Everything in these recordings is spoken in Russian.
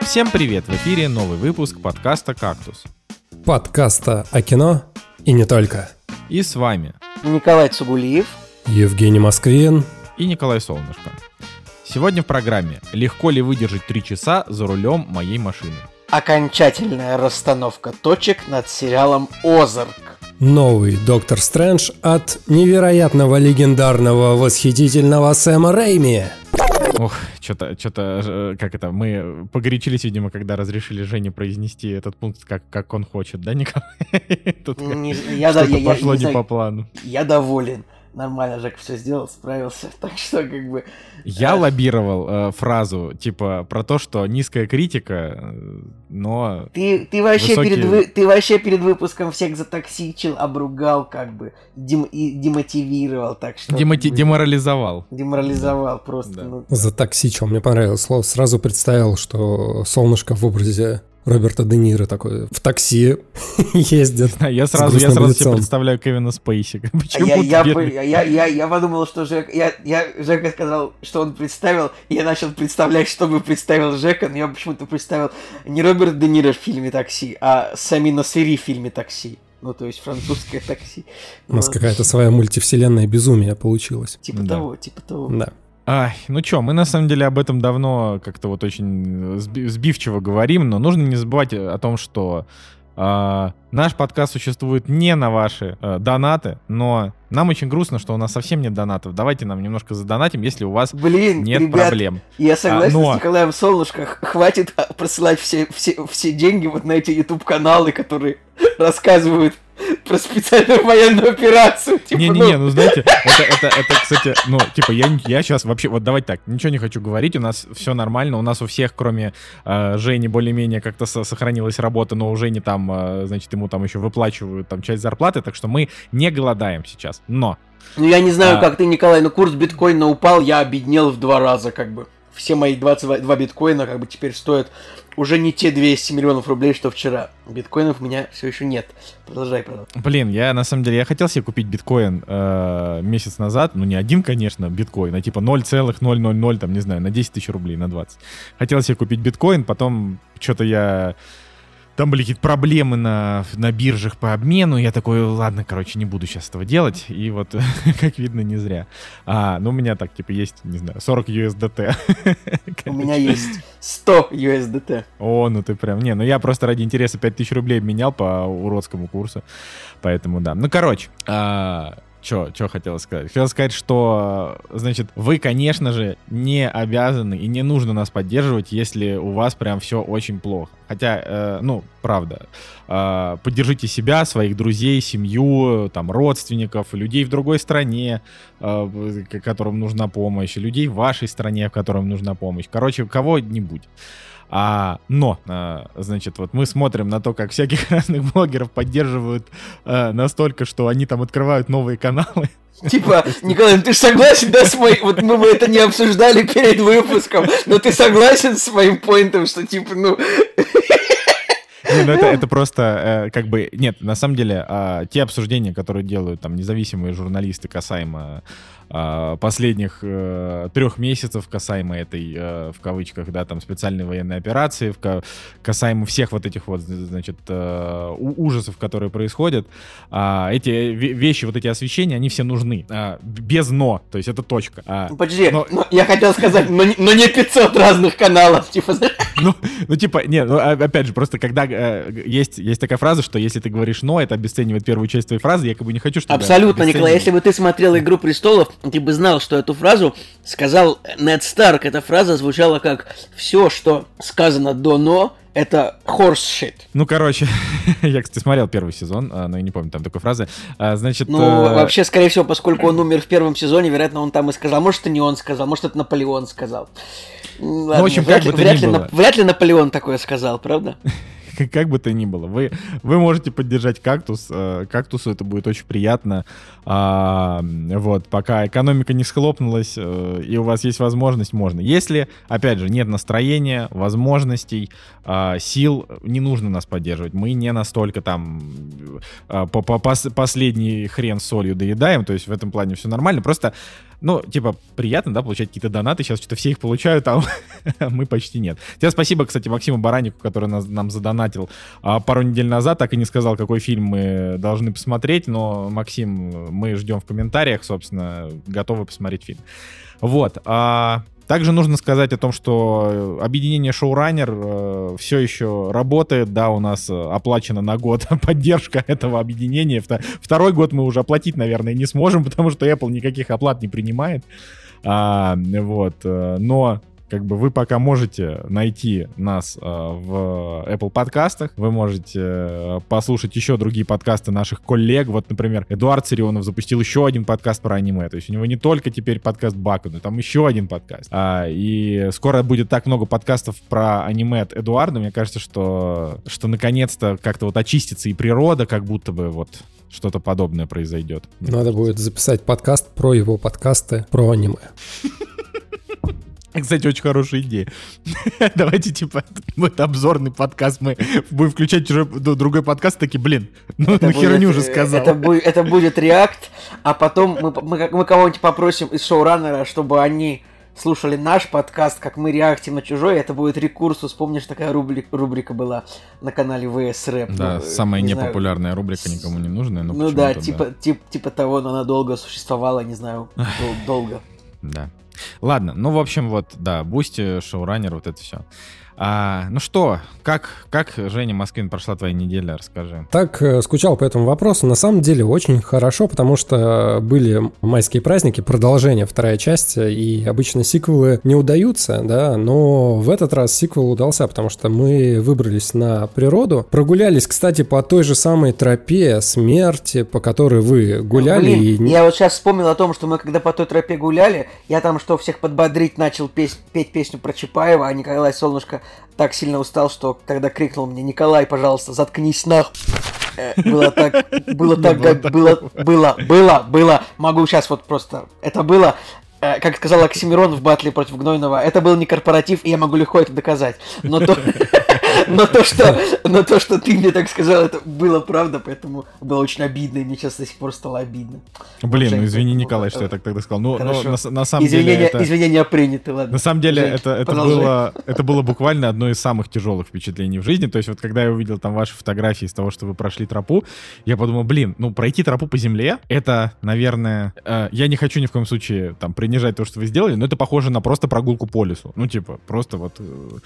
Всем привет! В эфире новый выпуск подкаста «Кактус». Подкаста о кино и не только. И с вами Николай Цугулиев, Евгений Москвин и Николай Солнышко. Сегодня в программе «Легко ли выдержать 3 часа за рулем моей машины?» окончательная расстановка точек над сериалом «Озарк». Новый Доктор Стрэндж от невероятного, легендарного, восхитительного Сэма Рэйми. Ох, что-то, как это, мы погорячились, видимо, когда разрешили Жене произнести этот пункт, как он хочет, да, Николай? Тут что-то пошло не по плану. Я доволен. Нормально Жека все сделал, справился. Так что как бы... Я лоббировал фразу, типа, про то, что низкая критика, но... Ты вообще перед выпуском всех затоксичил, обругал, как бы, и демотивировал, так что... Деморализовал. Деморализовал просто. Да. Ну... Затоксичил, мне понравилось слово. Сразу представил, что Солнышко в образе Роберта Де Ниро такой в такси ездит. Я сразу себе представляю Кевина Спейси. Я подумал, что Жека сказал, что он представил, и я начал представлять, что бы представил Жека, но я почему-то представил не Роберт Де Ниро в фильме «Такси», а Сами Насыри в фильме «Такси». Ну, то есть французское такси. У нас какая-то своя мультивселенная безумие получилось. Типа того. Да. Ай, ну чё, мы на самом деле об этом давно как-то вот очень сбивчиво говорим, но нужно не забывать о том, что наш подкаст существует не на ваши донаты, но нам очень грустно, что у нас совсем нет донатов. Давайте нам немножко задонатим, если у вас нет ребят, проблем. Я согласен с Николаем Солнышко, хватит присылать все деньги вот на эти YouTube-каналы, которые рассказывают про специальную военную операцию. Типа, ну знаете, это, кстати, ну, типа, я сейчас вообще, вот давайте так, ничего не хочу говорить, у нас все нормально, у нас у всех, кроме Жени, более-менее как-то сохранилась работа, но у Жени там, значит, ему там еще выплачивают там часть зарплаты, так что мы не голодаем сейчас, но... Ну, я не знаю, как ты, Николай, но курс биткоина упал, я обеднел в 2 раза, как бы. Все мои 22 биткоина, как бы, теперь стоят уже не те 200 миллионов рублей, что вчера. Биткоинов у меня все еще нет. Продолжай. Блин, на самом деле, я хотел себе купить биткоин месяц назад, ну, не один, конечно, биткоин, а типа 0,000, там, не знаю, на 10 тысяч рублей, на 20. Хотел себе купить биткоин, потом что-то там были какие-то проблемы на биржах по обмену. Я такой, ладно, короче, не буду сейчас этого делать. И вот, как видно, не зря. Ну, у меня так, типа, есть, не знаю, 40 USDT. У меня есть 100 USDT. О, ну ты прям... Ну я просто ради интереса 5000 рублей обменял по уродскому курсу. Поэтому, да. Ну, короче... Что хотел сказать? Хотел сказать, что, значит, вы, конечно же, не обязаны и не нужно нас поддерживать, если у вас прям все очень плохо. Хотя, правда, поддержите себя, своих друзей, семью, там, родственников, людей в другой стране, которым нужна помощь, людей в вашей стране, в которым нужна помощь. Короче, кого-нибудь. Но, значит, вот мы смотрим на то, как всяких разных блогеров поддерживают настолько, что они там открывают новые каналы. Типа, Николай, ты же согласен, да, с моим... Вот мы это не обсуждали перед выпуском, но ты согласен с моим поинтом, что, типа, это просто как бы... Нет, на самом деле, те обсуждения, которые делают там независимые журналисты касаемо последних 3 месяцев, касаемо этой, в кавычках, да, там, специальной военной операции, касаемо всех вот этих вот, значит, ужасов, которые происходят, эти вещи, вот эти освещения, они все нужны. Без «но», то есть это точка. Подожди, я хотел сказать, но не 500 разных каналов, типа... Опять же, просто когда есть такая фраза, что если ты говоришь «но», это обесценивает первую часть твоей фразы, я как бы не хочу, чтобы... Абсолютно, Николай, если бы ты смотрел «Игру престолов», ты бы знал, что эту фразу сказал Нед Старк. Эта фраза звучала как «все, что сказано до «но», это horse shit». Ну, короче, я, кстати, смотрел 1 сезон, но я не помню там такой фразы. Значит... вообще, скорее всего, поскольку он умер в 1 сезоне, вероятно, он там и сказал. Может, это не он сказал, может, это Наполеон сказал. Ладно, в общем, как бы то ни было. Вряд ли Наполеон такое сказал, правда? Как бы то ни было, вы можете поддержать «Кактус». «Кактусу» это будет очень приятно. Вот, пока экономика не схлопнулась, и у вас есть возможность, можно. Если, опять же, нет настроения, возможностей, сил, не нужно нас поддерживать. Мы не настолько там последний хрен с солью доедаем, то есть в этом плане все нормально. Просто Ну, типа, приятно, да, получать какие-то донаты. Сейчас что-то все их получают, а мы почти нет. Тебе спасибо, кстати, Максиму Бараннику, который нам задонатил пару недель назад. Так и не сказал, какой фильм мы должны посмотреть. Но, Максим, мы ждем в комментариях, собственно, готовы посмотреть фильм. Вот. Также нужно сказать о том, что объединение Showrunner все еще работает. Да, у нас оплачена на год поддержка этого объединения. Второй год мы уже оплатить, наверное, не сможем, потому что Apple никаких оплат не принимает. Вот. Но как бы вы пока можете найти нас в Apple подкастах, вы можете послушать еще другие подкасты наших коллег. Вот, например, Эдуард Царионов запустил еще один подкаст про аниме. То есть у него не только теперь подкаст Баку, но там еще один подкаст. И скоро будет так много подкастов про аниме от Эдуарда. Мне кажется, что наконец-то как-то вот очистится и природа, как будто бы вот что-то подобное произойдет. Надо будет записать подкаст про его подкасты про аниме. Кстати, очень хорошая идея. Давайте, типа, это обзорный подкаст. Мы будем включать другой подкаст, такие, блин, ну нахерню уже сказал. Это будет реакт, а потом мы кого-нибудь попросим из шоураннера, чтобы они слушали наш подкаст, как мы реактим на чужой. Это будет рекурсус. Помнишь, такая рубрика была на канале VS Rap? Да, самая непопулярная рубрика, никому не нужная. Ну да, типа того, но она долго существовала, не знаю, долго. Да. Ладно, ну, в общем, вот, да, Бусти, Showrunner, вот это все. Ну что, как, Женя Москвин, прошла твоя неделя, расскажи. Так, скучал по этому вопросу. На самом деле очень хорошо, потому что были майские праздники, продолжение, вторая часть, и обычно сиквелы не удаются, да, но в этот раз сиквел удался, потому что мы выбрались на природу, прогулялись, кстати, по той же самой тропе смерти, по которой вы гуляли. Блин, я вот сейчас вспомнил о том, что мы когда по той тропе гуляли, я там что, всех подбодрить начал петь песню про Чапаева, а Николай Солнышко так сильно устал, что тогда крикнул мне: Николай, пожалуйста, заткнись нахуй. Было. Могу сейчас вот просто... Это было, как сказал Оксимирон в батле против Гнойного, это был не корпоратив, и я могу легко это доказать. Но то, что ты мне так сказал, это было правда, поэтому было очень обидно, и мне сейчас до сих пор стало обидно. Блин, ну извини, Николай, что я так тогда сказал. Ну, на самом деле... Извинения приняты, ладно. На самом деле, это было буквально одно из самых тяжелых впечатлений в жизни. То есть вот когда я увидел там ваши фотографии из того, что вы прошли тропу, я подумал, блин, ну пройти тропу по земле, это, наверное... Я не хочу ни в коем случае там принижать то, что вы сделали, но это похоже на просто прогулку по лесу. Ну, типа, просто вот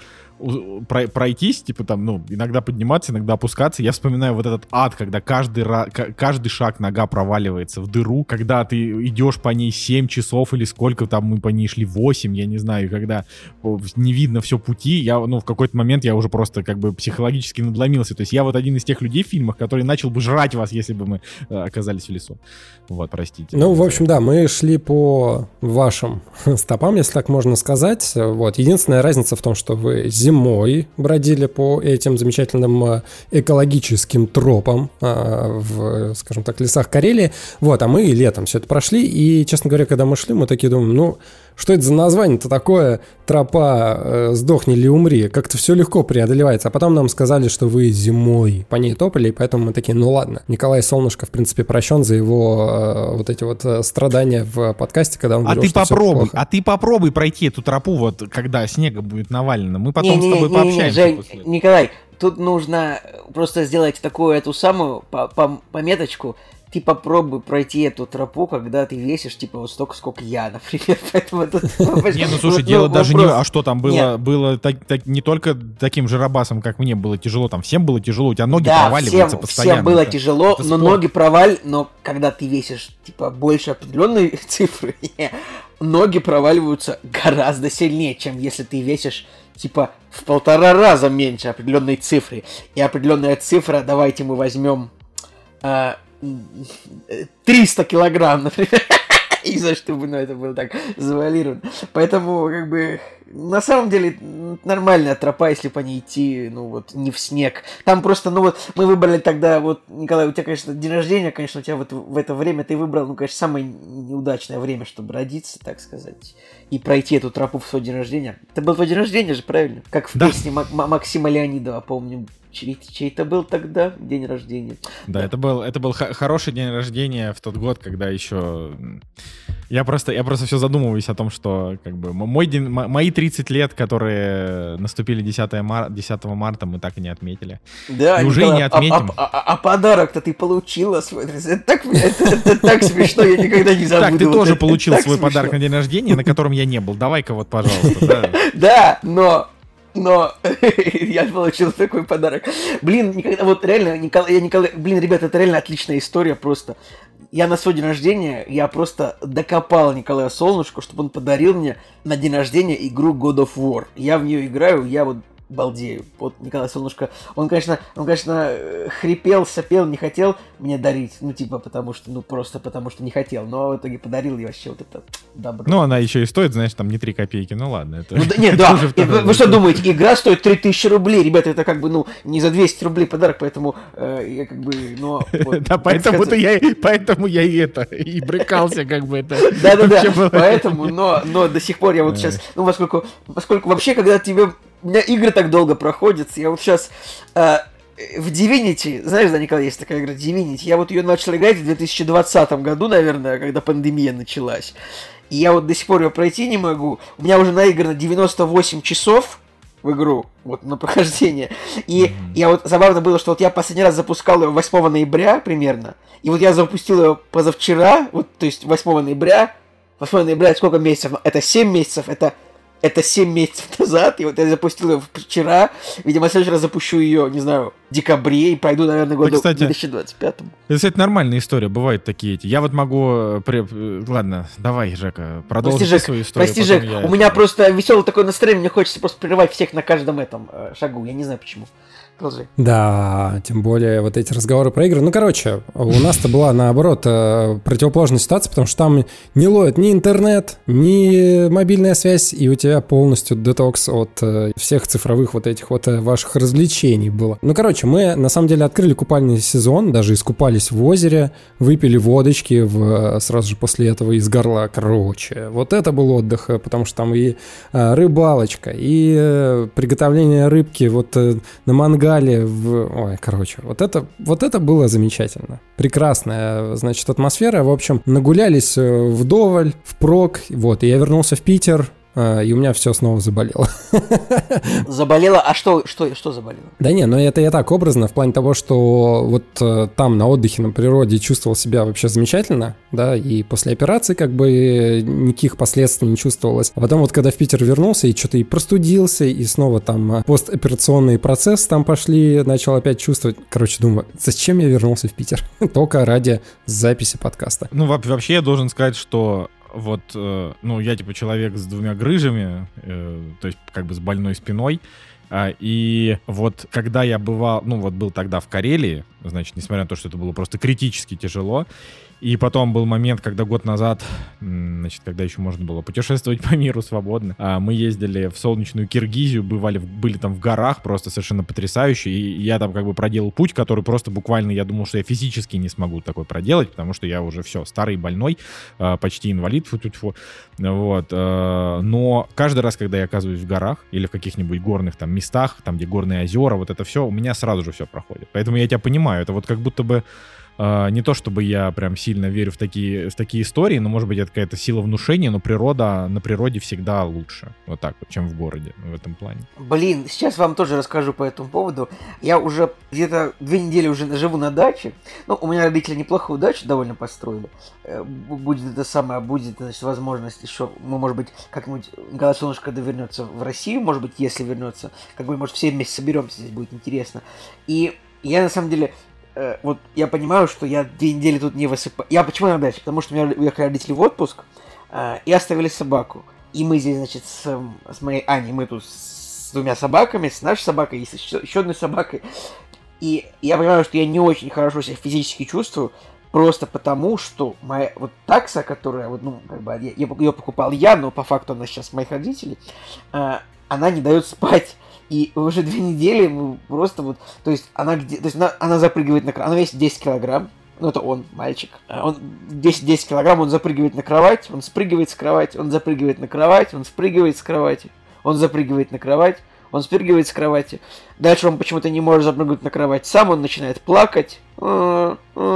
пройтись, типа там, ну, иногда подниматься, иногда опускаться. Я вспоминаю вот этот ад, когда каждый шаг нога проваливается в дыру, когда ты идешь по ней 7 часов или сколько там мы по ней шли, 8, я не знаю, когда не видно все пути, в какой-то момент я уже просто как бы психологически надломился. То есть я вот один из тех людей в фильмах, который начал бы жрать вас, если бы мы оказались в лесу. Вот, простите. Ну, в общем, да, мы шли по вашим стопам, если так можно сказать. Вот. Единственная разница в том, что вы зимой бродили по этим замечательным экологическим тропам в, скажем так, лесах Карелии. Вот, а мы летом все это прошли. И, честно говоря, когда мы шли, мы такие думаем, ну, что это за название-то такое? Тропа «Сдохни или умри». Как-то все легко преодолевается. А потом нам сказали, что вы зимой по ней топали, и поэтому мы такие, ну ладно. Николай Солнышко, в принципе, прощен за его вот эти вот страдания в подкасте, когда он говорил, что все плохо. А ты попробуй пройти эту тропу, вот когда снега будет навалено. Мы потом с тобой пообщаемся. Жень, Николай, тут нужно просто сделать такую эту самую пометочку. Ты попробуй пройти эту тропу, когда ты весишь, типа, вот столько, сколько я, например. Поэтому это... Не, ну слушай, дело даже не... А что там было? Было не только таким жиробасом, как мне, было тяжело. Там всем было тяжело, у тебя ноги проваливаются постоянно. Всем было тяжело, но ноги но когда ты весишь, типа, больше определенной цифры, ноги проваливаются гораздо сильнее, чем если ты весишь, типа, в 1,5 раза меньше определенной цифры. И определенная цифра, давайте мы возьмем... 300 килограмм, например. И за что бы, это было так завуалировано. Поэтому, как бы, на самом деле, нормальная тропа, если по ней идти, ну вот, не в снег. Там просто, ну вот, мы выбрали тогда, вот, Николай, у тебя, конечно, день рождения, конечно, у тебя вот в это время ты выбрал, ну, конечно, самое неудачное время, чтобы родиться, так сказать, и пройти эту тропу в свой день рождения. Это был твой день рождения же, правильно? Как в песне Максима Леонидова, помню. чей-то был тогда день рождения. Да, это был хороший день рождения в тот год, когда еще... Я просто все задумываюсь о том, что как бы мои 30 лет, которые наступили 10 марта, мы так и не отметили. Да, и уже Николай, не отметим. А подарок-то ты получила свой. Это так смешно, я никогда не забуду. Так, ты тоже получил свой подарок на день рождения, на котором я не был. Давай-ка вот, пожалуйста. Да, но я получил такой подарок. Блин, никогда, вот реально, Николай, блин, ребята, это реально отличная история просто. Я на свой день рождения, я просто докопал Николая Солнышко, чтобы он подарил мне на день рождения игру God of War. Я в нее играю, я вот балдею. Вот Николай Солнышко, он, конечно, хрипел, сопел, не хотел мне дарить, потому что не хотел, но в итоге подарил и вообще вот это добро. Ну, она еще и стоит, знаешь, там не 3 копейки, ну ладно. Это... Ну, нет, да, вы что думаете, игра стоит 3000 рублей, ребята, это как бы, не за 200 рублей подарок, поэтому я как бы, Да, поэтому я и брыкался, как бы это. Да, поэтому, но до сих пор я вот сейчас, поскольку вообще, когда у меня игры так долго проходят, я вот сейчас в Divinity, знаешь, да, Николай, есть такая игра Divinity, я вот ее начал играть в 2020 году, наверное, когда пандемия началась, и я вот до сих пор ее пройти не могу, у меня уже наиграно 98 часов в игру, вот, на прохождение, и я вот, забавно было, что вот я последний раз запускал ее 8 ноября примерно, и вот я запустил ее позавчера, вот, то есть 8 ноября, это сколько месяцев? Это 7 месяцев, это 7 месяцев назад, и вот я запустил ее вчера. Видимо, в следующий раз запущу ее, не знаю, в декабре, и пройду, наверное, году в 2025. Это, кстати, нормальная история, бывают такие эти. Я вот могу... Ладно, давай, Жека, продолжи свою историю. Прости, Жек, у меня просто веселое такое настроение, мне хочется просто прерывать всех на каждом этом шагу, я не знаю почему. Продолжи. Да, тем более вот эти разговоры про игры. Ну, короче, у нас-то была, наоборот, противоположная ситуация, потому что там не ловит ни интернет, ни мобильная связь, и у тебя полностью детокс от всех цифровых вот этих вот ваших развлечений было. Ну, короче, мы, на самом деле, открыли купальный сезон, даже искупались в озере, выпили водочки сразу же после этого из горла. Короче, вот это был отдых, потому что там и рыбалочка, и приготовление рыбки вот на мангале. Ой, короче, вот это было замечательно. Прекрасная, значит, атмосфера. В общем, нагулялись вдоволь, впрок. Вот, и я вернулся в Питер, и у меня все снова заболело. Заболело? А что заболело? Да не, ну это я так образно, в плане того, что вот там на отдыхе на природе чувствовал себя вообще замечательно, да, и после операции как бы никаких последствий не чувствовалось. А потом вот когда в Питер вернулся и что-то и простудился, и снова там постоперационный процесс там пошли, начал опять чувствовать. Короче, думаю, зачем я вернулся в Питер? Только ради записи подкаста. Ну, вообще я должен сказать, что вот, я типа человек с 2 грыжами, то есть как бы с больной спиной, и вот когда я был тогда в Карелии, значит, несмотря на то, что это было просто критически тяжело, и потом был момент, когда год назад, значит, когда еще можно было путешествовать по миру свободно, мы ездили в солнечную Киргизию, были там в горах, просто совершенно потрясающе, и я там как бы проделал путь, который просто буквально, я думал, что я физически не смогу такой проделать, потому что я уже все, старый, больной, почти инвалид, вот, но каждый раз, когда я оказываюсь в горах или в каких-нибудь горных там местах, там, где горные озера, вот это все, у меня сразу же все проходит, поэтому я тебя понимаю, это вот как будто бы не то чтобы я прям сильно верю в такие истории, но, может быть, это какая-то сила внушения, но на природе всегда лучше, вот так вот, чем в городе в этом плане. Блин, сейчас вам тоже расскажу по этому поводу. Я уже где-то 2 недели уже живу на даче. Ну, у меня родители неплохую дачу довольно построили. Будет значит, возможность еще, мы, может быть, как-нибудь Николай Солнышко, когда вернется в Россию, может быть, если вернется, как бы, может, все вместе соберемся, здесь будет интересно. И я, на самом деле, вот я понимаю, что я 2 недели тут не высыпаю. Я почему на даче? Потому что у меня уехали родители в отпуск и оставили собаку. И мы здесь, значит, с моей Аней, мы тут с 2 собаками, с нашей собакой и с еще одной собакой. И я понимаю, что я не очень хорошо себя физически чувствую, просто потому, что моя вот такса, которая, вот, как бы, ее покупал я, но по факту она сейчас моих родителей, она не дает спать. И уже 2 недели просто вот, то есть она запрыгивает на кровать, она весит 10 килограмм, ну это он, мальчик, он 10 килограмм, он запрыгивает на кровать, он спрыгивает с кровати, он запрыгивает на кровать, он спрыгивает с кровати, он запрыгивает на кровать, он спрыгивает с кровати. Дальше он почему-то не может запрыгнуть на кровать сам, он начинает плакать. Это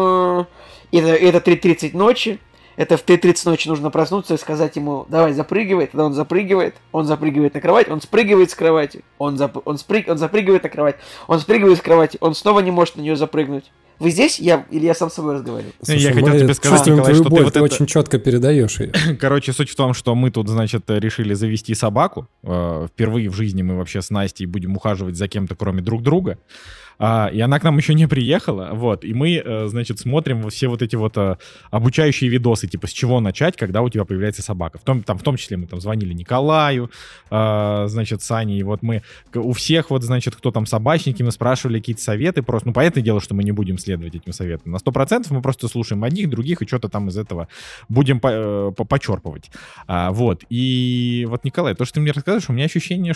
3:30 ночи. Это в 3:30 ночи нужно проснуться и сказать ему, давай, запрыгивай. Тогда он запрыгивает на кровать, он спрыгивает с кровати, он запрыгивает на кровать, он спрыгивает с кровати, он снова не может на нее запрыгнуть. Вы здесь? Или я сам с собой разговариваю? Слушай, я хотел тебе сказать, Николай, что боль, ты очень четко передаешь ее. Короче, суть в том, что мы тут, значит, решили завести собаку. Впервые в жизни мы вообще с Настей будем ухаживать за кем-то, кроме друг друга. И она к нам еще не приехала, вот, и мы, значит, смотрим все вот эти вот обучающие видосы, типа, с чего начать, когда у тебя появляется собака. В том числе мы там звонили Николаю, значит, Сане, и вот мы у всех вот, значит, кто там собачники, мы спрашивали какие-то советы, просто, ну, понятное дело, что мы не будем следовать этим советам. На 100% мы просто слушаем одних, других, и что-то там из этого будем почерпывать. Вот, и вот, Николай, то, что ты мне рассказываешь, у меня ощущение,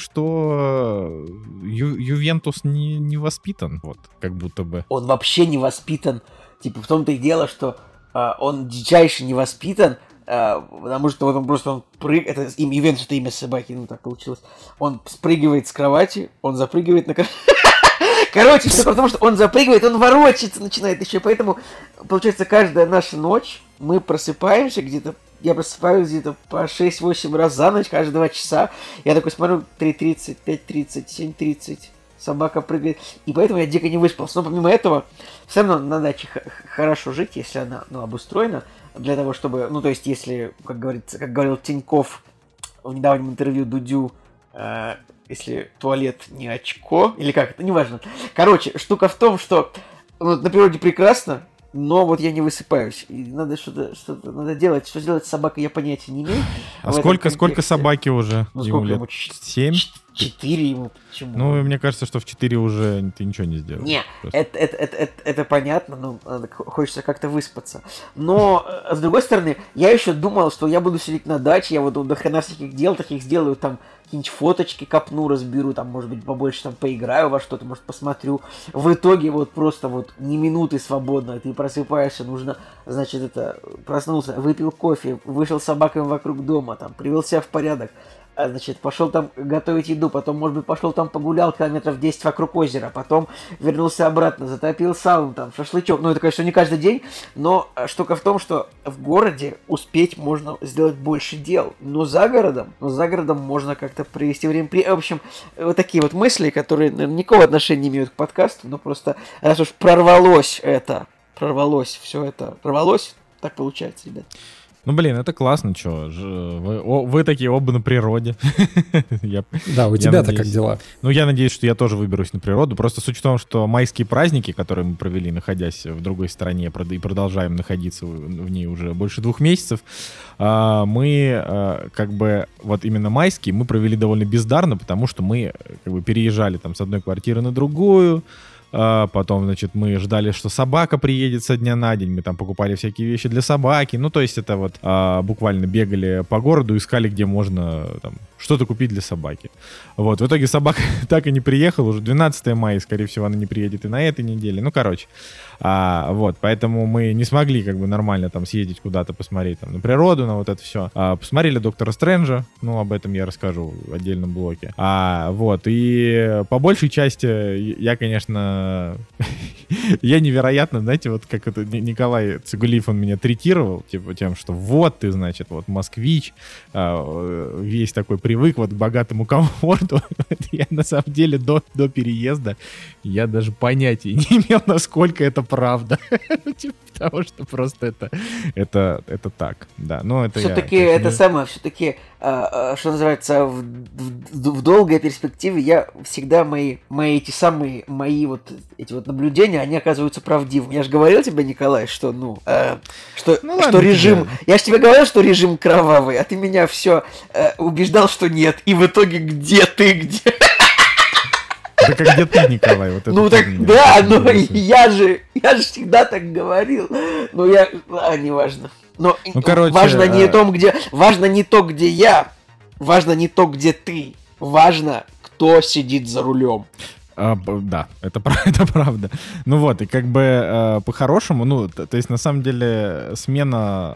что Ювентус не воспитан. Вот, как будто бы. Он вообще не воспитан. Типа, в том-то и дело, что он дичайше не воспитан, потому что вот он просто прыгает. Это имя Ювентус, это имя собаки, ну так получилось. Он спрыгивает с кровати, он запрыгивает на кровать. Короче, все потому, что он запрыгивает, он ворочается начинает еще. Поэтому, получается, каждая наша ночь мы просыпаемся где-то. Я просыпаюсь где-то по 6-8 раз за ночь, каждые 2 часа. Я такой смотрю, 3:30, 5:30, 7:30. Собака прыгает. И поэтому я дико не выспался. Но помимо этого, все равно на даче хорошо жить, если она обустроена. Для того, чтобы... Ну, то есть, если, как говорил Тиньков в недавнем интервью Дудю, если туалет не очко, или как это, неважно. Короче, штука в том, что на природе прекрасно, но вот я не высыпаюсь. И надо что-то надо делать. Что сделать с собакой, я понятия не имею. А сколько собаки уже? Ну, сколько ему? 7? 4 ему. Почему? Ну, мне кажется, что в 4 уже ты ничего не сделаешь. Не, это понятно, но хочется как-то выспаться. Но, с другой стороны, я еще думал, что я буду сидеть на даче, я вот до хрена всяких дел таких сделаю, там, какие-нибудь фоточки копну, разберу, там, может быть, побольше там поиграю во что-то, может, посмотрю. В итоге вот просто вот ни минуты свободно, ты просыпаешься, нужно, значит, проснулся, выпил кофе, вышел с собаками вокруг дома, там, привел себя в порядок, значит, пошел там готовить еду, потом, может быть, пошел там погулял километров 10 вокруг озера, потом вернулся обратно, затопил сауну, там, шашлычок. Ну, это, конечно, не каждый день, но штука в том, что в городе успеть можно сделать больше дел, но за городом можно как-то провести время. В общем, вот такие вот мысли, которые, наверное, никакого отношения не имеют к подкасту, но просто раз уж прорвалось, так получается, ребят. Ну, блин, это классно, чё. Вы такие оба на природе. Да, у тебя-то как дела? Ну, я надеюсь, что я тоже выберусь на природу. Просто суть в том, что майские праздники, которые мы провели, находясь в другой стране, и продолжаем находиться в ней уже больше 2 месяцев, мы как бы вот именно майские мы провели довольно бездарно, потому что мы как бы переезжали там с одной квартиры на другую. Потом, значит, мы ждали, что собака приедет со дня на день. Мы там покупали всякие вещи для собаки. Ну, то есть это вот буквально бегали по городу, искали, где можно там что-то купить для собаки. Вот, в итоге собака так и не приехала. Уже 12 мая, скорее всего, она не приедет и на этой неделе. Ну, короче. Вот, поэтому мы не смогли как бы нормально там съездить куда-то, посмотреть там на природу, на вот это все. Посмотрели Доктора Стрэнджа. Ну, об этом я расскажу в отдельном блоке. Вот, и по большей части я, конечно... Я невероятно, знаете, вот как это Николай Цигулиев, он меня третировал, типа тем, что вот ты, значит, вот москвич, весь такой привык вот к богатому комфорту. Я на самом деле до переезда я даже понятия не имел, насколько это правда. Потому что просто это так, да. Но это все-таки это самое, все-таки, что называется, в долгой перспективе я всегда мои эти вот наблюдения, они оказываются правдивыми. Я же говорил тебе, Николай, что, что режим... Я же тебе говорил, что режим кровавый, а ты меня все убеждал, что нет. И в итоге где ты? Это как где ты, Николай? Вот это ну так, да, но я же всегда так говорил. Но неважно. Но короче, важно не то, где я. Важно не то, где ты. Важно, кто сидит за рулем. Да, это правда. Ну вот, и как бы по-хорошему, то есть на самом деле смена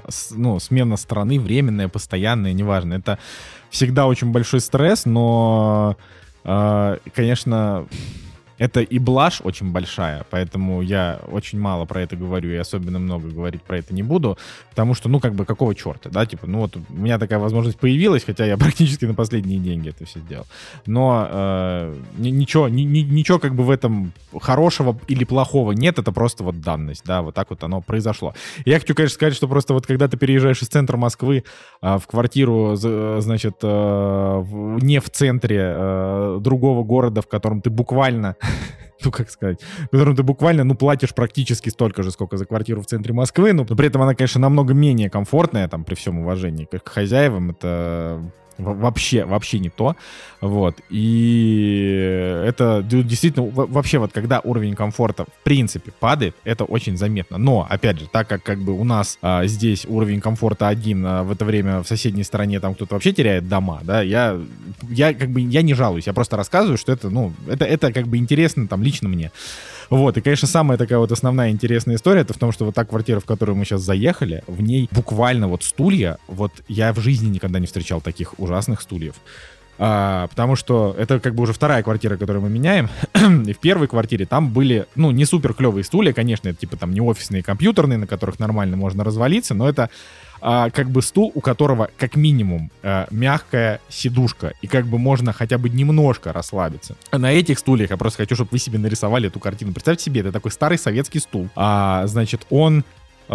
страны, временная, постоянная, неважно, это всегда очень большой стресс, но конечно, это и блажь очень большая, поэтому я очень мало про это говорю и особенно много говорить про это не буду, потому что, ну, как бы, какого черта, да, типа, ну, вот у меня такая возможность появилась, хотя я практически на последние деньги это все сделал, но ничего как бы в этом хорошего или плохого нет, это просто вот данность, да, вот так вот оно произошло. Я хочу, конечно, сказать, что просто вот когда ты переезжаешь из центра Москвы в квартиру, значит, не в центре другого города, в котором ты буквально ну, как сказать, в котором ты буквально, ну, платишь практически столько же, сколько за квартиру в центре Москвы, но при этом она, конечно, намного менее комфортная, там, при всем уважении к хозяевам, это вообще не то, вот, и это действительно, вообще, вот, когда уровень комфорта, в принципе, падает, это очень заметно, но, опять же, так как бы у нас здесь уровень комфорта один, в это время в соседней стороне там кто-то вообще теряет дома, да, я как бы, я не жалуюсь, я просто рассказываю, что это, ну, это как бы интересно, там, лично мне. Вот, и, конечно, самая такая вот основная интересная история, это в том, что вот та квартира, в которую мы сейчас заехали, в ней буквально вот стулья, вот я в жизни никогда не встречал таких ужасных стульев. Потому что это как бы уже вторая квартира, которую мы меняем, и в первой квартире там были, ну, не супер клевые стулья, конечно, это типа там не офисные, компьютерные, на которых нормально можно развалиться, но это как бы стул, у которого как минимум мягкая сидушка, и как бы можно хотя бы немножко расслабиться. На этих стульях я просто хочу, чтобы вы себе нарисовали эту картину. Представьте себе, это такой старый советский стул. Значит, он...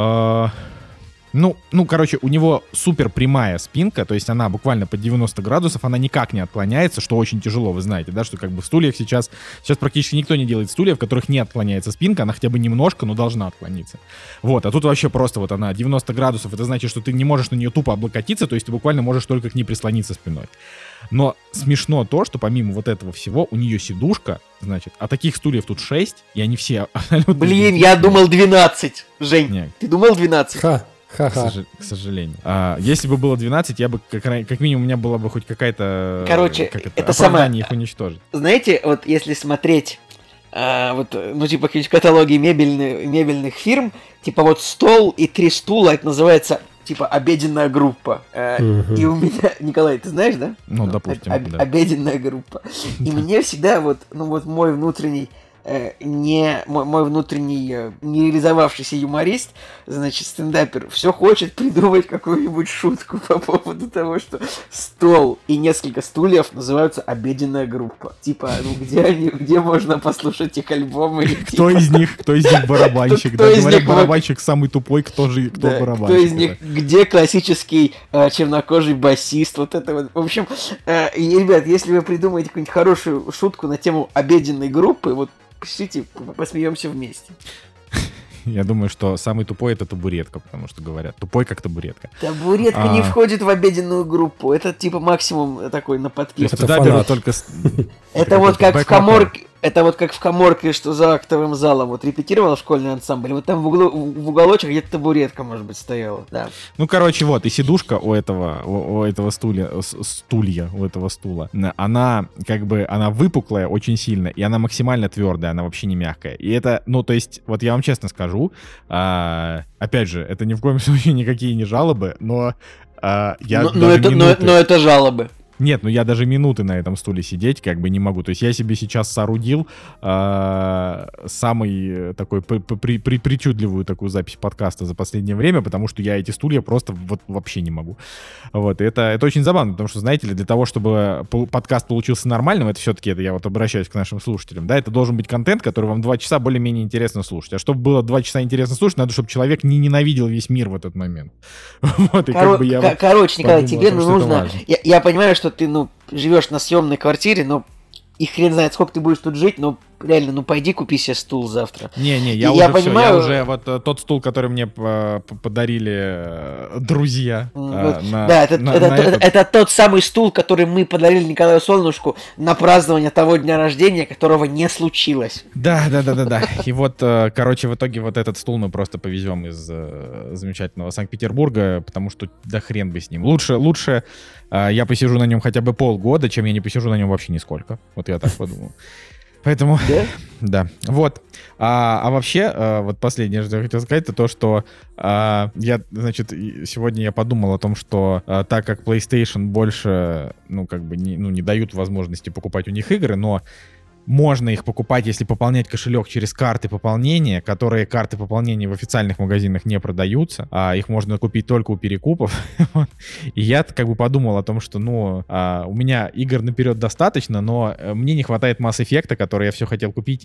Ну, короче, у него супер прямая спинка, то есть она буквально под 90 градусов, она никак не отклоняется, что очень тяжело, вы знаете, да, что как бы в стульях сейчас практически никто не делает стулья, в которых не отклоняется спинка, она хотя бы немножко, но должна отклониться. Вот, а тут вообще просто вот она 90 градусов, это значит, что ты не можешь на нее тупо облокотиться, то есть ты буквально можешь только к ней прислониться спиной. Но смешно то, что помимо вот этого всего у нее сидушка, значит, а таких стульев тут 6, и они все абсолютно... Блин, я думал 12, Жень, Нет. Ты думал 12? Ха-ха. К сожалению. Если бы было 12, я бы, как минимум, у меня была бы хоть какая-то... Короче, это оправдание их уничтожить. Знаете, вот если смотреть, вот, ну, типа, какие-нибудь каталоги мебельных фирм, типа вот стол и 3 стула, это называется, типа, обеденная группа. И у меня... Николай, ты знаешь, да? Ну, допустим, да. Обеденная группа. И мне всегда вот, ну, вот мой внутренний... мой внутренний нереализовавшийся юморист, значит, стендапер, все хочет придумать какую-нибудь шутку по поводу того, что стол и несколько стульев называются обеденная группа. Типа, ну где можно послушать их альбомы? Кто из них барабанщик? Да, говорят, барабанщик самый тупой, кто барабанщик? Кто из них, где классический чернокожий басист? Вот это вот. В общем, ребят, если вы придумаете какую-нибудь хорошую шутку на тему обеденной группы, вот пишите, посмеемся вместе. Я думаю, что самый тупой — это табуретка, потому что говорят, тупой как табуретка. Табуретка не входит в обеденную группу. Это типа максимум такой на подписку. Это только... Это вот как в каморке. Это вот как в каморке, что за актовым залом вот репетировал школьный ансамбль. Вот там в уголочек где-то табуретка, может быть, стояла. Да. Ну, короче, вот, и сидушка у этого стулья, у этого стула, она как бы, она выпуклая очень сильно, и она максимально твердая, она вообще не мягкая. И это, ну, то есть, вот я вам честно скажу, опять же, это ни в коем случае никакие не жалобы, но но это жалобы. Нет, ну я даже минуты на этом стуле сидеть как бы не могу. То есть я себе сейчас соорудил самый такой причудливую такую запись подкаста за последнее время, потому что я эти стулья просто вот вообще не могу. Вот, и это очень забавно, потому что, знаете ли, для того, чтобы подкаст получился нормальным, это все-таки, я вот обращаюсь к нашим слушателям, да, это должен быть контент, который вам 2 часа более-менее интересно слушать. А чтобы было 2 часа интересно слушать, надо, чтобы человек не ненавидел весь мир в этот момент. Вот, и как бы я... Короче, Николай, тебе нужно... Я понимаю, что ты, живешь на съемной квартире, но и хрен знает, сколько ты будешь тут жить, но реально, пойди купи себе стул завтра. Я уже вот тот стул, который мне подарили друзья. Это тот самый стул, который мы подарили Николаю Солнышку на празднование того дня рождения, которого не случилось. Да. И вот, короче, в итоге вот этот стул мы просто повезем из замечательного Санкт-Петербурга, потому что да хрен бы с ним. Лучше я посижу на нем хотя бы полгода, чем я не посижу на нем вообще нисколько. Вот я так подумал. Поэтому... Да? Да, вот. А вообще, вот последнее, что я хотел сказать, это то, что сегодня я подумал о том, что так как PlayStation больше, не дают возможности покупать у них игры, но можно их покупать, если пополнять кошелек через карты пополнения, которые карты пополнения в официальных магазинах не продаются, а их можно купить только у перекупов. И я подумал о том, что, у меня игр наперед достаточно, но мне не хватает Mass Effect, который я все хотел купить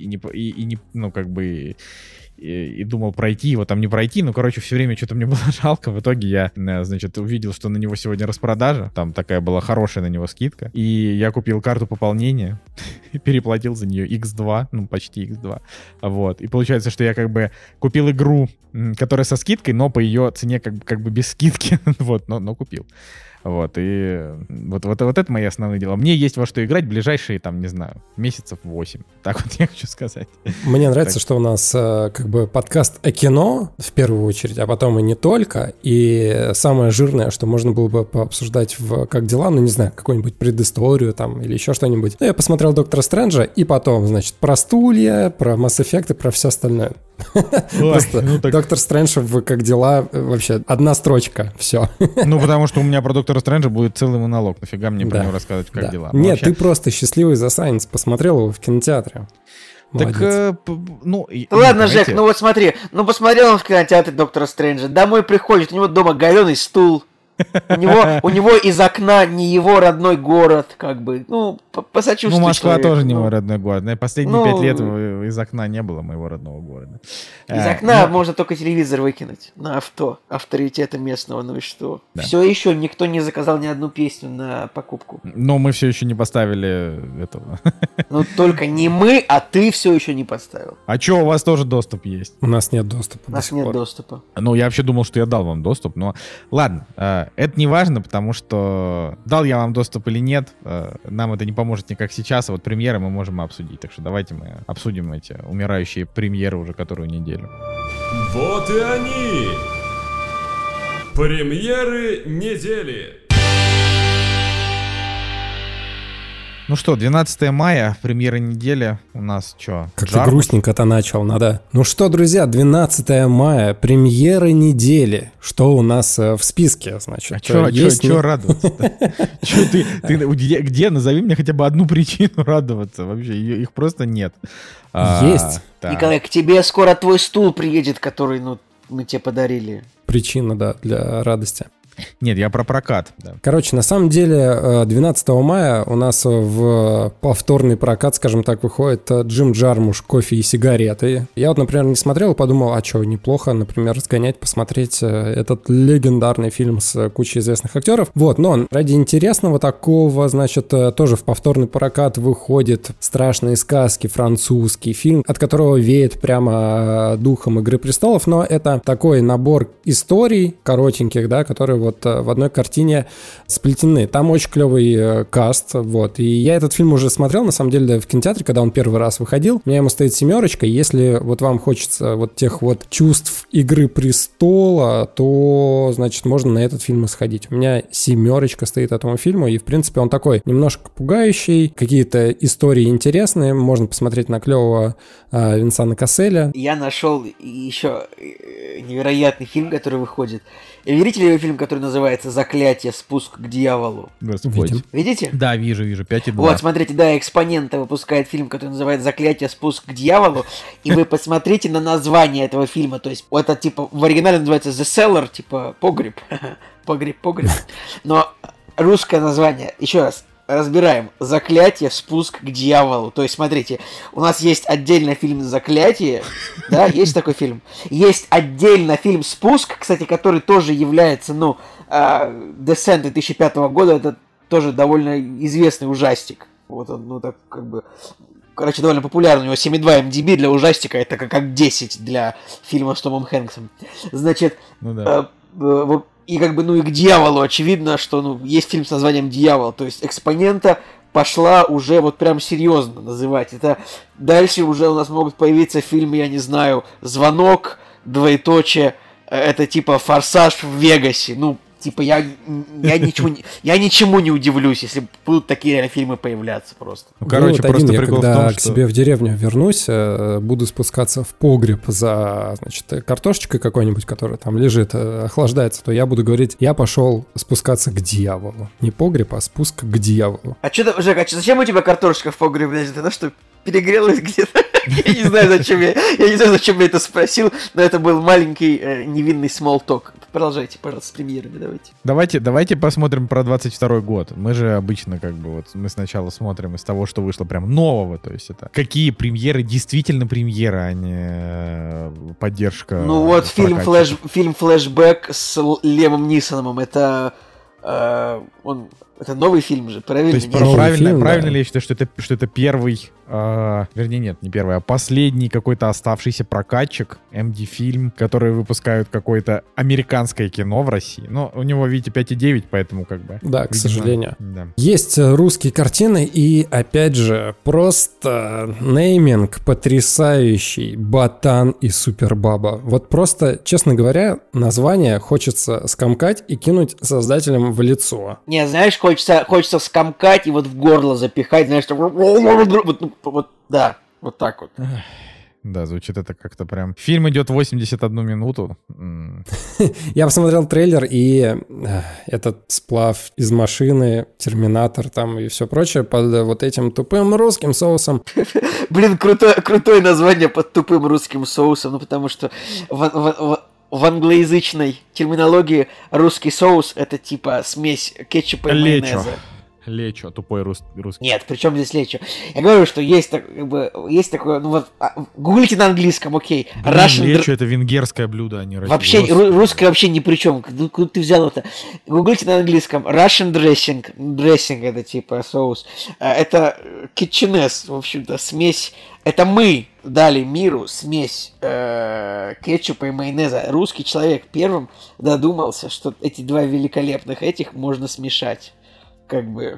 и думал пройти, его там не пройти, все время что-то мне было жалко. В итоге я, увидел, что на него сегодня распродажа, там такая была хорошая на него скидка, и я купил карту пополнения, переплатил за нее X2, почти X2, вот, и получается, что я купил игру, которая со скидкой, но по ее цене без скидки, вот, но купил. Вот, и вот это мои основные дела. Мне есть во что играть ближайшие, месяцев 8. Так вот я хочу сказать. Мне нравится, что у нас подкаст о кино, в первую очередь, а потом и не только. И самое жирное, что можно было бы пообсуждать в «Как дела?», какую-нибудь предысторию там или еще что-нибудь. Я посмотрел «Доктора Стрэнджа», и потом, про стулья, про Mass Effect и про все остальное. Просто «Доктор Стрэндж» в «Как дела?» вообще одна строчка, все. Потому что у меня про «Доктора Стрэнджа» будет целый монолог. Нафига мне про него рассказывать, как дела? Нет, ты просто счастливый засранец. Посмотрел его в кинотеатре. Так, ладно, Жек, смотри. Посмотрел он в кинотеатре «Доктора Стрэнджа». Домой приходит, у него дома говёный стул. У него из окна не его родной город, посочувствуй. Москва тоже не мой родной город. Последние 5 лет из окна не было моего родного города. Из окна можно только телевизор выкинуть на авторитета местного, и что? Да. Все еще никто не заказал ни одну песню на покупку. Но мы все еще не поставили этого. Только не мы, а ты все еще не поставил. А что, у вас тоже доступ есть? У нас нет доступа. У нас нет доступа. Я вообще думал, что я дал вам доступ, но ладно. Это не важно, потому что дал я вам доступ или нет, нам это не поможет никак сейчас, а вот премьеры мы можем обсудить. Так что давайте мы обсудим эти умирающие премьеры уже которую неделю. Вот и они! Премьеры недели! Ну что, 12 мая, премьера недели у нас что? Как ты грустненько-то начал, надо. Ну что, друзья, 12 мая, премьера недели. Что у нас в списке, значит? А что радоваться-то? Где? Назови мне хотя бы одну причину радоваться. Вообще, их просто нет. Есть. Николай, к тебе скоро твой стул приедет, который, мы тебе подарили. Причина, да, для радости. Нет, я про прокат. Да. Короче, на самом деле 12 мая у нас в повторный прокат, скажем так, выходит Джим Джармуш «Кофе и сигареты». Я вот, например, не смотрел и подумал, а что, неплохо, например, сгонять, посмотреть этот легендарный фильм с кучей известных актеров. Вот, но ради интересного такого, значит, тоже в повторный прокат выходит «Страшные сказки», французский фильм, от которого веет прямо духом «Игры престолов», но это такой набор историй коротеньких, да, которые вот в одной картине сплетены. Там очень клевый каст, вот. И я этот фильм уже смотрел, на самом деле, в кинотеатре, когда он первый раз выходил. У меня ему стоит 7. Если вот вам хочется вот тех вот чувств «Игры престола», то, значит, можно на этот фильм и сходить. У меня 7 стоит этому фильму, и, в принципе, он такой немножко пугающий, какие-то истории интересные, можно посмотреть на клевого Винсана Касселя. Я нашел еще невероятный фильм, который выходит. Видите ли вы фильм, который называется «Заклятие. Спуск к дьяволу»? Видим. Видите? Да, вижу. 5,2. Вот, смотрите, да, «Экспонента» выпускает фильм, который называется «Заклятие. Спуск к дьяволу». И вы посмотрите на название этого фильма. То есть, это типа в оригинале называется «The Cellar», типа «Погреб». Погреб. Но русское название, еще раз, разбираем. «Заклятие. Спуск к дьяволу». То есть, смотрите, у нас есть отдельно фильм «Заклятие». Да, есть такой фильм. Есть отдельно фильм «Спуск», кстати, который тоже является, Descent 2005 года. Это тоже довольно известный ужастик. Вот он, так довольно популярный. У него 7,2 MDB для ужастика. Это как 10 для фильма с Томом Хэнксом. Значит, и и к дьяволу очевидно, что есть фильм с названием «Дьявол». То есть «Экспонента» пошла уже вот прям серьезно называть. Это дальше уже у нас могут появиться фильмы, я не знаю, «Звонок», «Двоеточие». Это типа «Форсаж в Вегасе». Типа, я ничему не удивлюсь, если будут такие реально фильмы появляться просто. Ну, короче, вот просто я прикол в когда том, к что... себе в деревню вернусь, буду спускаться в погреб за, значит, картошечкой какой-нибудь, которая там лежит, охлаждается, то я буду говорить, я пошел спускаться к дьяволу. Не погреб, а спуск к дьяволу. Жек, зачем у тебя картошечка в погребе лежит? Она что, перегрелась где-то? Я не знаю, зачем я это спросил, но это был маленький невинный small talk. Продолжайте, пожалуйста, с премьерами давайте. Давайте посмотрим про 22 год. Мы же обычно мы сначала смотрим из того, что вышло прям нового, то есть это какие премьеры действительно премьеры, а не поддержка. Ну вот фильм «Флэшбэк» с Лемом Нисоном, это новый фильм же, правильно? То есть правильно ли я считаю, что это первый, вернее, нет, не первый, а последний какой-то оставшийся прокатчик, MD-фильм, который выпускают какое-то американское кино в России. Но у него, видите, 5,9, поэтому как бы... Да, к сожалению. Да. Есть русские картины, и, опять же, просто нейминг потрясающий. «Ботан» и «Супербаба». Вот просто, честно говоря, название хочется скомкать и кинуть создателям в лицо. Не, знаешь, хочется скомкать и вот в горло запихать, знаешь, вот так вот. Да, звучит это как-то прям... Фильм идет 81 минуту. Я посмотрел трейлер, и этот сплав из машины, терминатор там и все прочее под вот этим тупым русским соусом. Блин, крутое название под тупым русским соусом, ну потому что в англоязычной терминологии русский соус — это типа смесь кетчупа и майонеза. Лечо, тупой русский. Нет, при чем здесь лечо? Я говорю, что есть такое, ну вот, гуглите на английском, окей. Лечо — это венгерское блюдо, а не российское. Вообще, русское вообще ни при чем. Куда ты взял это? Гуглите на английском. Russian dressing. Дрессинг — это типа соус. Это кетчунес, в общем-то, смесь. Это мы дали миру смесь кетчупа и майонеза. Русский человек первым додумался, что эти два великолепных этих можно смешать. Как бы...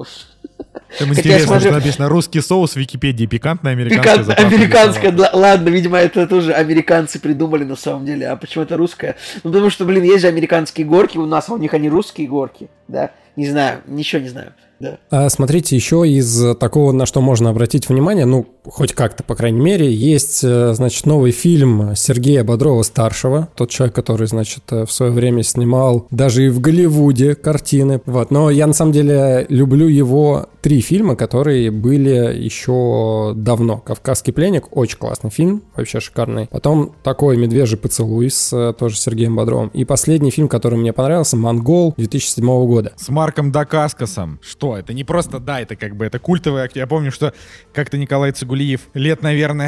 Там интересно, что написано русский соус в Википедии, пикантная американская американская, ладно, видимо, это тоже американцы придумали на самом деле. А почему это русская? Ну, потому что, блин, есть же американские горки у нас, а у них они русские горки, да? Не знаю, ничего не знаю. Да. Смотрите, еще из такого, на что можно обратить внимание, ну, хоть как-то, по крайней мере, есть, значит, новый фильм Сергея Бодрова-старшего, тот человек, который, значит, в свое время снимал даже и в Голливуде картины, вот, но я, на самом деле, люблю его 3 фильма, которые были еще давно. «Кавказский пленник» — очень классный фильм, вообще шикарный. Потом такой «Медвежий поцелуй» с тоже Сергеем Бодровым. И последний фильм, который мне понравился, «Монгол» 2007 года. С Марком Дакаскосом. Что? Это не просто, да, это как бы, это культовый актер. Я помню, что как-то Николай Цигулиев лет, наверное,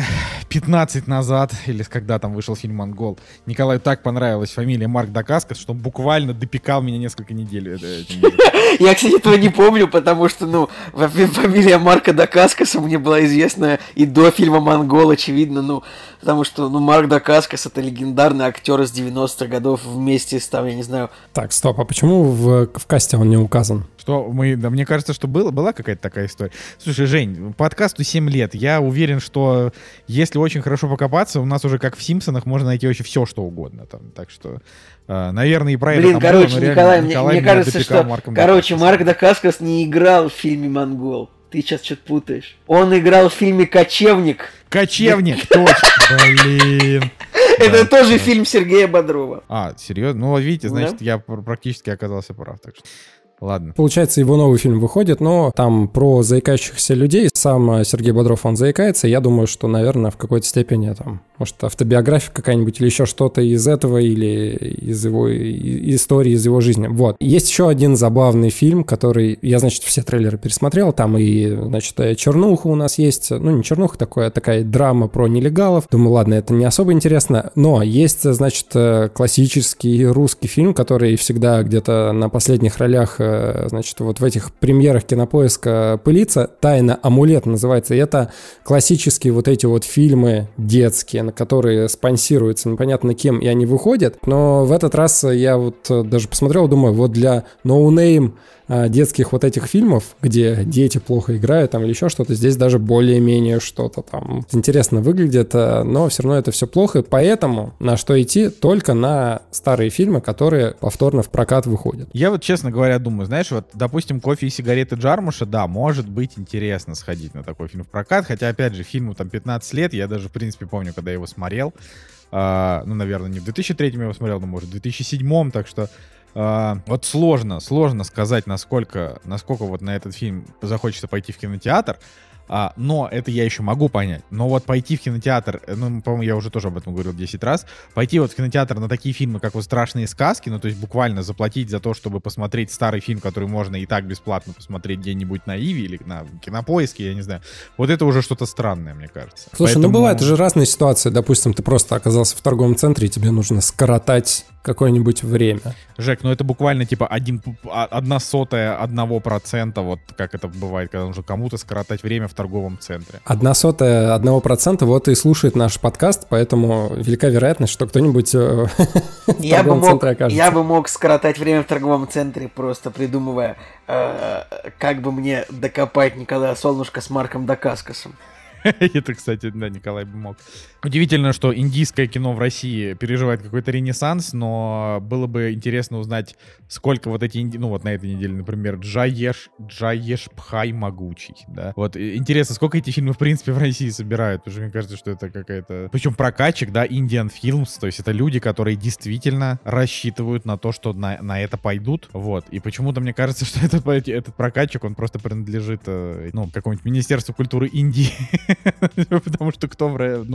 15 назад, или когда там вышел фильм «Монгол», Николаю так понравилась фамилия Марк Дакаскос, что он буквально допекал меня несколько недель. Я, кстати, этого не помню, потому что, ну, фамилия Марка Дакаскоса мне была известна и до фильма «Монгол», очевидно, ну, потому что, ну, Марк Дакаскос — это легендарный актер из 90-х годов вместе с, там, я не знаю... Так, стоп, а почему в касте он не указан? Что да, мне кажется, что была какая-то такая история. Слушай, Жень, подкасту 7 лет. Я уверен, что если очень хорошо покопаться, у нас уже как в «Симпсонах» можно найти вообще все, что угодно. Там. Так что, наверное, и про это... Блин, короче, Николай, мне кажется, что... Марк Дакаскос не играл в фильме «Монгол». Ты сейчас что-то путаешь. Он играл в фильме «Кочевник». «Кочевник», точно. Блин. Это тоже фильм Сергея Бодрова. Серьезно? Ну, видите, значит, я практически оказался прав. Так что... Ладно. Получается, его новый фильм выходит, но там про заикающихся людей. Сам Сергей Бодров, он заикается. Я думаю, что, наверное, в какой-то степени там, может, автобиография какая-нибудь или еще что-то из этого, или из его истории, из его жизни. Вот. Есть еще один забавный фильм, который... Я, значит, все трейлеры пересмотрел. Там и, значит, чернуха у нас есть. Ну, не чернуха, такая драма про нелегалов. Думаю, ладно, это не особо интересно. Но есть, значит, классический русский фильм, который всегда где-то на последних ролях значит, вот в этих премьерах Кинопоиска пылится. «Тайна амулет» называется. И это классические вот эти вот фильмы детские, на которые спонсируются непонятно кем, и они выходят. Но в этот раз я вот даже посмотрел, думаю, вот для no-name детских вот этих фильмов, где дети плохо играют там или еще что-то, здесь даже более-менее что-то там интересно выглядит, но все равно это все плохо, поэтому на что идти? Только на старые фильмы, которые повторно в прокат выходят. Я вот, честно говоря, думаю, знаешь, вот, допустим, «Кофе и сигареты» Джармуша, да, может быть интересно сходить на такой фильм в прокат, хотя, опять же, фильму там 15 лет, я даже, в принципе, помню, когда я его смотрел, ну, наверное, не в 2003 я его смотрел, но, может, в 2007, так что вот сложно сказать, насколько вот на этот фильм захочется пойти в кинотеатр, но это я еще могу понять. Но вот пойти в кинотеатр, ну, по-моему, я уже тоже об этом говорил 10 раз, пойти вот в кинотеатр на такие фильмы, как вот «Страшные сказки», ну, то есть буквально заплатить за то, чтобы посмотреть старый фильм, который можно и так бесплатно посмотреть где-нибудь на Иви или на Кинопоиске, я не знаю. Вот это уже что-то странное, мне кажется. Слушай, ну бывают же разные ситуации. Допустим, ты просто оказался в торговом центре, и тебе нужно скоротать какое-нибудь время. Жек, ну это буквально типа 0,01%, вот как это бывает, когда нужно кому-то скоротать время в торговом центре. 0,01% вот и слушает наш подкаст, поэтому велика вероятность, что кто-нибудь в торговом центре окажется. Я бы мог скоротать время в торговом центре, просто придумывая, как бы мне докопать Николая Солнышко с Марком Дакаскосом. Это, кстати, да, Николай бы мог. Удивительно, что индийское кино в России переживает какой-то ренессанс, но было бы интересно узнать, сколько вот эти ну вот на этой неделе, например, Джаеш Пхай Могучий, да. Вот интересно, сколько эти фильмы в принципе в России собирают, потому что мне кажется, что это какая-то... Причем прокатчик, да, Indian Films, то есть это люди, которые действительно рассчитывают на то, что на это пойдут, вот. И почему-то мне кажется, что этот прокатчик, он просто принадлежит, ну, какому-нибудь Министерству культуры Индии, потому что кто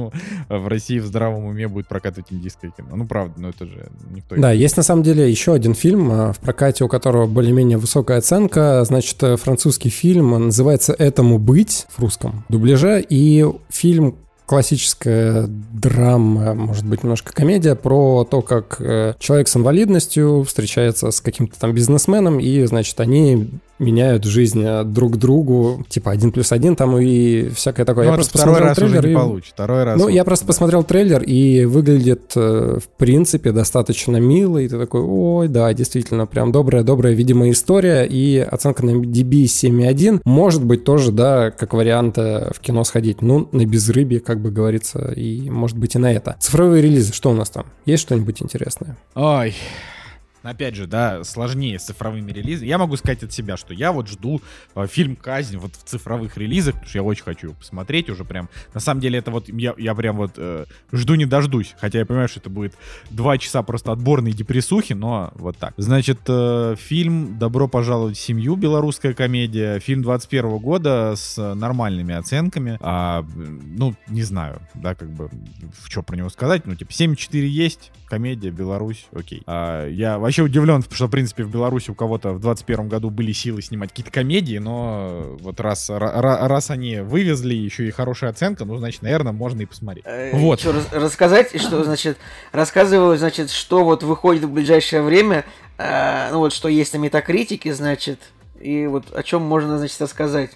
в России в здравом уме будет прокатывать индийское кино. Ну, правда, но это же никто... Да, есть на самом деле еще один фильм, в прокате у которого более-менее высокая оценка. Значит, французский фильм, называется «Этому быть» в русском дубляже. И фильм классическая драма, может быть, немножко комедия, про то, как человек с инвалидностью встречается с каким-то там бизнесменом, и, значит, они меняют жизнь друг другу, типа 1+1 там и всякое такое. Ну, я просто посмотрел трейлер и... Второй раз. Ну, я просто посмотрел трейлер, и выглядит, в принципе, достаточно мило, и ты такой, ой, да, действительно, прям добрая, видимо, история, и оценка на MDB 7,1, может быть, тоже, да, как вариант в кино сходить, ну, на безрыбье, как бы говорится, и, может быть, и на это. Цифровые релизы, что у нас там? Есть что-нибудь интересное? Ой... Опять же, да, сложнее с цифровыми релизами. Я могу сказать от себя, что я вот жду фильм «Казнь» вот в цифровых релизах, потому что я очень хочу его посмотреть уже прям. На самом деле это вот, я прям вот жду не дождусь, хотя я понимаю, что это будет 2 часа просто отборной депрессухи, но вот так. Значит, фильм «Добро пожаловать в семью», белорусская комедия, фильм 21 года с нормальными оценками. Ну, не знаю, да, как бы, что про него сказать, ну, типа 7,4 есть, комедия, Беларусь, окей. Я вообще удивлен, что, в принципе, в Беларуси у кого-то в 21 году были силы снимать какие-то комедии, но вот раз они вывезли, еще и хорошая оценка, ну, значит, наверное, можно и посмотреть. Вот. Что, рассказать, что, значит, рассказываю, значит, что вот выходит в ближайшее время, ну, вот, что есть на Метакритике, значит, и вот о чем можно, значит, рассказать.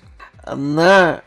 На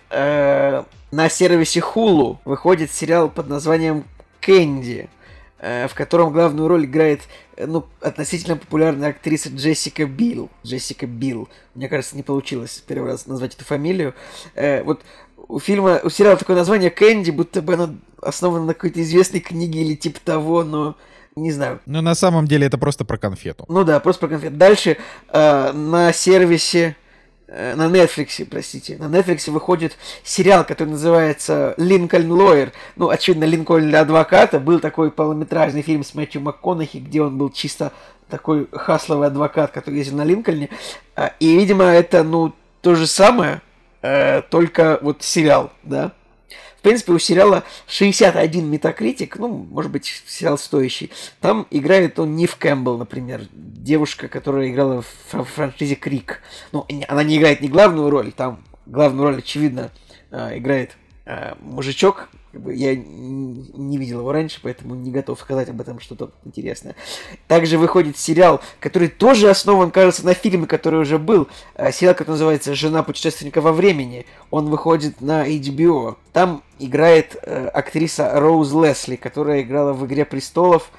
сервисе Hulu выходит сериал под названием «Кэнди», в котором главную роль играет, ну, относительно популярная актриса Джессика Билл. Мне кажется, не получилось первый раз назвать эту фамилию. Вот у сериала такое название «Кэнди», будто бы оно основано на какой-то известной книге или типа того, но не знаю. Ну, на самом деле, это просто про конфету. Ну да, просто про конфету. Дальше на сервисе... На Netflix выходит сериал, который называется «Линкольн Лойер». Ну, очевидно, «Линкольн для адвоката». Был такой полнометражный фильм с Мэтью МакКонахи, где он был чисто такой хасловый адвокат, который ездил на Линкольне. И, видимо, это, ну, то же самое, только вот сериал, да. В принципе, у сериала 61 метакритик, ну, может быть, сериал стоящий. Там играет Нив Кэмпбелл, например, девушка, которая играла в франшизе «Крик». Ну, она не играет не главную роль, там главную роль, очевидно, играет мужичок, я не видел его раньше, поэтому не готов сказать об этом что-то интересное. Также выходит сериал, который тоже основан, кажется, на фильме, который уже был. Сериал, который называется «Жена путешественника во времени». Он выходит на HBO. Там играет актриса Роуз Лесли, которая играла в «Игре престолов»,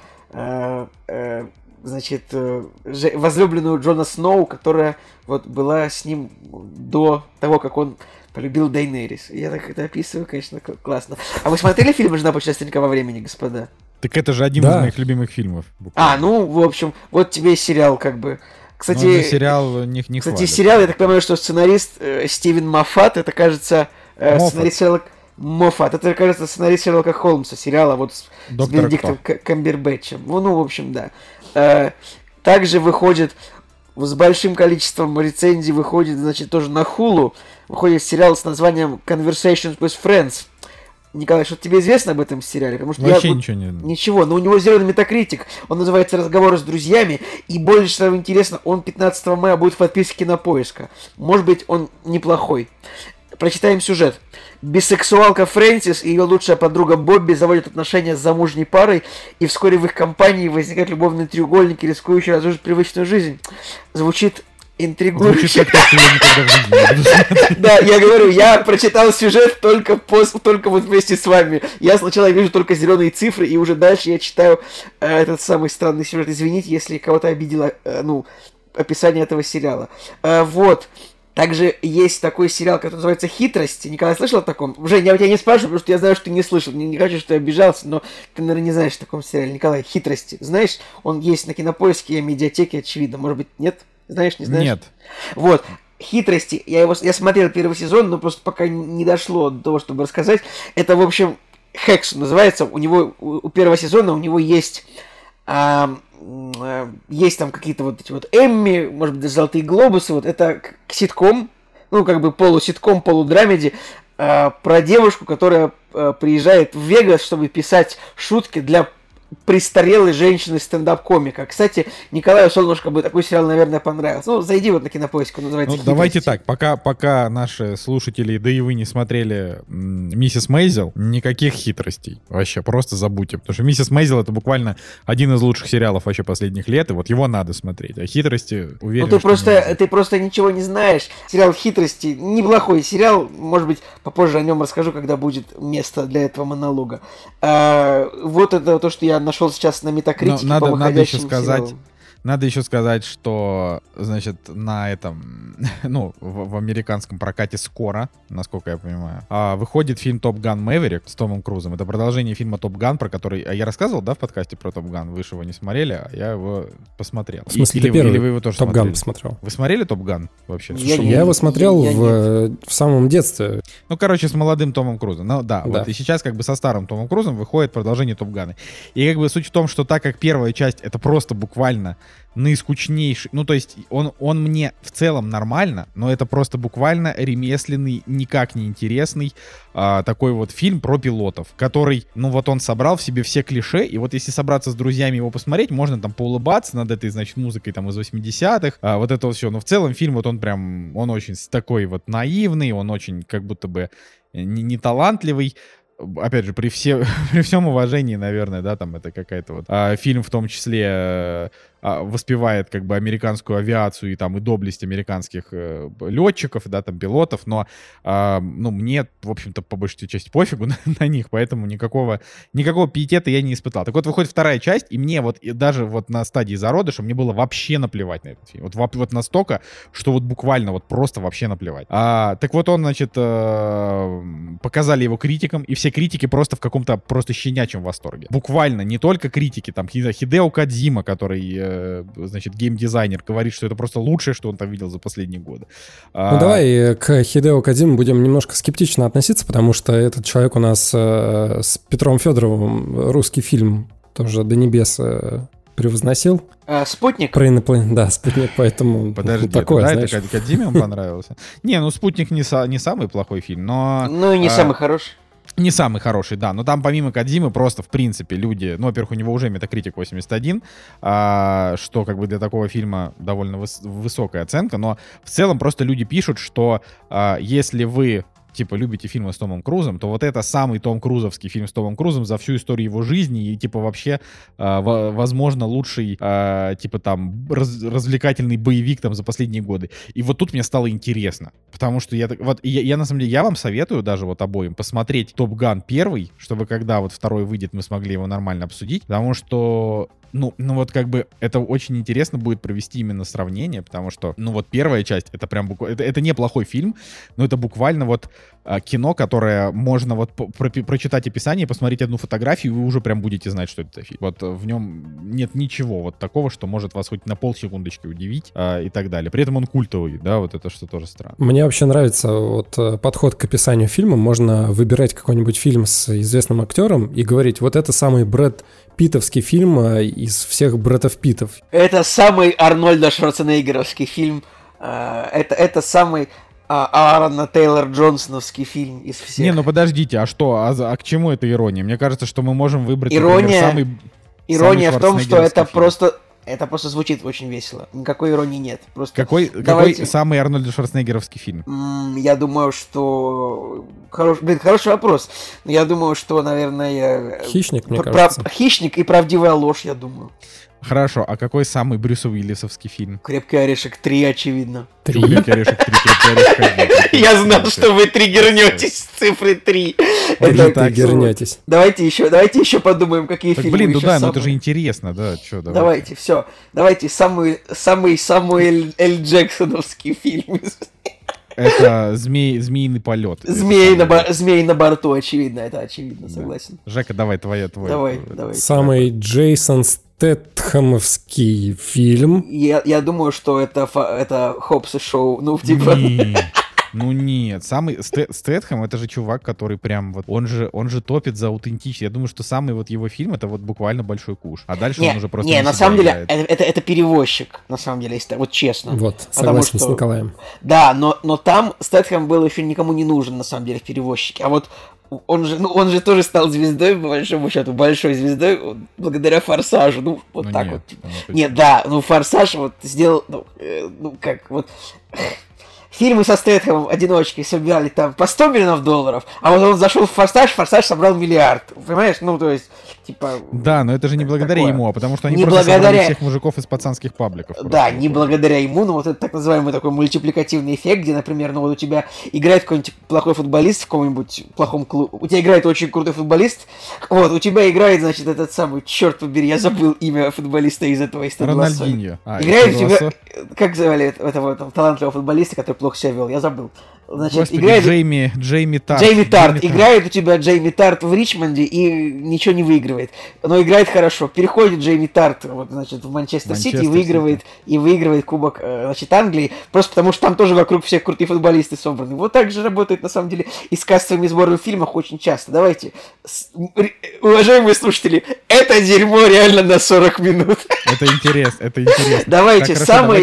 возлюбленную Джона Сноу, которая вот была с ним до того, как он полюбил Дейнерис. Я так это описываю, конечно, классно. А вы смотрели фильм «Жена путешественника во времени», господа? Так это же один из моих любимых фильмов. Буквально. В общем, вот тебе и сериал, как бы. Кстати, сериал не кстати, хвалят. сериал, я так понимаю, что сценарист Стивен Моффат, это, кажется, сценарист Шерлока... Моффат, это, кажется, сценарист Шерлока Холмса, сериала вот с Бенедиктом Камбербэтчем. В общем, да. Также выходит с большим количеством рецензий, выходит, значит, тоже на Hulu, выходит сериал с названием Conversations with Friends. Николай, что тебе известно об этом сериале? Потому что вообще ничего не... Ничего, но у него зеленый метакритик. Он называется «Разговоры с друзьями». И больше всего интересно, он 15 мая будет в подписке Кинопоиска. Может быть, он неплохой. Прочитаем сюжет. Бисексуалка Фрэнсис и ее лучшая подруга Бобби заводят отношения с замужней парой, и вскоре в их компании возникают любовные треугольники, рискующие разрушить привычную жизнь. Звучит интригующе. Звучит как то, что я никогда в жизни не буду смотреть. Да, я говорю, я прочитал сюжет только вот вместе с вами. Я сначала вижу только зеленые цифры, и уже дальше я читаю этот самый странный сюжет. Извините, если кого-то обидело, описание этого сериала. Вот. Также есть такой сериал, который называется «Хитрость». Николай, слышал о таком? Жень, я у тебя не спрашиваю, потому что я знаю, что ты не слышал. Не хочу, что я обижался, но ты, наверное, не знаешь о таком сериале. Николай, «Хитрости». Знаешь, он есть на Кинопоиске и медиатеке, очевидно. Может быть, нет? Знаешь, не знаешь? Нет. Вот. «Хитрости». Я смотрел первый сезон, но просто пока не дошло до того, чтобы рассказать. Это, в общем, «Хекс» называется. У первого сезона у него есть... есть там какие-то вот эти вот Эмми, может быть, даже Золотые Глобусы, вот это ситком, полуситком, полудрамеди, про девушку, которая приезжает в Вегас, чтобы писать шутки для престарелой женщины стендап-комика. Кстати, Николаю Солнышко бы такой сериал, наверное, понравился. Зайди вот на Кинопоиск, он называется «Хитрости». Давайте так, пока наши слушатели, да и вы не смотрели «Миссис Мейзел», никаких хитростей. Вообще, просто забудьте. Потому что «Миссис Мейзел» — это буквально один из лучших сериалов вообще последних лет, и вот его надо смотреть. А хитрости, уверен, ты просто ничего не знаешь. Сериал «Хитрости» — неплохой сериал. Может быть, попозже о нем расскажу, когда будет место для этого монолога. Вот это то, что я нашел сейчас на Метакритике по выходящим сериалам. Надо еще сказать, что, значит, на этом, в американском прокате скоро, насколько я понимаю, выходит фильм «Топ Ган Мэверик» с Томом Крузом. Это продолжение фильма «Топ Ган», про который... Я рассказывал, да, в подкасте про «Топ Ган»? Вы же его не смотрели, а я его посмотрел. В смысле, или вы его тоже «Топ смотрели? Ган» посмотрел. Вы смотрели «Топ Ган» вообще? Я его смотрел в самом детстве. С молодым Томом Крузом. Вот и сейчас как бы со старым Томом Крузом выходит продолжение «Топ Гана». И как бы суть в том, что так как первая часть — это просто буквально наискучнейший, то есть он мне в целом нормально, но это просто буквально ремесленный, никак не интересный такой вот фильм про пилотов, который, он собрал в себе все клише, и вот если собраться с друзьями его посмотреть, можно там поулыбаться над этой, значит, музыкой там из 80-х, вот это вот все, но в целом фильм вот он очень такой вот наивный, он очень как будто бы не талантливый. Опять же, при всем уважении, наверное, да, там это какая-то вот фильм в том числе воспевает как бы американскую авиацию и доблесть американских летчиков, да, там пилотов, но мне, в общем-то, по большей части пофигу на них, поэтому никакого пиетета я не испытал. Так вот, выходит вторая часть, и мне даже на стадии зародыша мне было вообще наплевать на этот фильм. Вот настолько, что буквально просто вообще наплевать. Так вот он, значит, показали его критикам, и все критики просто в каком-то просто щенячьем восторге. Буквально, не только критики, там Хидео Кодзима, который значит, геймдизайнер, говорит, что это просто лучшее, что он там видел за последние годы. Давай к Хидео Кодзиме будем немножко скептично относиться, потому что этот человек у нас с Петром Федоровым русский фильм тоже до небес превозносил. «Спутник»? Про инопланетян, да, «Спутник», поэтому подожди, такое, знаешь. Это Кодзиме он понравился? Не, «Спутник» не самый плохой фильм, но... и не самый хороший. Не самый хороший, да, но там помимо Кодзимы просто, в принципе, люди... во-первых, у него уже Metacritic 81, что как бы для такого фильма довольно высокая оценка, но в целом просто люди пишут, что если вы типа, любите фильмы с Томом Крузом, то вот это самый Том Крузовский фильм с Томом Крузом за всю историю его жизни и, типа, вообще, возможно, лучший, типа, там, развлекательный боевик там за последние годы. И вот тут мне стало интересно, потому что я на самом деле, я вам советую даже вот обоим посмотреть Топ Ган первый, чтобы когда вот второй выйдет, мы смогли его нормально обсудить, потому что ну вот как бы это очень интересно будет провести именно сравнение, потому что, ну вот первая часть, это прям буквально, это неплохой фильм, но это буквально вот кино, которое можно вот прочитать описание, посмотреть одну фотографию, и вы уже прям будете знать, что это за фильм. Вот в нем нет ничего вот такого, что может вас хоть на полсекундочки удивить и так далее. При этом он культовый, да, вот это что тоже странно. Мне вообще нравится вот подход к описанию фильма. Можно выбирать какой-нибудь фильм с известным актером и говорить, вот это самый Брэд Питтовский фильм из всех Брэдов Питтов. Это самый Арнольда Шварценеггеровский фильм. Это самый Аарона Тейлор-Джонсоновский фильм из всех. Не, ну подождите, а что? А к чему эта ирония? Мне кажется, что мы можем выбрать, например, Ирония в том, что это фильм. Это просто звучит очень весело. Никакой иронии нет. Просто какой самый Арнольд Шварценеггеровский фильм? Я думаю, что... Хороший вопрос. Я думаю, что, наверное... «Хищник», мне кажется. «Хищник» и «Правдивая ложь», я думаю. Хорошо, а какой самый Брюс Уиллисовский фильм? «Крепкий орешек 3», очевидно. 3? «Крепкий орешек 3», «Крепкий орешек 1». Я знал, что вы триггернетесь с цифры 3. Триггернетесь. Давайте еще подумаем, какие фильмы. Блин, ну да, но это же интересно, да. Давайте, все. Давайте самый Самуэль Л. Джексоновский фильм. Это «Змеиный полет». Змей на борту, очевидно, это очевидно, согласен. Жека, давай, твой. Давай. Самый Джейсон Стэтхэмовский фильм. Я думаю, что это Хоббс и Шоу, ну, типа... Ну нет, самый Стэтхэм, это же чувак, который прям вот, он же топит за аутентичность. Я думаю, что самый вот его фильм, это вот буквально «Большой куш». А дальше он уже просто не на самом деле, это перевозчик, на самом деле, если вот честно. Вот, согласен с Николаем. Да, но там Стэтхэм был еще никому не нужен, на самом деле, в перевозчике. А вот он же тоже стал звездой, по большому счету, большой звездой, благодаря «Форсажу». Ну, вот ну, так нет, вот. Нет, да, ну, «Форсаж» вот сделал, как вот... Фильмы со Стэтхэмом одиночки собирали там по 100 миллионов долларов, а вот он зашел в «Форсаж», «Форсаж» собрал миллиард. Понимаешь? Ну, то есть, типа... Да, но это же не благодаря ему, а потому что они не просто благодаря... собрали всех мужиков из пацанских пабликов. Да, не благодаря ему, но вот это так называемый такой мультипликативный эффект, где, например, ну вот у тебя играет какой-нибудь плохой футболист в каком-нибудь плохом клубе, у тебя играет очень крутой футболист, вот, у тебя играет, значит, этот самый, черт побери, я забыл имя футболиста из этого, из Рональдиньо. Играет у тебя, как звали этого талантливого футболиста, который плохо себя вел, я забыл. Значит, Господи, играет... Джейми Тарт. Джейми Тарт. Играет у тебя Джейми Тарт в Ричмонде и ничего не выигрывает. Но играет хорошо. Переходит Джейми Тарт вот, значит, в Манчестер Сити и выигрывает Кубок значит, Англии. Просто потому что там тоже вокруг всех крутые футболисты собраны. Вот так же работает на самом деле и с кассовыми сборами в фильмах очень часто. Давайте, уважаемые слушатели, это дерьмо реально на 40 минут. Это интересно. Давайте,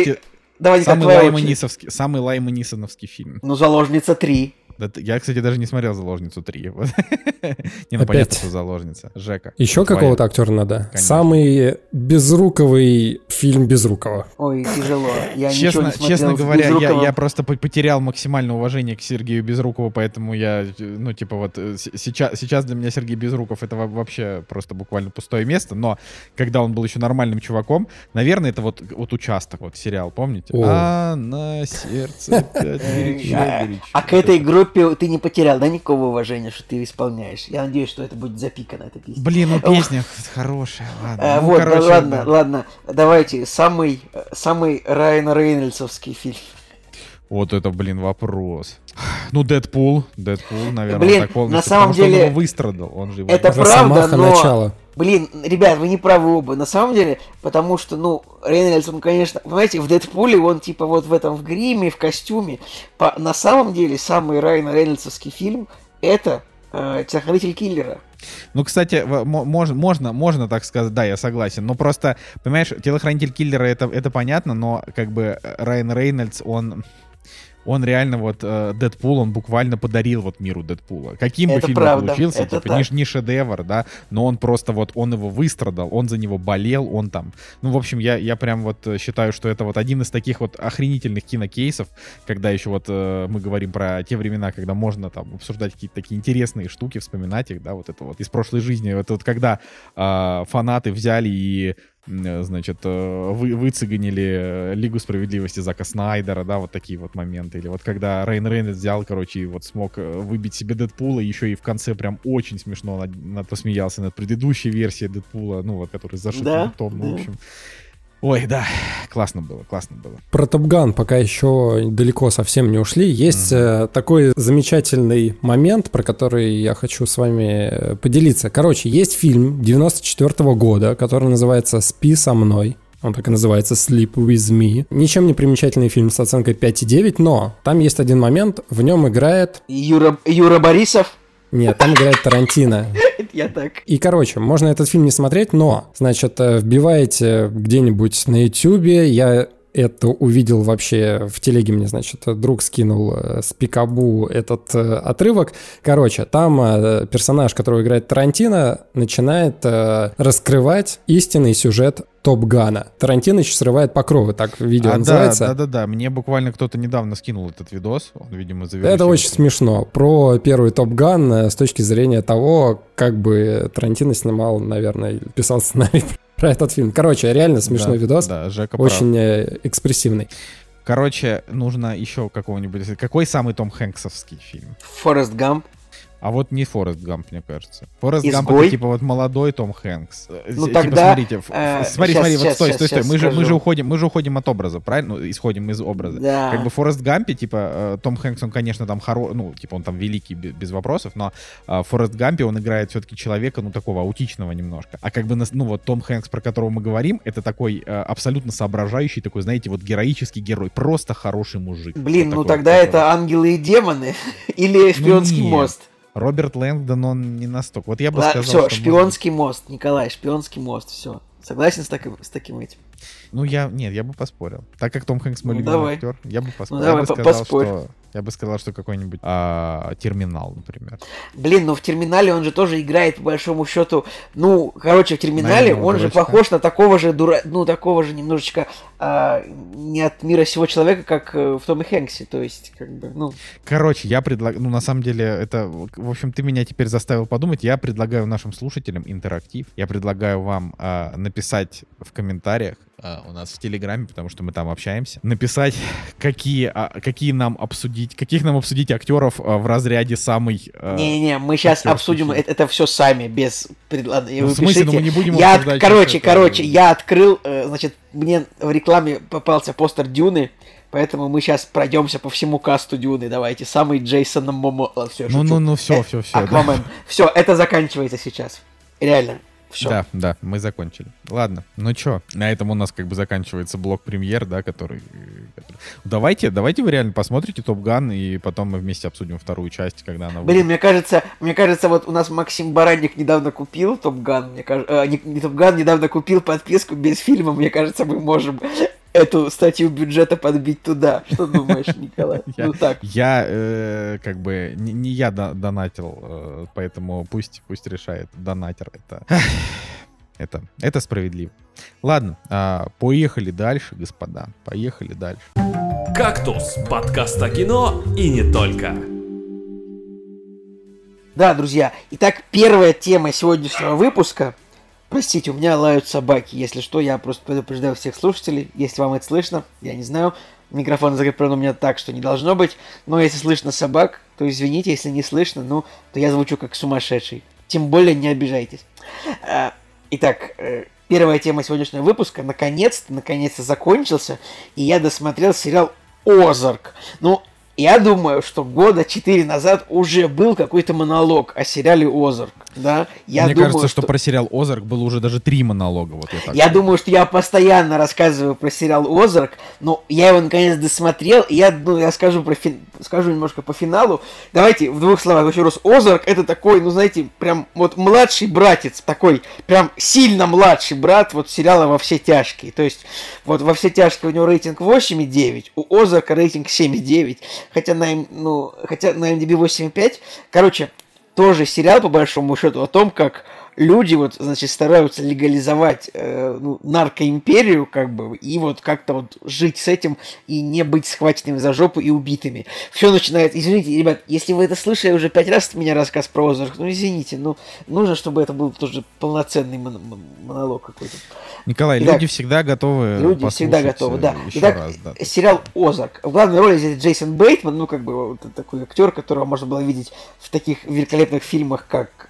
самый Лайма Нисоновский фильм. Ну, «Заложница 3». Да, я, кстати, даже не смотрел «Заложницу 3». Не, ну понятно, что «Заложница». Жека. Еще какого-то актера надо? Самый безруковый фильм Безрукова. Ой, тяжело. Я честно говоря, я просто потерял максимальное уважение к Сергею Безрукову, поэтому я, ну, типа вот, сейчас для меня Сергей Безруков это вообще просто буквально пустое место, но когда он был еще нормальным чуваком, наверное, это вот «Участок», вот сериал, помните? А на сердце горячо. А к этой группе ты не потерял, да, никакого уважения, что ты исполняешь? Я надеюсь, что это будет запикано, эта песня. Блин, ну песня хорошая, ладно. Вот, ладно, давайте, самый Райан Рейнольдсовский фильм. Вот это, блин, вопрос. Ну, Дэдпул, наверное, блин, так полностью, на самом деле, он его выстрадал. Он же его это правда, но... начала. Блин, ребят, вы не правы оба, на самом деле, потому что, ну, Рейнольдс, он, конечно, понимаете, в Дэдпуле он, типа, вот в гриме, в костюме. На самом деле, самый Райан Рейнольдсовский фильм — это «Телохранитель киллера». Ну, кстати, можно так сказать, да, я согласен. Но просто, понимаешь, «Телохранитель киллера» это понятно, но как бы Райан Рейнольдс, он он реально вот Дэдпул, он буквально подарил вот миру Дэдпула. Каким бы Это фильм правда, ни получился, это типа, так. не шедевр, да, но он просто вот, он его выстрадал, он за него болел, он там, ну, в общем, я прям вот считаю, что это вот один из таких вот охренительных кинокейсов, когда еще вот мы говорим про те времена, когда можно там обсуждать какие-то такие интересные штуки, вспоминать их, да, вот это вот из прошлой жизни, это вот когда фанаты взяли и значит, выцеганили Лигу справедливости Зака Снайдера, да, вот такие вот моменты. Или вот когда Райан Рейнольдс взял, короче, и вот смог выбить себе Дэдпула, еще и в конце прям очень смешно посмеялся над предыдущей версией Дэдпула, ну вот, который с зашитым ртом, ну, в общем. Ой, да, классно было. Про Топ Ган пока еще далеко совсем не ушли. Есть такой замечательный момент, про который я хочу с вами поделиться. Короче, есть фильм 94 года, который называется «Спи со мной». Он так и называется «Sleep with me». Ничем не примечательный фильм с оценкой 5,9, но там есть один момент, в нем играет... Юра Борисов. Нет, там играет Тарантино. Я так. И, короче, можно этот фильм не смотреть, но, значит, вбиваете где-нибудь на Ютьюбе, я это увидел вообще в телеге, мне, значит, друг скинул с Пикабу этот отрывок. Короче, там персонаж, которого играет Тарантино, начинает раскрывать истинный сюжет Топ Гана. Тарантино срывает покровы, так видео называется. Да. Мне буквально кто-то недавно скинул этот видос. Он, видимо, завершил. Это очень смешно. Про первый Топ Ган с точки зрения того, как бы Тарантино снимал, наверное, писал сценарий про этот фильм. Короче, реально смешной видос. Да, Жека очень экспрессивный. Короче, нужно еще какого-нибудь... Какой самый Том Хэнксовский фильм? Форест Гамп. А вот не Форест Гамп, мне кажется. Форест Изгой? Гамп — это типа вот молодой Том Хэнкс. Ну типа, тогда... смотрите, смотри, вот стой. Мы же уходим от образа, правильно? Ну, исходим из образа. Да. Как бы в Форест Гампе, типа, Том Хэнкс, он, конечно, там ну, типа, он там великий, без вопросов, но в Форест Гампе он играет все-таки человека, ну, такого аутичного немножко. А как бы, ну, вот Том Хэнкс, про которого мы говорим, это такой абсолютно соображающий, такой, знаете, вот героический герой, просто хороший мужик. Блин, вот ну такой, тогда это «Ангелы и демоны» или «Шпионский мост». Роберт Лэнгдон, он не настолько. Вот я бы сказал, все, что «Шпионский мост», Николай, «Шпионский мост», все. Согласен с таким этим? Ну, я бы поспорил. Так как Том Хэнкс мой любимый давай. актер, я бы поспорил. Ну, давай, Я бы сказал, что какой-нибудь «Терминал», например. Блин, ну в «Терминале» он же тоже играет, по большому счету. Ну, короче, в «Терминале» он же похож на такого же такого же немножечко не от мира сего человека, как в Томе Хэнксе. То есть, как бы, ну... Короче, я предлагаю... Ну, на самом деле, это... В общем, ты меня теперь заставил подумать. Я предлагаю нашим слушателям интерактив. Я предлагаю вам написать в комментариях у нас в Телеграме, потому что мы там общаемся, написать, каких нам обсудить актеров в разряде самый... Не-не-не, мы сейчас обсудим это все сами, без предложения. Ну, в смысле, мы не будем обсуждать... Короче, я открыл, значит, мне в рекламе попался постер Дюны, поэтому мы сейчас пройдемся по всему касту Дюны. Давайте, самый Джейсон Момоа. Все. Аквамен. Да. Все, это заканчивается сейчас. Реально. Все. Да, мы закончили. Ладно, ну чё, на этом у нас как бы заканчивается блок премьер, да, который... Давайте вы реально посмотрите Топ Ган, и потом мы вместе обсудим вторую часть, когда она... Блин, мне кажется, вот у нас Максим Баранник недавно купил Топ Ган, не Топ Ган, недавно купил подписку без фильма, мне кажется, мы можем эту статью бюджета подбить туда. Что думаешь, Николай? Ну так. Я как бы не я донатил, поэтому пусть решает донатер. Это справедливо. Ладно, поехали дальше, господа. Поехали дальше. «Кактус» — подкаст о кино и не только. Да, друзья. Итак, первая тема сегодняшнего выпуска. Простите, у меня лают собаки. Если что, я просто предупреждаю всех слушателей. Если вам это слышно, я не знаю. Микрофон закреплен у меня так, что не должно быть. Но если слышно собак, то извините. Если не слышно, то я звучу как сумасшедший. Тем более не обижайтесь. Итак, первая тема сегодняшнего выпуска наконец-то закончился. И я досмотрел сериал «Озарк». Ну, Я думаю, что года 4 назад уже был какой-то монолог о сериале «Озарк». Да? Мне кажется, что про сериал «Озарк» было уже даже 3 монолога. Вот я думаю, что я постоянно рассказываю про сериал «Озарк», но я его наконец досмотрел, и я скажу немножко по финалу. Давайте в 2 словах еще раз. «Озарк» — это такой, знаете, прям вот младший братец, такой прям сильно младший брат вот сериала «Во все тяжкие». То есть вот «Во все тяжкие» у него рейтинг 8,9, у «Озарка» рейтинг 7,9, хотя на IMDb 8,5. Короче, тоже сериал, по большому счету, о том, как люди вот, значит, стараются легализовать наркоимперию, как бы, и вот как-то вот жить с этим и не быть схваченными за жопу и убитыми. Все начинает... Извините, ребят, если вы это слышали уже 5 раз от меня рассказ про «Озарк», извините, нужно, чтобы это был тоже полноценный монолог какой-то. Николай, Итак, люди всегда готовы. Люди всегда готовы, да. Итак, раз, да. Сериал «Озарк». В главной роли здесь Джейсон Бейтман, вот такой актер, которого можно было видеть в таких великолепных фильмах, как...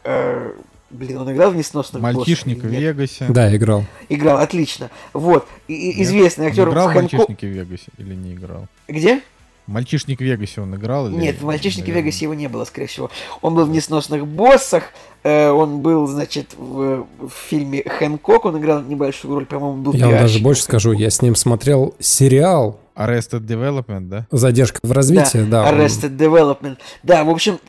он играл в «Несносных боссах»? «Мальчишник в Вегасе». Да, играл. Играл, отлично. Вот. известный актер. Играл в «Мальчишнике в Вегасе» или не играл? Где? «Мальчишник в Вегасе» он играл? Нет, в «Мальчишнике в Вегасе» его не было, скорее всего. Он был в «Несносных боссах», он был, значит, в фильме «Хэнкок», он играл небольшую роль, по-моему, был Я вам даже больше скажу, я с ним смотрел сериал Arrested Development, да? «Задержка в развитии», да. Arrested Development. Да, в общем,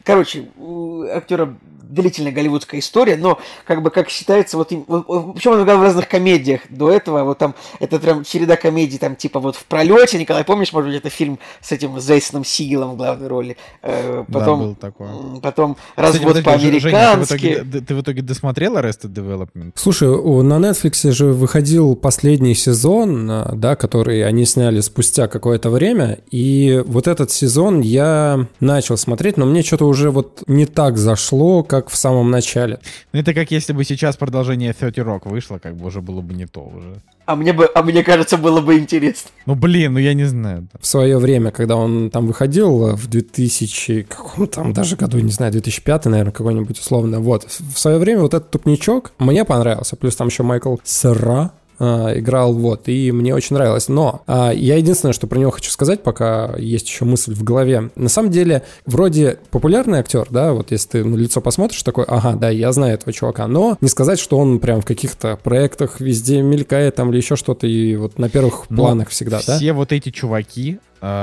у актера длительная голливудская история, но как считается, причем он играл в разных комедиях до этого, вот там, это прям череда комедий, там, типа вот «В пролете», Николай, помнишь, может быть, это фильм с этим Джейсоном Сигелом в главной роли? Потом, да, был такой. Потом «Развод по-американски». Женя, ты в итоге досмотрел Arrested Development? Слушай, на Netflix же выходил последний сезон, да, который они сняли спустя какое-то время, и вот этот сезон я начал смотреть, но мне что-то уже вот не так зашло, как в самом начале. Это как если бы сейчас продолжение 30 Rock вышло, как бы уже было бы не то уже. А мне кажется, было бы интересно. Я не знаю. В свое время, когда он там выходил, в 2000, каком там даже году, не знаю, 2005, наверное, какой-нибудь условно, вот. В свое время вот этот тупничок мне понравился, плюс там еще Майкл Сера играл, вот, и мне очень нравилось. Но я единственное, что про него хочу сказать, пока есть еще мысль в голове. На самом деле, вроде популярный актер, да, вот если ты на лицо посмотришь, такой, ага, да, я знаю этого чувака, но не сказать, что он прям в каких-то проектах везде мелькает там или еще что-то, и вот на первых планах всегда, да? Все вот эти чуваки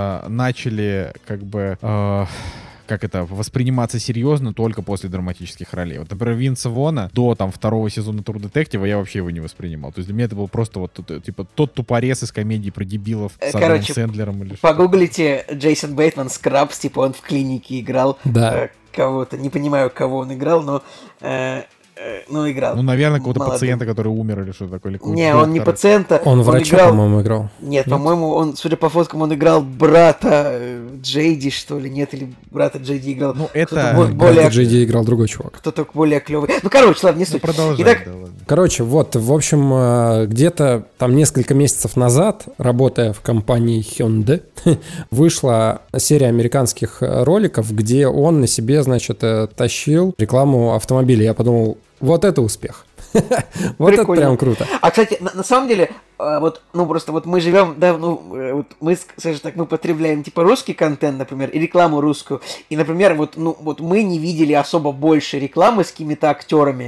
начали восприниматься серьезно только после драматических ролей. Вот, например, Винса Вона до 2-го сезона True Detective я вообще его не воспринимал. То есть для меня это был просто вот типа тот тупорез из комедии про дебилов с Адамом Сэндлером или что-то. Погуглите Джейсон Бейтман Скрабс, типа он в клинике играл кого-то. Не понимаю, кого он играл, но играл. Наверное, какого-то пациента, который умер или что-то такое. Не, он не пациента. Он врача, по-моему, играл. Нет, по-моему, он, судя по фоткам, он играл брата Джейди, что ли, нет, или брата Джейди играл. Брата Джейди играл другой чувак. Кто-то более клевый. Ладно, не суть. Продолжай. Короче, вот, в общем, где-то там несколько месяцев назад, работая в компании Hyundai, вышла серия американских роликов, где он на себе, значит, тащил рекламу автомобиля. Я подумал, вот это успех. Вот это прям круто. А, кстати, на самом деле, мы живем, да, мы, скажем так, мы потребляем, типа, русский контент, например, и рекламу русскую. И, например, мы не видели особо больше рекламы с какими-то актерами.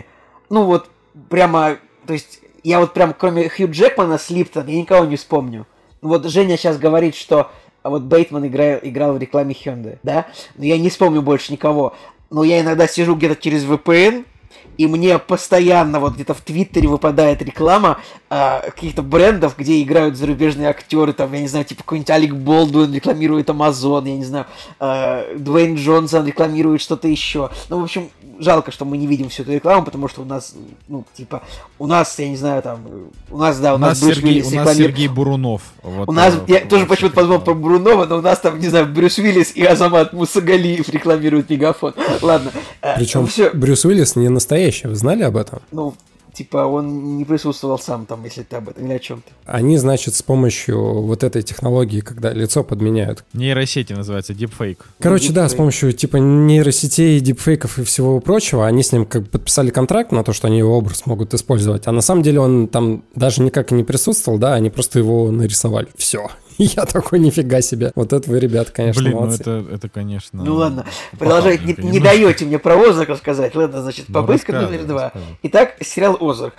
Прямо, то есть, я вот прям, кроме Хью Джекмана с Липтон, я никого не вспомню. Женя сейчас говорит, что Бейтман играл в рекламе Hyundai, да? Но я не вспомню больше никого. Но я иногда сижу где-то через VPN, и мне постоянно где-то в Твиттере выпадает реклама каких-то брендов, где играют зарубежные актеры, там, я не знаю, типа какой-нибудь Алек Болдуин рекламирует Amazon, я не знаю, Дуэйн Джонсон рекламирует что-то еще. В общем, жалко, что мы не видим всю эту рекламу, потому что у нас, я не знаю, там, у нас Брюс Уиллис рекламирует. У нас Сергей Бурунов. Я тоже почему-то подумал про Бурунова, но у нас там, не знаю, Брюс Уиллис и Азамат Мусагалиев рекламируют Мегафон. Ладно. Причем Брюс Уиллис не настоящий, вы знали об этом? Он не присутствовал сам там, если ты об этом или о чем-то. Они, значит, с помощью вот этой технологии, когда лицо подменяют. Нейросети называется, дипфейк. Короче, да, с помощью типа нейросетей, дипфейков и всего прочего, они с ним подписали контракт на то, что они его образ могут использовать. А на самом деле он там даже никак и не присутствовал, да, они просто его нарисовали. Все. Я такой, нифига себе. Вот это вы, ребят, конечно, Блин, молодцы. ну это, конечно... Ну ладно, продолжайте, не даете мне про Озарк рассказать. Ладно, значит, попытка номер 2. Итак, сериал Озарк.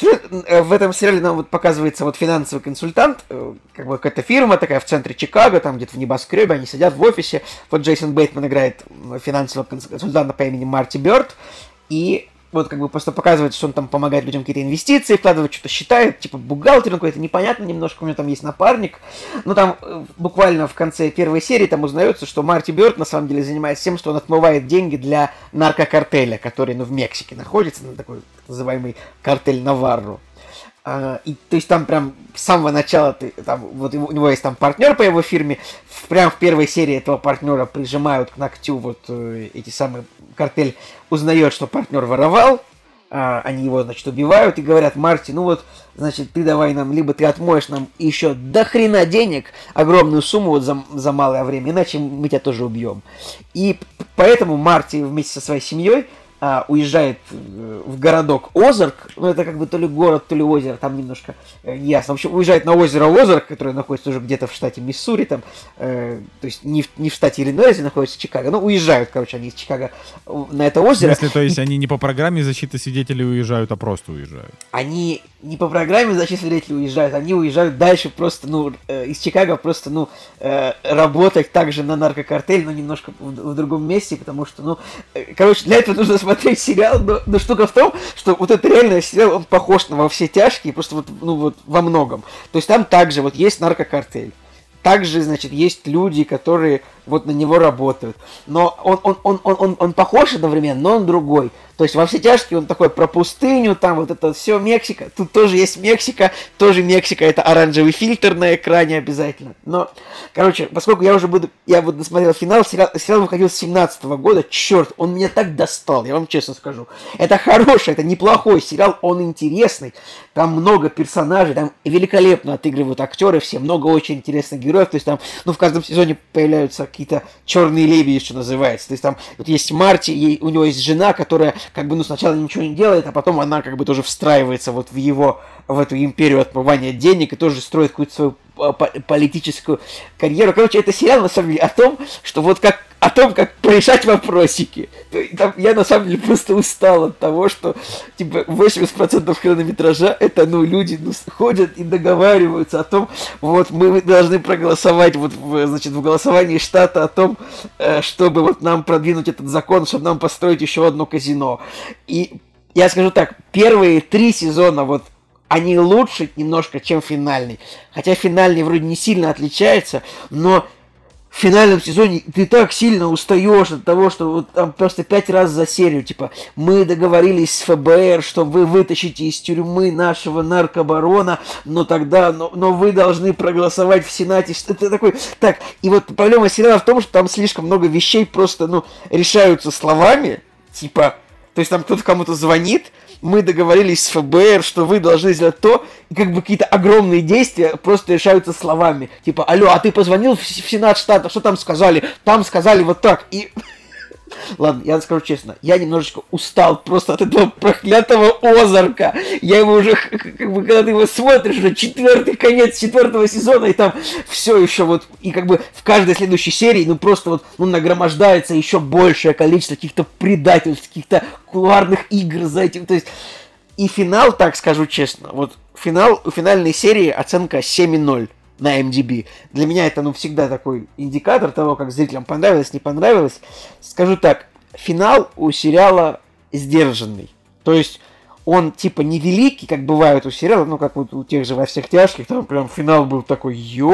В этом сериале нам вот показывается вот финансовый консультант, как бы какая-то фирма такая в центре Чикаго, там где-то в небоскребе, они сидят в офисе. Вот Джейсон Бейтман играет финансового консультанта по имени Марти Бёрд, и вот как бы просто показывается, что он там помогает людям какие-то инвестиции вкладывать, что-то считает, типа бухгалтер какой-то, непонятно немножко, у него там есть напарник. Но там буквально в конце первой серии там узнается, что Марти Бёрд на самом деле занимается тем, что он отмывает деньги для наркокартеля, который, в Мексике находится, такой так называемый картель Наварро. И, то есть там прям с самого начала вот у него есть там партнер по его фирме, прям в первой серии этого партнера прижимают к ногтю вот эти самые картель узнает, что партнер воровал, они его, значит, убивают и говорят: Марти, ну вот, значит, ты давай нам, либо ты отмоешь нам еще до хрена денег, огромную сумму вот за малое время, иначе мы тебя тоже убьем. И поэтому Марти вместе со своей семьей уезжает в городок Озарк, ну это как бы то ли город, то ли озеро, там немножко неясно. В общем, уезжает на озеро Озарк, которое находится уже где-то в штате Миссури, там, то есть не в штате Иллинойс, находится Чикаго, но уезжают, короче, они из Чикаго на это озеро. В смысле, то есть они не по программе защиты свидетелей уезжают, а просто уезжают? Они не по программе защиты свидетелей уезжают, они уезжают дальше просто, из Чикаго просто, работать также на наркокартель, но немножко в другом месте, потому что, короче, для этого нужно смотреть сериал, но штука в том, что вот этот реально сериал, он похож на «Во все тяжкие», просто вот во многом. То есть там также вот есть наркокартель. Также, значит, есть люди, которые вот на него работают. Но он похож одновременно, но он другой. То есть «Во все тяжкие» он такой про пустыню, там вот это все Мексика. Тут тоже есть Мексика, тоже Мексика, это оранжевый фильтр на экране обязательно. Но, короче, поскольку я вот досмотрел финал, сериал выходил с 17-го года, черт, он меня так достал, я вам честно скажу. Это хороший, это неплохой сериал, он интересный, там много персонажей, там великолепно отыгрывают актеры, все, много очень интересных героев, то есть там, в каждом сезоне появляются какие-то черные лебеди, что называется. То есть там вот есть Марти, у него есть жена, которая как бы сначала ничего не делает, а потом она как бы тоже встраивается вот в эту империю отмывания денег и тоже строит какую-то свою политическую карьеру. Короче, это сериал на самом деле о том, что вот о том, как порешать вопросики. Я на самом деле просто устал от того, что типа 80% хронометража это люди ходят и договариваются о том, вот мы должны проголосовать в голосовании штата о том, чтобы вот нам продвинуть этот закон, чтобы нам построить еще одно казино. И я скажу так, первые 3 сезона вот они лучше немножко, чем финальный. Хотя финальный вроде не сильно отличается, но в финальном сезоне ты так сильно устаешь от того, что вот там просто 5 раз за серию, типа, мы договорились с ФБР, что вы вытащите из тюрьмы нашего наркобарона, но вы должны проголосовать в Сенате. Это такой, так, и вот проблема сериала в том, что там слишком много вещей просто, решаются словами, типа, то есть там кто-то кому-то звонит, мы договорились с ФБР, что вы должны сделать то, и как бы какие-то огромные действия просто решаются словами. Типа, алло, а ты позвонил в Сенат штата, что там сказали? Там сказали вот так, и... Ладно, я скажу честно, я немножечко устал просто от этого проклятого Озарка. Я его уже, как бы, когда ты его смотришь, уже конец 4-го сезона, и там все еще вот, и как бы в каждой следующей серии, просто вот, нагромождается еще большее количество каких-то предательств, каких-то кулуарных игр за этим, то есть, и финал, так скажу честно, вот, у финальной серии оценка 7,0. На MDB. Для меня это, всегда такой индикатор того, как зрителям понравилось, не понравилось. Скажу так, финал у сериала сдержанный. То есть, он, типа, не великий, как бывает у сериала, как вот у тех же «Во всех тяжких», там прям финал был такой,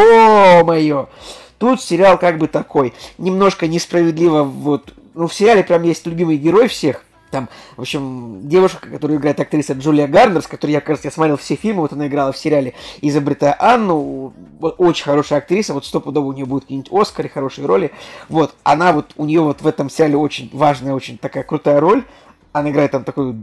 ё-моё! Тут сериал как бы такой, немножко несправедливо, вот, в сериале прям есть любимый герой всех. Там, в общем, девушка, которую играет актриса Джулия Гарнер, с которой я смотрел все фильмы, вот она играла в сериале «Изобретая Анну», вот, очень хорошая актриса, вот стопудово у нее будет какие-нибудь Оскары, хорошие роли, вот, у нее вот в этом сериале очень важная, очень такая крутая роль, она играет там такую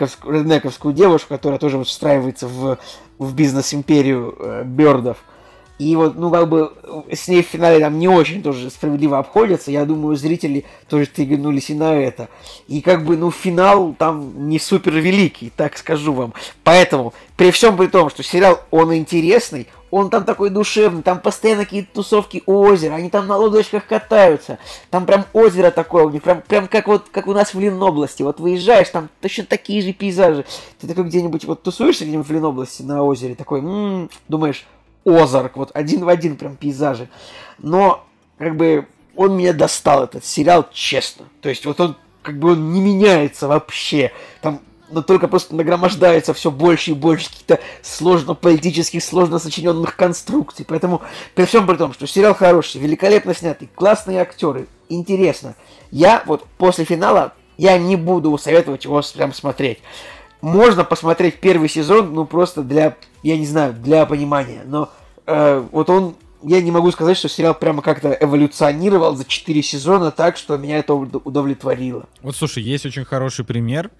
реднековскую девушку, которая тоже вот встраивается в бизнес-империю Бёрдов. И вот, ну, как бы, с ней в финале там не очень тоже справедливо обходятся. Я думаю, зрители тоже тыганулись и на это. И как бы, ну, финал там не супер великий, так скажу вам. Поэтому, при всем при том, что сериал, он интересный, он там такой душевный, там постоянно какие-то тусовки у озера, они там на лодочках катаются, там прям озеро такое у них, прям как вот, как у нас в Ленобласти, вот выезжаешь, там точно такие же пейзажи, ты такой где-нибудь вот тусуешься где-нибудь в Ленобласти на озере, такой, думаешь, Озарк, вот один в один прям пейзажи, но как бы он меня достал, этот сериал, честно, то есть вот он как бы он не меняется вообще, там но только просто нагромождается все больше и больше каких-то сложно-политических, сложно сочиненных конструкций. Поэтому, при всем при том, что сериал хороший, великолепно снятый, классные актеры, интересно. Я вот после финала, я не буду советовать его прям смотреть. Можно посмотреть первый сезон, ну просто для, я не знаю, для понимания. Но вот он, я не могу сказать, что сериал прямо как-то эволюционировал за 4 сезона так, что меня это удовлетворило. Вот слушай, есть очень хороший пример.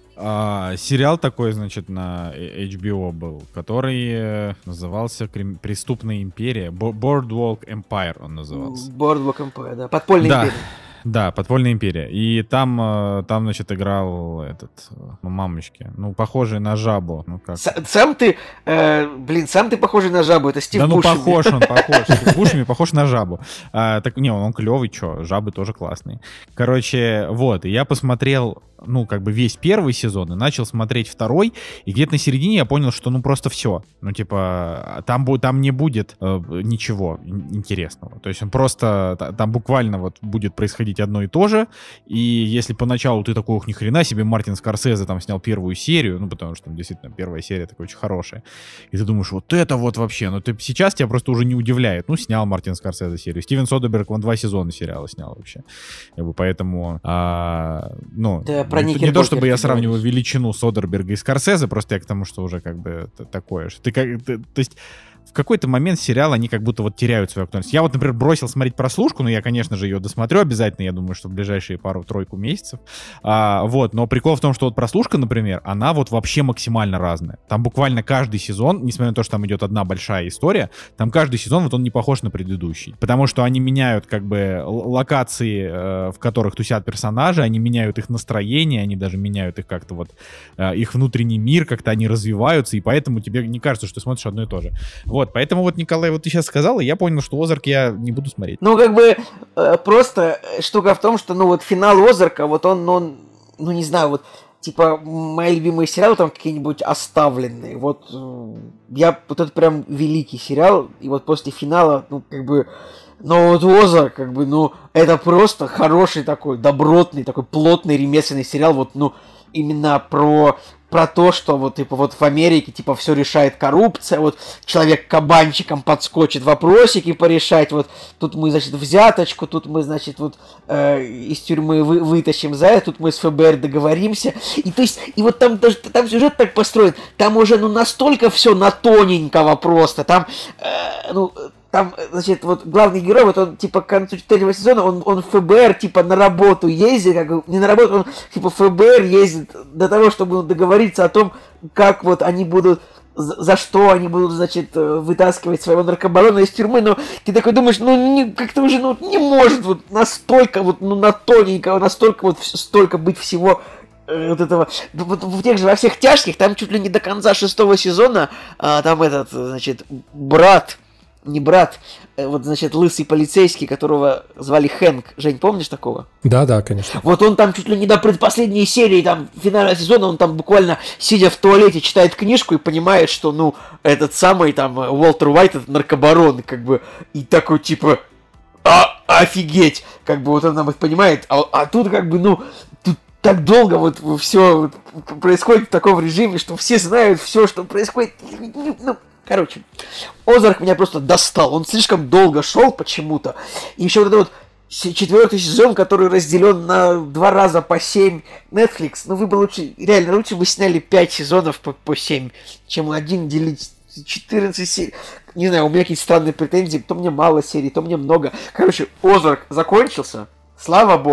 Сериал такой, значит, на HBO был, который назывался «Преступная империя». Boardwalk Empire он назывался. Boardwalk Empire, да. Подпольная империя. Да, «Подпольная империя». И там, значит, играл мамочки, ну, похожий на жабу. Ну, как? Сам ты похожий на жабу, это Стив Бушеми. Да, ну, похож. Стив Бушеми похож на жабу. Так, не, он клевый, чё, жабы тоже классные. Короче, вот, и я посмотрел, ну, как бы весь первый сезон и начал смотреть второй, и где-то на середине я понял, что, ну, просто все. Ну, типа, там не будет ничего интересного. То есть он просто, там буквально вот будет происходить одно и то же, и если поначалу ты такой, ни хрена себе, Мартин Скорсезе там снял первую серию, ну, потому что там действительно первая серия такая очень хорошая, и ты думаешь, вот это вот вообще, ну, ты сейчас тебя просто уже не удивляет. Ну, снял Мартин Скорсезе серию. Стивен Содерберг, он 2 сезона сериала снял вообще. Поэтому, ну... Не то, чтобы я сравниваю величину Содерберга и Скорсезе, просто я к тому, что уже как бы такое. То есть в какой-то момент сериалы, они как будто вот теряют свою актуальность. Я вот, например, бросил смотреть «Прослушку», но я, конечно же, ее досмотрю обязательно, я думаю, что в ближайшие пару-тройку месяцев. Вот, но прикол в том, что вот «Прослушка», например, она вот вообще максимально разная. Там буквально каждый сезон, несмотря на то, что там идет одна большая история, там каждый сезон вот он не похож на предыдущий. Потому что они меняют как бы локации, в которых тусят персонажи, они меняют их настроение, они даже меняют их как-то вот, их внутренний мир, как-то они развиваются, и поэтому тебе не кажется, что ты смотришь одно и то же. Вот, поэтому вот, Николай, вот ты сейчас сказал, и я понял, что «Озарк» я не буду смотреть. Ну, как бы, просто штука в том, что, ну, вот финал «Озарка», вот он, ну, не знаю, вот, типа, мои любимые сериалы там какие-нибудь «Оставленные», вот, вот это прям великий сериал, и вот после финала, ну, как бы, но вот «Озарк», как бы, ну, это просто хороший такой, добротный, такой плотный ремесленный сериал, вот, ну, именно про то, что вот, типа, вот в Америке, типа, все решает коррупция, вот человек кабанчиком подскочит вопросики порешать, вот тут мы, значит, взяточку, тут мы, значит, вот из тюрьмы вытащим за это, тут мы с ФБР договоримся, и то есть, и вот там даже, там сюжет так построен, там уже, ну, настолько все на тоненького просто, там, там, значит, вот главный герой, вот он, типа, к концу 4-го сезона, он в ФБР, типа, на работу ездит, как, не на работу, он, типа, в ФБР ездит для того, чтобы договориться о том, как вот они будут, за что они будут, значит, вытаскивать своего наркобарона из тюрьмы, но ты такой думаешь, ну, как-то уже, ну, не может вот настолько вот, ну, на тоненького, настолько вот, столько быть всего вот этого, вот в тех же «Во всех тяжких», там чуть ли не до конца 6-го сезона, там этот, значит, не брат, вот, значит, лысый полицейский, которого звали Хэнк. Жень, помнишь такого? Да, конечно. Вот он там чуть ли не до предпоследней серии, там, финального сезона, он там буквально, сидя в туалете, читает книжку и понимает, что, ну, этот самый, там, Уолтер Уайт, этот наркобарон, как бы, и такой, типа, офигеть, как бы, вот он там понимает, а тут, как бы, ну, тут так долго вот все происходит в таком режиме, что все знают все, что происходит, ну, короче, «Озарк» меня просто достал. Он слишком долго шел почему-то. И еще вот этот вот 4-й сезон, который разделен на 2 раза по 7 Netflix. Ну, вы бы лучше, реально, лучше бы сняли 5 сезонов по 7, чем один делить 14 серий. Не знаю, у меня какие-то странные претензии. То мне мало серий, то мне много. Короче, «Озарк» закончился. Слава богу.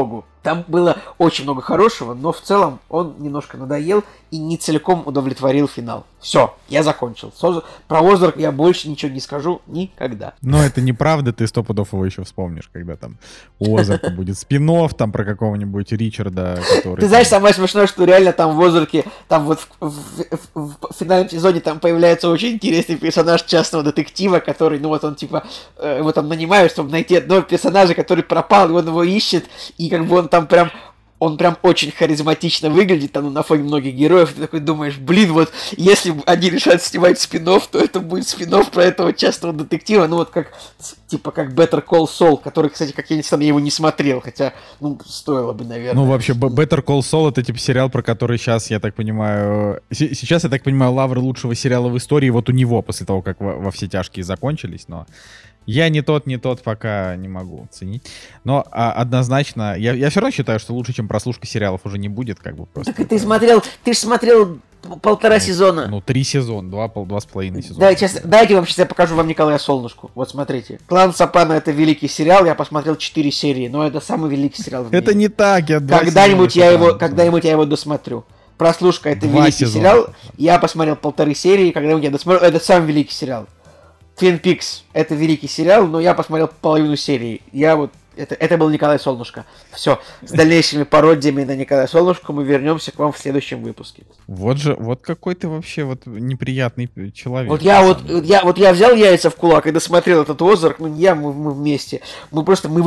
Там было очень много хорошего, но в целом он немножко надоел и не целиком удовлетворил финал. Все, я закончил. Про Озарк я больше ничего не скажу никогда. Но это неправда, ты 100 пудов его еще вспомнишь, когда там у Озарка будет спин-офф, там про какого-нибудь Ричарда, который... Ты знаешь, самое смешное, что реально там в Озарке, там вот в финальном сезоне там появляется очень интересный персонаж частного детектива, который, ну вот он типа, его там нанимают, чтобы найти одного персонажа, который пропал, и он его ищет, и как бы он прям очень харизматично выглядит там на фоне многих героев. Ты такой думаешь, блин, вот если они решат снимать спин-офф, то это будет спин-офф про этого частного детектива. Ну вот как, типа как Better Call Saul, который, кстати, как я его не смотрел, хотя, ну, стоило бы, наверное. Ну, вообще, Better Call Saul — это типа сериал, про который сейчас, я так понимаю... Сейчас, я так понимаю, лавры лучшего сериала в истории вот у него, после того, как во «Все тяжкие» закончились, но... Я не тот пока не могу оценить. Но однозначно, я все равно считаю, что лучше, чем прослушка сериалов, уже не будет, как бы просто. Так ты же смотрел 1,5 сезона. Ну, 3 сезона, 2,5 сезона. Дайте я покажу вам Николая Солнышку. Вот смотрите. «Клан Сопрано» — это великий сериал, я посмотрел 4 серии, но это самый великий сериал в мире. Это не так, Когда-нибудь я его досмотрю. «Прослушка» — это великий сериал, я посмотрел 1,5 серии, когда-нибудь я досмотрю, это самый великий сериал. Twin Peaks — это великий сериал, но я посмотрел половину серии. Это был Николай Солнышко. Все, с дальнейшими пародиями на Николая Солнышко мы вернемся к вам в следующем выпуске. Вот какой ты вообще вот неприятный человек. Вот я взял яйца в кулак и досмотрел этот Озарк, мы вместе. Мы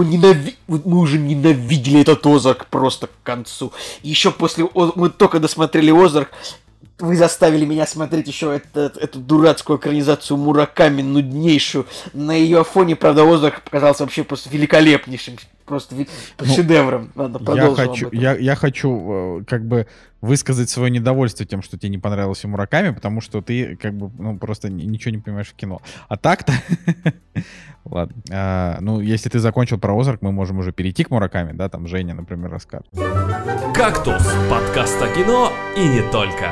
уже ненавидели этот Озарк просто к концу. Еще мы только досмотрели Озарк. Вы заставили меня смотреть еще эту дурацкую экранизацию Мураками, нуднейшую. На ее фоне, правда, Озарк показался вообще просто великолепнейшим, просто шедевром. Ладно, продолжим. Я хочу как бы высказать свое недовольство тем, что тебе не понравилось Мураками, потому что ты как бы просто ничего не понимаешь в кино. А так-то... Ладно. Если ты закончил про Озарк, мы можем уже перейти к Мураками, да? Там Женя, например, расскажет. «Кактус» — подкаст о кино и не только.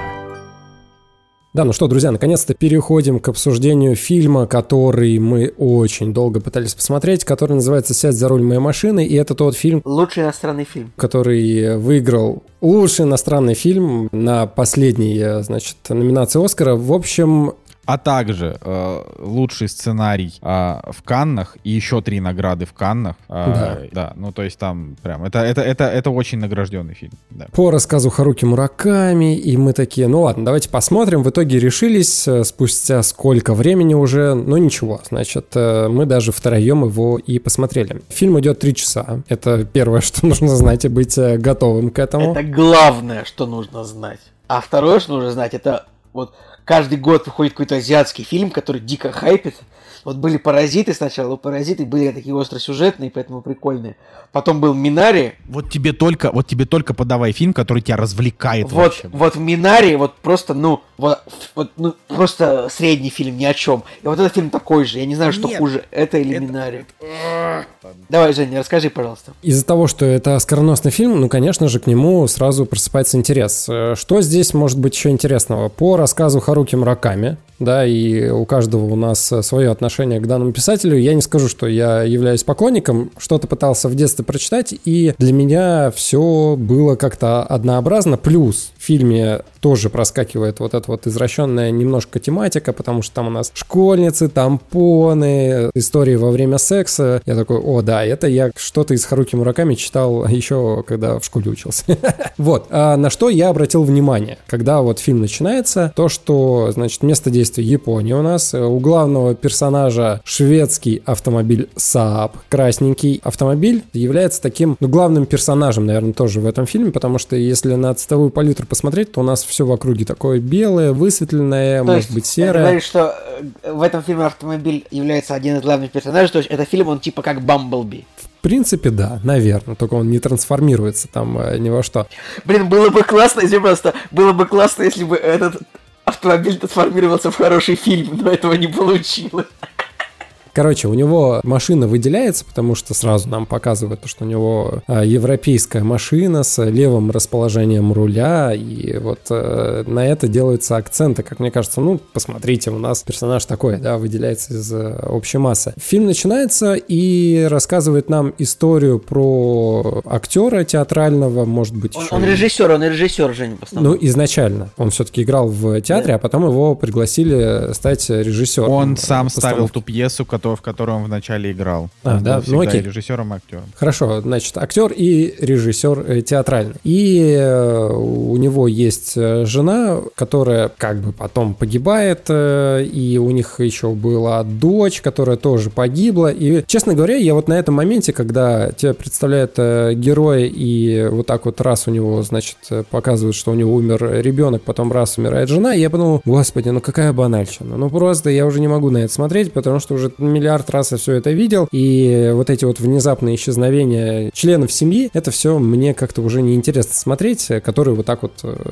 Да, ну что, друзья, наконец-то переходим к обсуждению фильма, который мы очень долго пытались посмотреть, который называется «Сядь за руль моей машины», и это тот фильм... Лучший иностранный фильм. Который выиграл лучший иностранный фильм на последней, номинации «Оскара». В общем... А также лучший сценарий в Каннах и еще 3 награды в Каннах. Да, ну то есть там прям это очень награжденный фильм. Да. По рассказу Харуки Мураками, и мы такие, ну ладно, давайте посмотрим. В итоге решились спустя сколько времени уже, но ничего. Значит, мы даже втроем его и посмотрели. Фильм идет 3 часа. Это первое, что нужно знать и быть готовым к этому. Это главное, что нужно знать. А второе, что нужно знать, это вот... Каждый год выходит какой-то азиатский фильм, который дико хайпит. Вот были «Паразиты» сначала, «Паразиты» были такие остросюжетные, поэтому прикольные. Потом был «Минари». Вот тебе только подавай фильм, который тебя развлекает вообще. Вот в «Минари» вот просто, просто средний фильм, ни о чем. И вот этот фильм такой же. Я не знаю, что хуже, это или «Минари». Давай, Женя, расскажи, пожалуйста. Из-за того, что это оскароносный фильм, конечно же, к нему сразу просыпается интерес. Что здесь может быть еще интересного? По рассказу Харуки Мураками, да, и у каждого у нас свое отношение к данному писателю. Я не скажу, что я являюсь поклонником, что-то пытался в детстве прочитать, и для меня все было как-то однообразно. Плюс в фильме тоже проскакивает вот эта вот извращенная немножко тематика, потому что там у нас школьницы, тампоны, истории во время секса. Я такой, это я что-то из Харуки Мураками читал еще, когда в школе учился. Вот, а на что я обратил внимание, когда вот фильм начинается, то, что, значит, место действия Япония у нас, у главного персонажа шведский автомобиль Saab, красненький автомобиль, является таким, главным персонажем, наверное, тоже в этом фильме, потому что если на цветовую палитру посмотреть, то у нас все в округе такое белое, высветленное, может быть серое. Ты говоришь, что в этом фильме автомобиль является один из главных персонажей, то есть это фильм, он типа как Бамблби. В принципе, да, наверное, только он не трансформируется там ни во что. Блин, было бы классно, если бы этот автомобиль трансформировался в хороший фильм, но этого не получилось. Короче, у него машина выделяется, потому что сразу нам показывают, что у него европейская машина с левым расположением руля, и вот на это делаются акценты, как мне кажется. Ну, посмотрите, у нас персонаж такой, да, выделяется из общей массы. Фильм начинается и рассказывает нам историю про актера театрального, может быть, он режиссер, Женя, в основном. Ну, изначально. Он все-таки играл в театре, а потом его пригласили стать режиссером. Он сам ставил ту пьесу, в которой он вначале играл. Он был всегда окей. И режиссером, и актером. Хорошо, значит, актер и режиссер театральный. И у него есть жена, которая как бы потом погибает, и у них еще была дочь, которая тоже погибла. И, честно говоря, я вот на этом моменте, когда тебе представляют героя, и вот так вот раз у него, значит, показывают, что у него умер ребенок, потом раз умирает жена, я подумал, господи, ну какая банальщина. Ну просто я уже не могу на это смотреть, потому что уже миллиард раз я все это видел, и вот эти вот внезапные исчезновения членов семьи, это все мне как-то уже неинтересно смотреть, которые вот так вот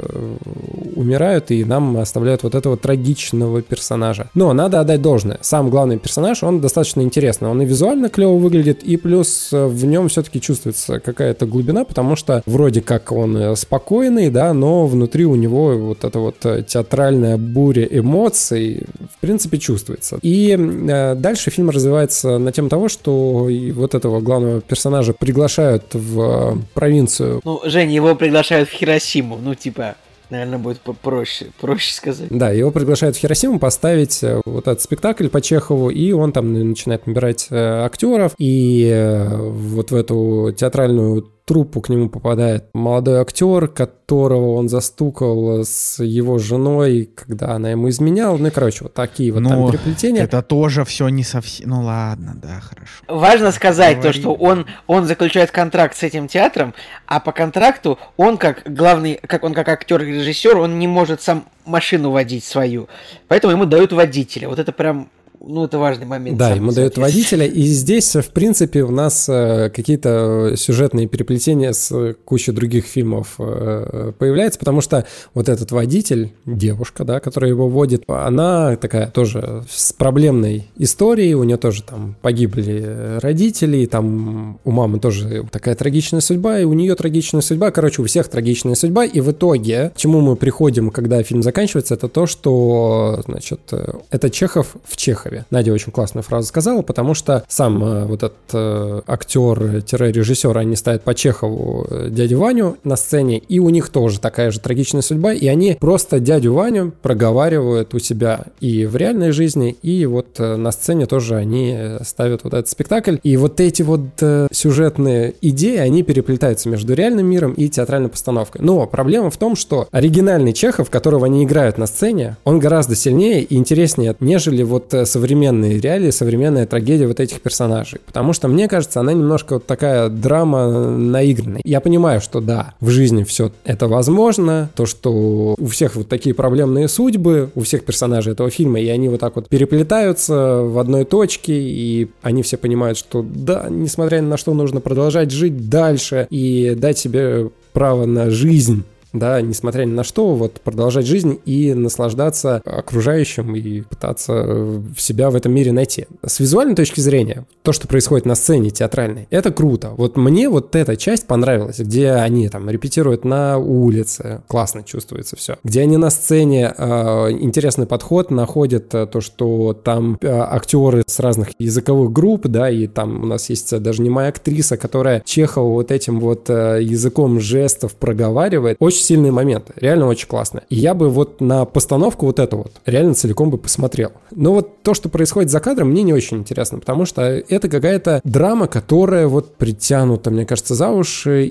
умирают и нам оставляют вот этого трагичного персонажа. Но надо отдать должное. Сам главный персонаж, он достаточно интересный. Он и визуально клево выглядит, и плюс в нем все-таки чувствуется какая-то глубина, потому что вроде как он спокойный, да, но внутри у него вот эта вот театральная буря эмоций в принципе чувствуется. И дальше фильм развивается на тему того, что вот этого главного персонажа приглашают в провинцию. Ну, Жень, его приглашают в Хиросиму, ну типа... Наверное, будет проще сказать. Да, его приглашают в Хиросиму поставить вот этот спектакль по Чехову, и он там начинает набирать актеров, и вот в эту театральную труппу к нему попадает молодой актер, которого он застукал с его женой, когда она ему изменяла. Ну и, короче, вот такие вот там переплетения. Это тоже все не совсем... Ну ладно, да, хорошо. Важно сказать то, что он заключает контракт с этим театром, а по контракту он как главный, он как актер и режиссер, он не может сам машину водить свою. Поэтому ему дают водителя. Вот это прям... Ну, это важный момент. Да, ему дают водителя, и здесь, в принципе, у нас какие-то сюжетные переплетения с кучей других фильмов появляются, потому что вот этот водитель, девушка, да, которая его водит, она такая тоже с проблемной историей, у нее тоже там погибли родители, и там у мамы тоже такая трагичная судьба, и у нее трагичная судьба, короче, у всех трагичная судьба, и в итоге, к чему мы приходим, когда фильм заканчивается, это то, что, значит, это Чехов в Чехове. Надя очень классную фразу сказала, потому что сам вот этот актер-режиссер, они ставят по Чехову дядю Ваню на сцене, и у них тоже такая же трагичная судьба, и они просто дядю Ваню проговаривают у себя и в реальной жизни, и вот на сцене тоже они ставят вот этот спектакль, и вот эти вот сюжетные идеи, они переплетаются между реальным миром и театральной постановкой. Но проблема в том, что оригинальный Чехов, которого они играют на сцене, он гораздо сильнее и интереснее, нежели вот современные реалии, современная трагедия вот этих персонажей. Потому что, мне кажется, она немножко вот такая драма наигранная. Я понимаю, что да, в жизни все это возможно, то, что у всех вот такие проблемные судьбы, у всех персонажей этого фильма, и они вот так вот переплетаются в одной точке, и они все понимают, что да, несмотря ни на что, нужно продолжать жить дальше и дать себе право на жизнь. Да, несмотря ни на что, вот продолжать жизнь и наслаждаться окружающим и пытаться себя в этом мире найти. С визуальной точки зрения, то, что происходит на сцене театральной, это круто. Вот мне вот эта часть понравилась, где они там репетируют на улице, классно чувствуется все. Где они на сцене, интересный подход находят, то, что там актеры с разных языковых групп, да, и там у нас есть даже немая актриса, которая Чехова вот этим вот языком жестов проговаривает. Очень сильные моменты, реально очень классно. И я бы вот на постановку вот эту вот реально целиком бы посмотрел. Но вот то, что происходит за кадром, мне не очень интересно, потому что это какая-то драма, которая вот притянута, мне кажется, за уши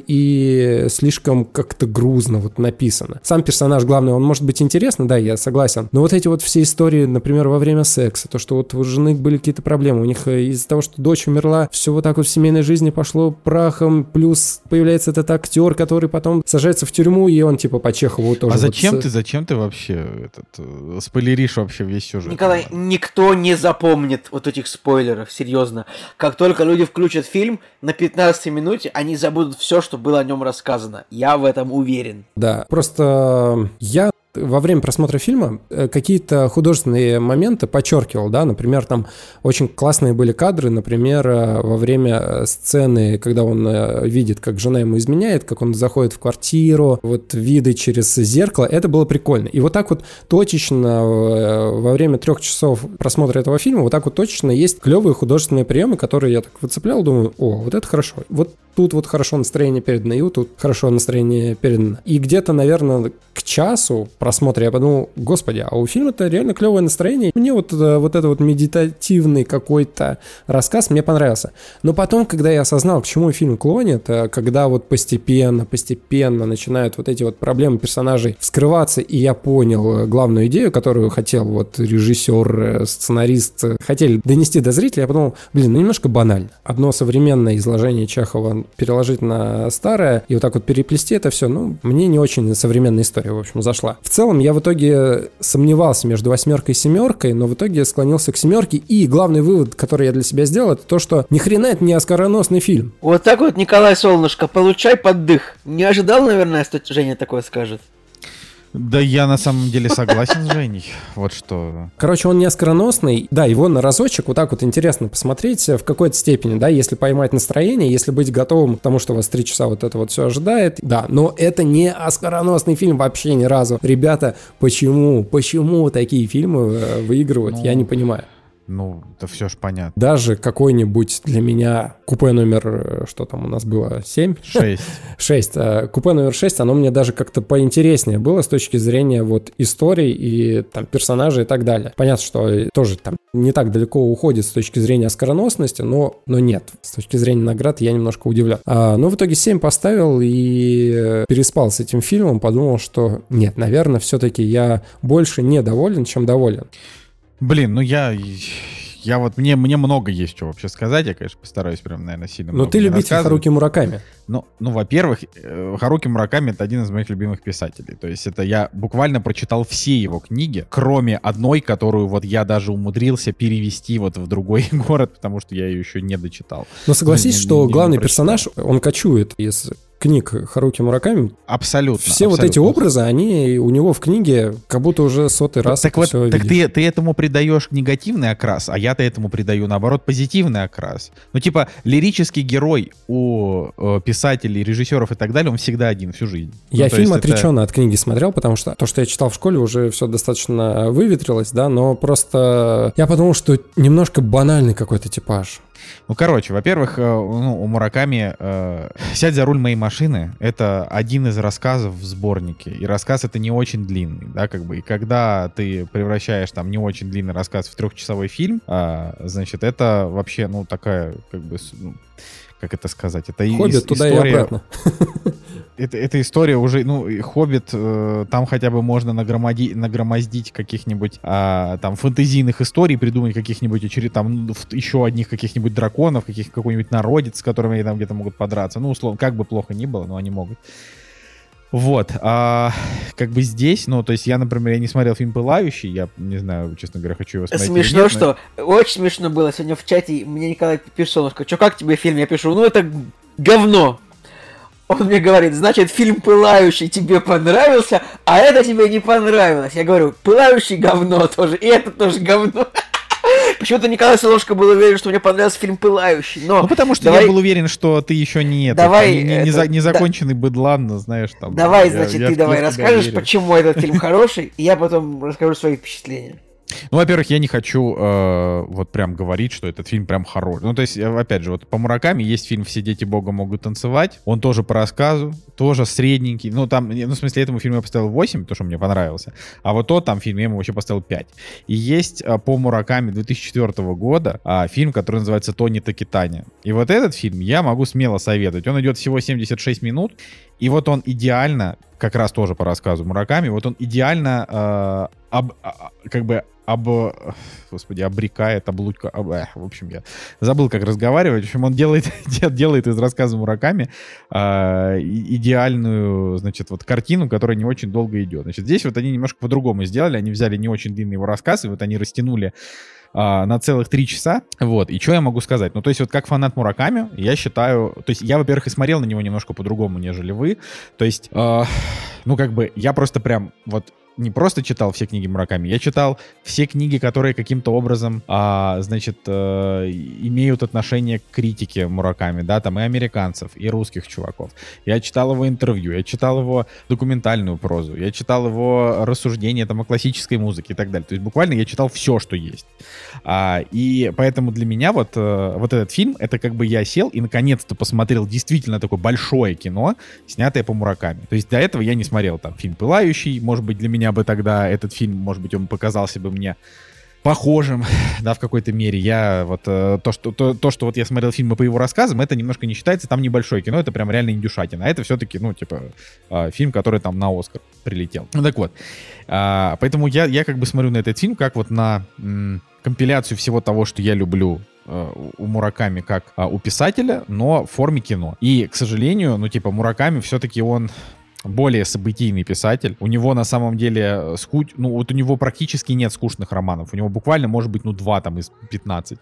и слишком как-то грузно вот написано. Сам персонаж главный, он может быть интересный, да, я согласен, но вот эти вот все истории, например, во время секса, то, что вот у жены были какие-то проблемы, у них из-за того, что дочь умерла, все вот так вот в семейной жизни пошло прахом, плюс появляется этот актер, который потом сажается в тюрьму, и он типа по Чехову тоже. А зачем ты вообще спойлеришь вообще весь сюжет? Николай, никто не запомнит вот этих спойлеров, серьезно. Как только люди включат фильм, на 15 минуте они забудут все, что было о нем рассказано. Я в этом уверен. Да, просто я во время просмотра фильма какие-то художественные моменты подчеркивал, да, например, там очень классные были кадры, например, во время сцены, когда он видит, как жена ему изменяет, как он заходит в квартиру, вот виды через зеркало, это было прикольно. И вот так вот точечно во время 3 часов просмотра этого фильма, вот так вот точечно есть клевые художественные приемы, которые я так выцеплял, думаю, о, вот это хорошо. Вот тут вот хорошо настроение передано, и вот тут хорошо настроение передано. И где-то, наверное, к часу просмотра я подумал, господи, а у фильма-то реально клевое настроение. Мне вот этот вот медитативный какой-то рассказ мне понравился. Но потом, когда я осознал, к чему фильм клонит, когда вот постепенно начинают вот эти вот проблемы персонажей вскрываться, и я понял главную идею, которую хотел вот режиссер, сценарист, хотели донести до зрителя, я подумал, блин, ну немножко банально. Одно современное изложение Чехова переложить на старое и вот так вот переплести это все, ну, мне не очень современная история, в общем, зашла. В целом, я в итоге сомневался между 8 и 7, но в итоге склонился к 7, и главный вывод, который я для себя сделал, это то, что ни хрена это не оскароносный фильм. Вот так вот, Николай Солнышко, получай поддых. Не ожидал, наверное, что Женя такое скажет? Да я на самом деле согласен с Женей. Вот что. Короче, он не оскароносный. Да, его на разочек вот так вот интересно посмотреть в какой-то степени, да, если поймать настроение, если быть готовым к тому, что вас 3 часа вот это вот все ожидает. Да, но это не оскароносный фильм вообще ни разу. Ребята, почему такие фильмы выигрывают, я не понимаю. Ну, это все ж понятно. Даже какой-нибудь для меня купе номер, что там у нас было, 7? 6. Купе номер 6, оно мне даже как-то поинтереснее было с точки зрения вот истории и там персонажей и так далее. Понятно, что тоже там не так далеко уходит с точки зрения оскароносности, но нет. С точки зрения наград я немножко удивлен. Но в итоге 7 поставил и переспал с этим фильмом, подумал, что нет, наверное, все-таки я больше недоволен, чем доволен. Блин, ну я вот, мне много есть что вообще сказать, я, конечно, постараюсь прям, наверное, сильно много. Но ты любитель Харуки Мураками. Ну, во-первых, Харуки Мураками — это один из моих любимых писателей. То есть это я буквально прочитал все его книги, кроме одной, которую вот я даже умудрился перевести вот в другой город, потому что я ее еще не дочитал. Но согласись, что главный персонаж, он кочует из книг Харуки Мураками. Абсолютно. Все вот эти образы, они у него в книге как будто уже 100-й раз. Так вот, ты этому придаешь негативный окрас, а я-то этому придаю, наоборот, позитивный окрас. Ну, типа, лирический герой у писателей, режиссеров и так далее, он всегда один всю жизнь. Я фильм отреченно от книги смотрел, потому что то, что я читал в школе, уже все достаточно выветрилось, да, но просто я подумал, что немножко банальный какой-то типаж. Ну, короче, во-первых, у Мураками «Сядь за руль моей машины» — это один из рассказов в сборнике, и рассказ это не очень длинный, да, как бы, и когда ты превращаешь там не очень длинный рассказ в 3-часовой фильм, значит, это вообще, ну, такая, как бы, ну, как это сказать, это «Хоббит» туда и обратно. Это история уже, ну, «Хоббит», там хотя бы можно нагромоздить каких-нибудь там фэнтезийных историй, придумать каких-нибудь там еще одних каких-нибудь драконов, какой-нибудь народец, с которыми они там где-то могут подраться. Ну, условно, как бы плохо ни было, но они могут. Вот, как бы здесь, ну, то есть я, например, я не смотрел фильм «Пылающий», я не знаю, честно говоря, хочу его смотреть. Смешно, что? Очень смешно было сегодня в чате, мне Николай пишет, что как тебе фильм? Я пишу, ну, это говно. Он мне говорит, значит, фильм «Пылающий» тебе понравился, а это тебе не понравилось. Я говорю, «Пылающий» говно тоже, и это тоже говно. Почему-то Николай Солошко был уверен, что мне понравился фильм «Пылающий», но... Ну, потому что я был уверен, что ты еще не законченный быдлан, знаешь, там... Давай, значит, ты давай расскажешь, почему этот фильм хороший, и я потом расскажу свои впечатления. Ну, во-первых, я не хочу вот прям говорить, что этот фильм прям хороший. Ну, то есть, опять же, вот по Мураками есть фильм «Все дети Бога могут танцевать». Он тоже по рассказу, тоже средненький. Ну, там, ну, в смысле, этому фильму я поставил 8, потому что мне понравился. А вот тот там фильм я ему вообще поставил 5. И есть по Мураками 2004 года фильм, который называется «Тони Такитани». И вот этот фильм я могу смело советовать. Он идет всего 76 минут. И вот он идеально, как раз тоже по рассказу Мураками, вот он идеально обрекает, в общем, я забыл, как разговаривать. В общем, он делает из рассказа Мураками идеальную, значит, вот картину, которая не очень долго идет. Значит, здесь вот они немножко по-другому сделали. Они взяли не очень длинный его рассказ, и вот они растянули на целых 3 часа, вот, и что я могу сказать? Ну, то есть вот как фанат Мураками, я считаю, то есть я, во-первых, и смотрел на него немножко по-другому, нежели вы, то есть, ну, как бы, я просто прям вот не просто читал все книги Мураками, я читал все книги, которые каким-то образом, имеют отношение к критике Мураками, да, там и американцев, и русских чуваков. Я читал его интервью, я читал его документальную прозу, я читал его рассуждения там о классической музыке и так далее. То есть буквально я читал все, что есть. И поэтому для меня вот этот фильм, это как бы я сел и наконец-то посмотрел действительно такое большое кино, снятое по Мураками. То есть до этого я не смотрел там фильм «Пылающий», может быть, для меня бы тогда этот фильм, может быть, он показался бы мне похожим, да, в какой-то мере. Я вот то, что вот я смотрел фильмы по его рассказам, это немножко не считается, там небольшое кино, это прям реально индюшатина. А это все-таки, ну, типа, фильм, который там на Оскар прилетел. Ну, так вот. Поэтому я как бы смотрю на этот фильм как вот на компиляцию всего того, что я люблю у Мураками как у писателя, но в форме кино. И, к сожалению, ну, типа, Мураками все-таки он более событийный писатель. У него на самом деле вот у него практически нет скучных романов. У него буквально, может быть, 2 там из 15.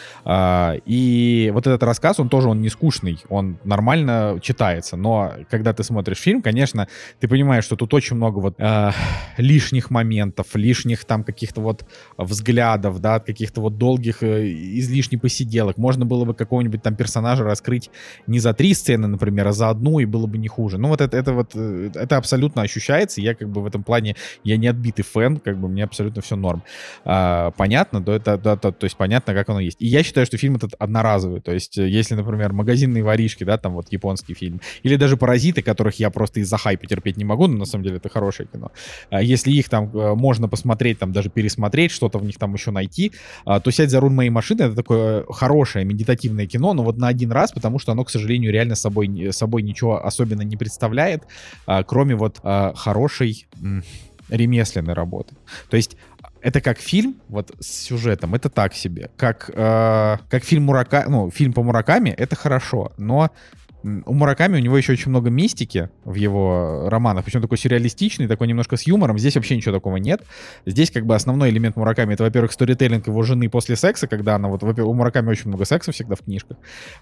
И вот этот рассказ, он не скучный, он нормально читается. Но когда ты смотришь фильм, конечно, ты понимаешь, что тут очень много вот лишних моментов, лишних там каких-то вот взглядов, да, каких-то вот долгих излишних посиделок. Можно было бы какого-нибудь там персонажа раскрыть не за 3 сцены, например, а за 1, и было бы не хуже. Ну вот это абсолютно ощущается. Я как бы в этом плане, я не отбитый фэн, как бы мне абсолютно все норм. Понятно, то есть понятно, как оно есть. И я считаю, что фильм этот одноразовый. То есть если, например, «Магазинные воришки», да, там вот японский фильм, или даже «Паразиты», которых я просто из-за хайпа терпеть не могу, но на самом деле это хорошее кино. Если их там можно посмотреть, там даже пересмотреть, что-то в них там еще найти, то «Сядь за руль моей машины» — это такое хорошее медитативное кино, но вот на один раз, потому что оно, к сожалению, реально собой ничего особенно не представляет, кроме вот хорошей ремесленной работы. То есть это как фильм вот с сюжетом, это так себе. Как фильм фильм по Мураками, это хорошо, но у Мураками, у него еще очень много мистики в его романах, причем такой сюрреалистичный, такой немножко с юмором. Здесь вообще ничего такого нет. Здесь как бы основной элемент Мураками — это, во-первых, сторителлинг его жены после секса, когда она вот... У Мураками очень много секса всегда в книжках.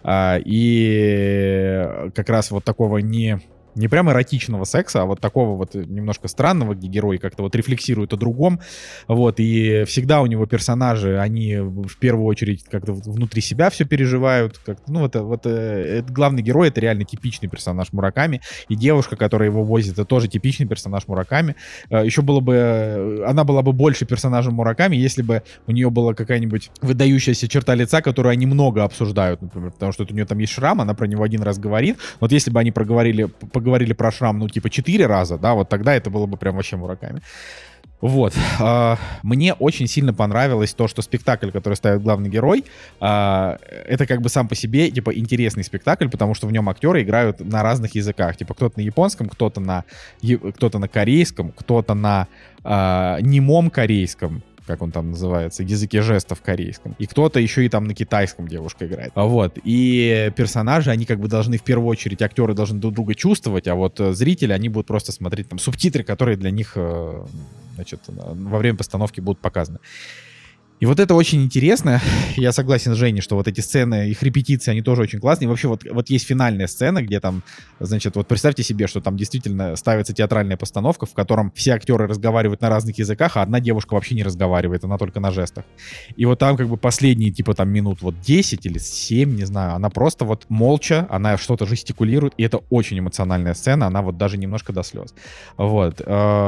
И как раз вот такого не прям эротичного секса, а вот такого вот немножко странного, где герой как-то вот рефлексирует о другом, вот, и всегда у него персонажи, они в первую очередь как-то внутри себя все переживают, как-то, ну, этот главный герой — это реально типичный персонаж Мураками, и девушка, которая его возит, это тоже типичный персонаж Мураками. Еще она была бы больше персонажем Мураками, если бы у нее была какая-нибудь выдающаяся черта лица, которую они много обсуждают, например, потому что у нее там есть шрам, она про него один раз говорит, вот если бы они поговорили про шрам, ну, типа 4 раза, да, вот тогда это было бы прям вообще Мураками. Вот. Мне очень сильно понравилось то, что спектакль, который ставит главный герой, это как бы сам по себе, типа, интересный спектакль, потому что в нем актеры играют на разных языках. Типа, кто-то на японском, кто-то на корейском, кто-то на немом корейском, как он там называется, языке жестов корейском. И кто-то еще и там на китайском девушка играет. Вот. И персонажи, они как бы должны в первую очередь, актеры должны друг друга чувствовать, а вот зрители, они будут просто смотреть там субтитры, которые для них, значит, во время постановки будут показаны. И вот это очень интересно. Я согласен с Женей, что вот эти сцены, их репетиции, они тоже очень классные. И вообще вот есть финальная сцена, где там, значит, вот представьте себе, что там действительно ставится театральная постановка, в котором все актеры разговаривают на разных языках, а одна девушка вообще не разговаривает, она только на жестах. И вот там как бы последние, типа там минут вот 10 или 7, не знаю, она просто вот молча, она что-то жестикулирует, и это очень эмоциональная сцена, она вот даже немножко до слез. Вот.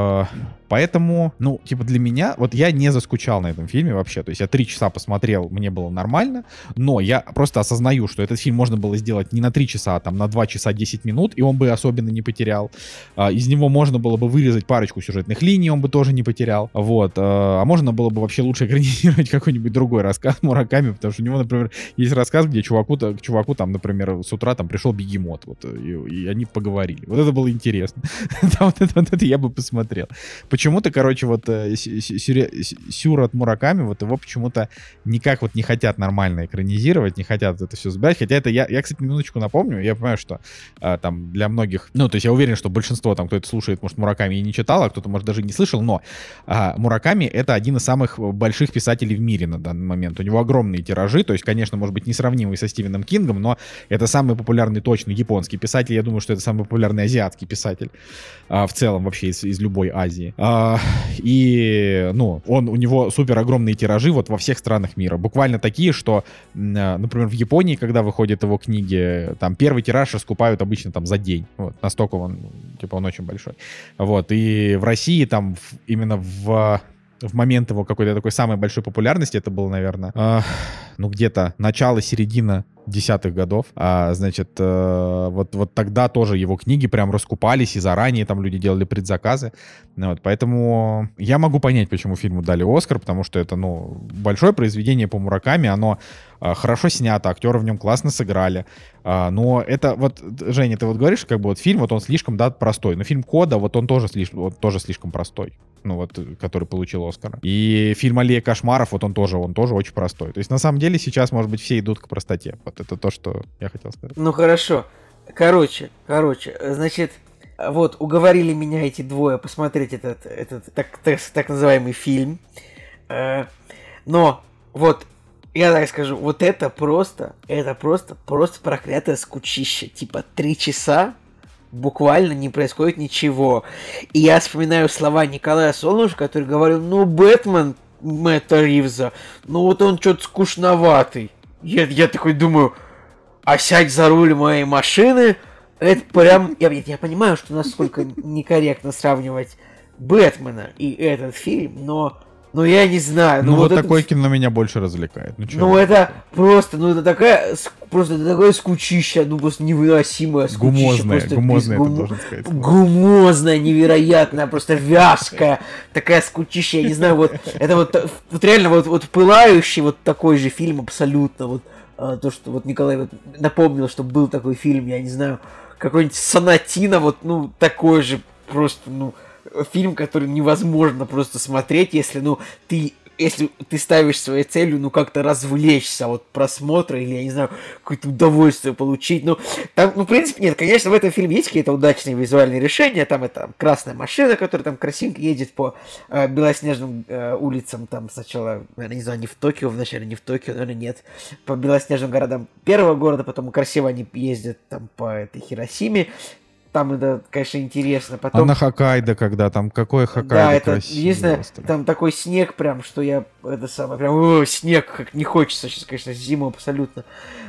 Поэтому, ну, типа для меня, вот я не заскучал на этом фильме вообще. То есть я 3 часа посмотрел, мне было нормально, но я просто осознаю, что этот фильм можно было сделать не на 3 часа, а там на 2 часа 10 минут, и он бы особенно не потерял. Из него можно было бы вырезать парочку сюжетных линий, он бы тоже не потерял. Вот. А можно было бы вообще лучше экранизировать какой-нибудь другой рассказ Мураками, потому что у него, например, есть рассказ, где к чуваку там, например, с утра там пришел бегемот, вот, и они поговорили. Вот это было интересно. Вот это я бы посмотрел. Почему-то, короче, вот сюр от Мураками, вот его его почему-то никак вот не хотят нормально экранизировать, не хотят это все сбирать. Хотя это я, кстати, минуточку напомню, я понимаю, что там для многих, ну, то есть я уверен, что большинство там, кто это слушает, может, Мураками и не читал, а кто-то, может, даже не слышал, но Мураками — это один из самых больших писателей в мире на данный момент. У него огромные тиражи, то есть, конечно, может быть, несравнимый со Стивеном Кингом, но это самый популярный точно японский писатель. Я думаю, что это самый популярный азиатский писатель в целом вообще из любой Азии. И, ну, у него супер огромные тиражи вот во всех странах мира. Буквально такие, что, например, в Японии, когда выходят его книги, там первый тираж раскупают обычно там за день. Вот, настолько он очень большой. Вот, и в России там именно в момент его какой-то такой самой большой популярности, это было, наверное, ну, где-то начало-середина 10-х годов. Значит, вот тогда тоже его книги прям раскупались, и заранее там люди делали предзаказы. Вот, поэтому я могу понять, почему фильму дали Оскар, потому что это, ну, большое произведение по Мураками, оно хорошо снято, актеры в нем классно сыграли. Но это вот, Женя, ты вот говоришь, как бы вот фильм, вот он слишком, да, простой. Но фильм «Кода», вот он тоже слишком простой. Ну вот, который получил Оскара. И фильм «Аллея кошмаров», вот он тоже очень простой. То есть, на самом деле, сейчас, может быть, все идут к простоте. Вот это то, что я хотел сказать. Ну, хорошо. Короче, значит, вот, уговорили меня эти двое посмотреть этот так называемый фильм. Но, вот, я так скажу, вот это просто проклятое скучище. Типа 3 часа буквально не происходит ничего. И я вспоминаю слова Николая Солнышева, который говорил, ну, Бэтмен Мэтта Ривза, ну вот он что-то скучноватый. Я такой думаю, а сядь за руль моей машины, это прям... Я понимаю, что насколько некорректно сравнивать Бэтмена и этот фильм, но я не знаю. Ну вот такое кино меня больше развлекает. Ну это просто, это такое скучище, ну просто невыносимое скучище. Гумозное, ты должен сказать. Гумозное, невероятное, просто вязкое, такая скучище, я не знаю, вот это вот реально вот пылающий вот такой же фильм абсолютно, вот то, что вот Николай вот напомнил, что был такой фильм, я не знаю, какой-нибудь Сонатино, вот, ну, такой же просто, ну, фильм, который невозможно просто смотреть, если ты ставишь своей целью, ну, как-то развлечься от просмотра или, я не знаю, какое-то удовольствие получить. Ну, там, в принципе, нет, конечно, в этом фильме есть какие-то удачные визуальные решения. Там это красная машина, которая там красивенько едет по белоснежным улицам. Там сначала, наверное, не знаю, не в Токио, вначале не в Токио, наверное, нет. По белоснежным городам первого города, потом красиво они ездят там по этой Хиросиме. Там это, конечно, интересно. Потом... А на Хоккайдо, когда там, какое Хоккайдо да, это красивое. Единственное, там такой снег прям, что я, это самое, прям, снег, как не хочется сейчас, конечно, зиму абсолютно.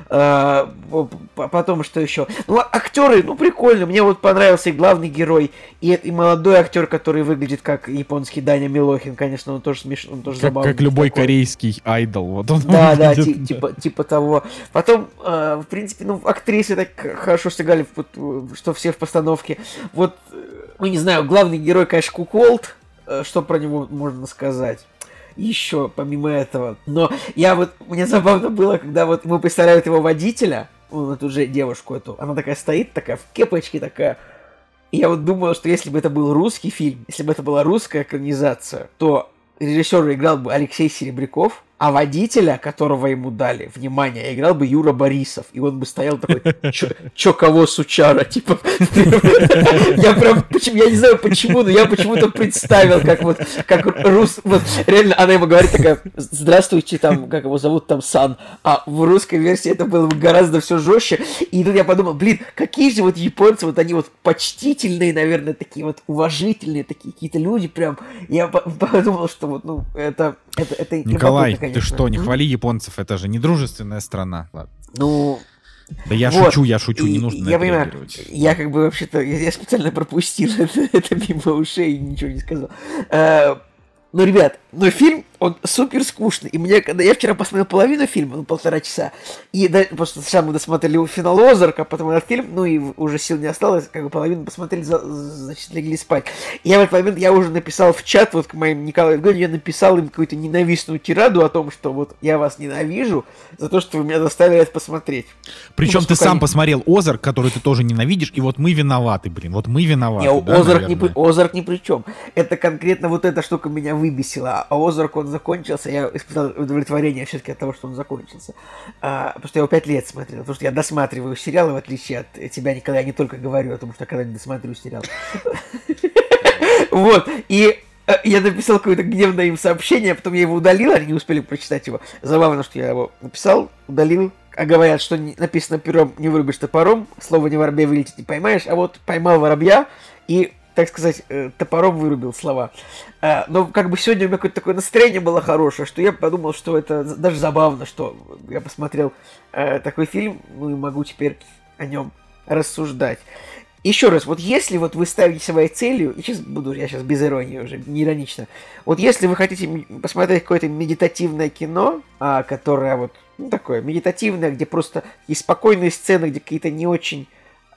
Потом, что еще? Ну, актеры, ну, прикольно, мне вот понравился и главный герой, и молодой актер, который выглядит как японский Даня Милохин, конечно, он тоже смешной, он тоже забавный. Как любой такой корейский айдол, вот он да, типа того. Потом, в принципе, ну, актрисы так хорошо сыграли, что все в постановке. Вот, ну, не знаю, главный герой, конечно, Куколд, что про него можно сказать? Еще, помимо этого. Но мне забавно было, когда вот мы представляют его водителя, вот эту девушку эту, она такая стоит, такая в кепочке, такая. И я вот думал, что если бы это был русский фильм, если бы это была русская экранизация, то режиссер играл бы Алексей Серебряков, а водителя, которого ему дали, внимание, играл бы Юра Борисов. И он бы стоял такой, чё кого, сучара, типа. Я не знаю почему, но я почему-то представил, как рус... Вот реально, она ему говорит такая, здравствуйте, там, как его зовут, там, Сан. А в русской версии это было бы гораздо все жестче. И тут я подумал, какие же вот японцы, вот они вот почтительные, наверное, такие вот уважительные, такие какие-то люди прям. Я подумал, что вот, ну, это Николай, ты что, не хвали японцев, это же не дружественная страна. Ладно. Ну... Да я вот. шучу, не нужно на это реагировать. Я как бы вообще-то, я специально пропустил это мимо ушей и ничего не сказал. Ну, ребят, фильм, он супер скучный. И я вчера посмотрел половину фильма, 1,5 часа, и просто сначала мы досмотрели финал Озарка, потом этот фильм, ну и уже сил не осталось, как бы половину посмотрели, значит, легли спать. И я в этот момент, я уже написал в чат, вот к моим Николаю, я написал им какую-то ненавистную тираду о том, что вот я вас ненавижу за то, что вы меня заставили это посмотреть. Причем ты сам посмотрел Озарк, который ты тоже ненавидишь, и вот мы виноваты, вот мы виноваты. Не, да, Озарк ни при чем. Это конкретно вот эта штука меня выбесила. а «Озарк» он закончился, я испытал удовлетворение все-таки от того, что он закончился. Потому что я его 5 лет смотрел, потому что я досматриваю сериалы, в отличие от тебя, Николай, я не только говорю о том, что я когда-нибудь досматриваю сериал. Вот, и я написал какое-то гневное им сообщение, а потом я его удалил, они не успели прочитать его. Забавно, что я его написал, удалил. А говорят, что написано пером не вырубишь топором, слово «не воробей» вылететь не поймаешь, а вот поймал воробья и, так сказать, топором вырубил слова. Но как бы сегодня у меня какое-то такое настроение было хорошее, что я подумал, что это даже забавно, что я посмотрел такой фильм, ну и могу теперь о нем рассуждать. Еще раз, вот если вот вы ставите своей целью, я сейчас без иронии уже, не иронично, вот если вы хотите посмотреть какое-то медитативное кино, которое вот, ну, такое медитативное, где просто есть спокойные сцены, где какие-то не очень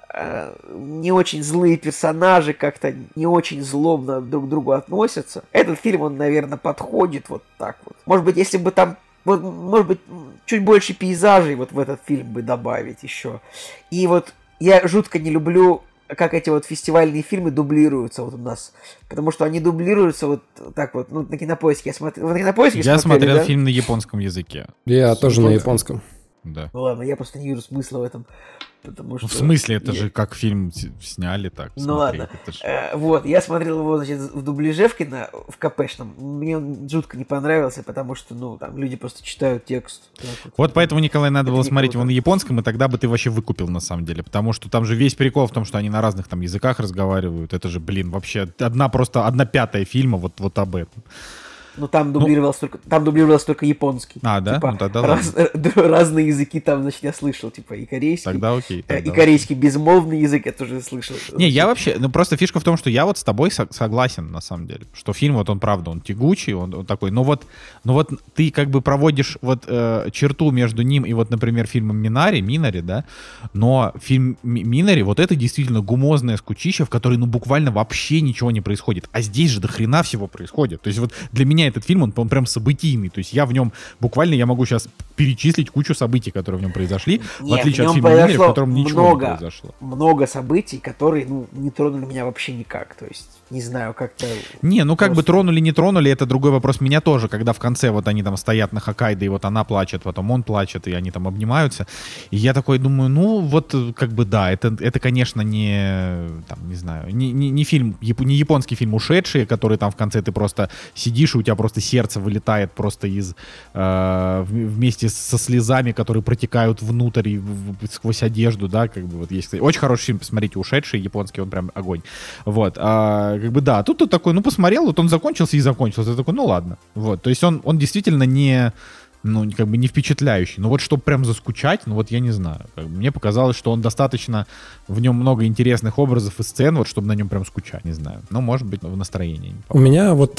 злые персонажи как-то не очень злобно друг к другу относятся, этот фильм, он, наверное, подходит вот так вот. Может быть, если бы там, вот, может быть, чуть больше пейзажей вот в этот фильм бы добавить еще. И вот я жутко не люблю, как эти вот фестивальные фильмы дублируются вот у нас. Потому что они дублируются вот так вот. Ну, на Кинопоиске я смотрел. Вы на Кинопоиске я смотрели, смотрел да? фильм на японском языке. Я тоже на японском. Да. Ну ладно, я просто не вижу смысла в этом. Потому что... В смысле? Это же как фильм сняли так. Ну ладно. Вот, я смотрел его, значит, в дубляже в КПшном. Мне он жутко не понравился, потому что, ну, там люди просто читают текст. Вот поэтому, Николай, надо было смотреть его на японском, и тогда бы ты вообще выкупил, на самом деле. Потому что там же весь прикол в том, что они на разных там языках разговаривают. Это же, блин, вообще одна пятая фильма вот об этом. Ну, там дублировалось только японский. А, да? Типа, ну, тогда разные языки там, значит, я слышал, типа, и корейский. Тогда окей. И корейский безмолвный язык я тоже слышал. Не, я вообще, ну, просто фишка в том, что я вот с тобой согласен, на самом деле, что фильм, вот он, правда, он тягучий, он такой, но вот ты как бы проводишь вот черту между ним и вот, например, фильмом Минари, да, но фильм Минари, вот это действительно гумозное скучище, в которой, ну, буквально вообще ничего не происходит, а здесь же до хрена всего происходит, то есть вот для меня этот фильм, он прям событийный, то есть я в нем буквально, я могу сейчас перечислить кучу событий, которые в нем произошли, в отличие от фильма Минари, в котором ничего не произошло. Много событий, которые, ну, не тронули меня вообще никак, то есть, не знаю, как-то... Не, ну как бы тронули, не тронули, это другой вопрос. Меня тоже, когда в конце вот они там стоят на Хоккайдо, и вот она плачет, потом он плачет, и они там обнимаются, и я такой думаю, ну вот как бы да, это конечно, не, там, не знаю, не фильм, не японский фильм «Ушедшие», который там в конце ты просто сидишь, и у тебя просто сердце вылетает просто вместе со слезами, которые протекают внутрь и сквозь одежду, да, как бы вот есть. Очень хороший фильм, посмотрите, «Ушедшие», японский, он прям огонь. Вот, как бы да, тут такой, ну посмотрел, вот он закончился и закончился, ты такой, ну ладно. Вот, то есть он действительно не, ну, как бы не впечатляющий. Но вот чтобы прям заскучать, ну вот я не знаю. Как бы мне показалось, что он достаточно, в нем много интересных образов и сцен, вот чтобы на нем прям скучать, не знаю. Но может быть в настроении. У меня вот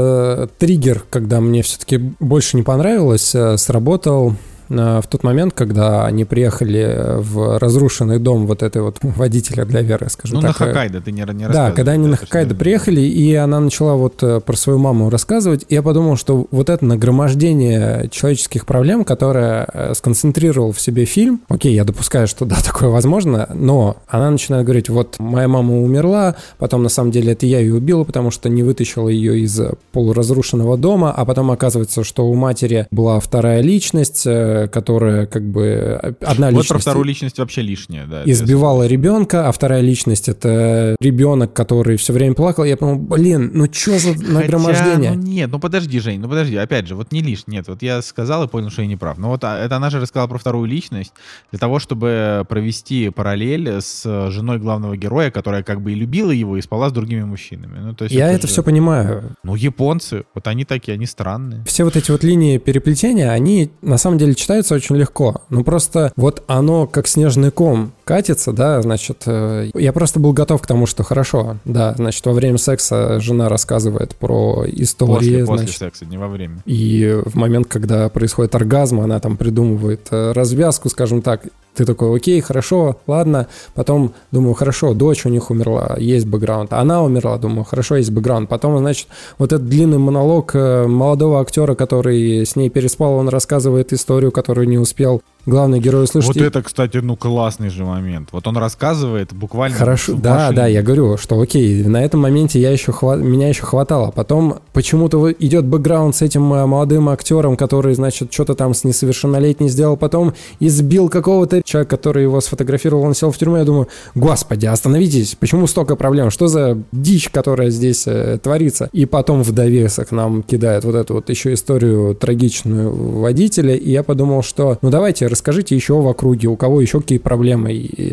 триггер, когда мне все-таки больше не понравилось, сработал в тот момент, когда они приехали в разрушенный дом вот этой вот водителя для Веры, скажем так. Ну, на Хоккайдо, ты не рассказывал. Да, когда они на Хоккайдо приехали, и она начала вот про свою маму рассказывать, и я подумал, что вот это нагромождение человеческих проблем, которое сконцентрировал в себе фильм, окей, я допускаю, что да, такое возможно, но она начинает говорить, вот моя мама умерла, потом на самом деле это я ее убила, потому что не вытащила ее из полуразрушенного дома, а потом оказывается, что у матери была вторая личность, которая как бы одна личность... Вот про вторую личность вообще лишняя, да. Избивала ребенка, а вторая личность — это ребенок, который все время плакал. Я подумал, блин, ну что за нагромождение? Ну нет, ну подожди, Жень, ну подожди, опять же, вот не лишнее. Нет, вот я сказал и понял, что я не прав. Но вот это она же рассказала про вторую личность для того, чтобы провести параллель с женой главного героя, которая как бы и любила его, и спала с другими мужчинами. Ну, то есть я это все понимаю. Ну, японцы, вот они такие, они странные. Все вот эти вот линии переплетения, они на самом деле читаются очень легко. Ну, просто вот оно как снежный ком катится, да, значит, я просто был готов к тому, что хорошо, да, значит, во время секса жена рассказывает про истории. После значит, секса, не во время. И в момент, когда происходит оргазм, она там придумывает развязку, скажем так. Ты такой, окей, хорошо, ладно. Потом думаю, хорошо, дочь у них умерла, есть бэкграунд. Она умерла, думаю, хорошо, есть бэкграунд. Потом, значит, вот этот длинный монолог молодого актера, который с ней переспал, он рассказывает историю, которую не успел главный герой услышит... Вот это, кстати, ну классный же момент. Вот он рассказывает буквально... Хорошо, да, я говорю, что окей, на этом моменте меня еще хватало. Потом почему-то идет бэкграунд с этим молодым актером, который, значит, что-то там с несовершеннолетней сделал, потом избил какого-то человека, который его сфотографировал, он сел в тюрьму. Я думаю, господи, остановитесь, почему столько проблем? Что за дичь, которая здесь творится? И потом в довесок нам кидают вот эту вот еще историю трагичную водителя, и я подумал, что, ну давайте, расскажите еще в округе, у кого еще какие проблемы.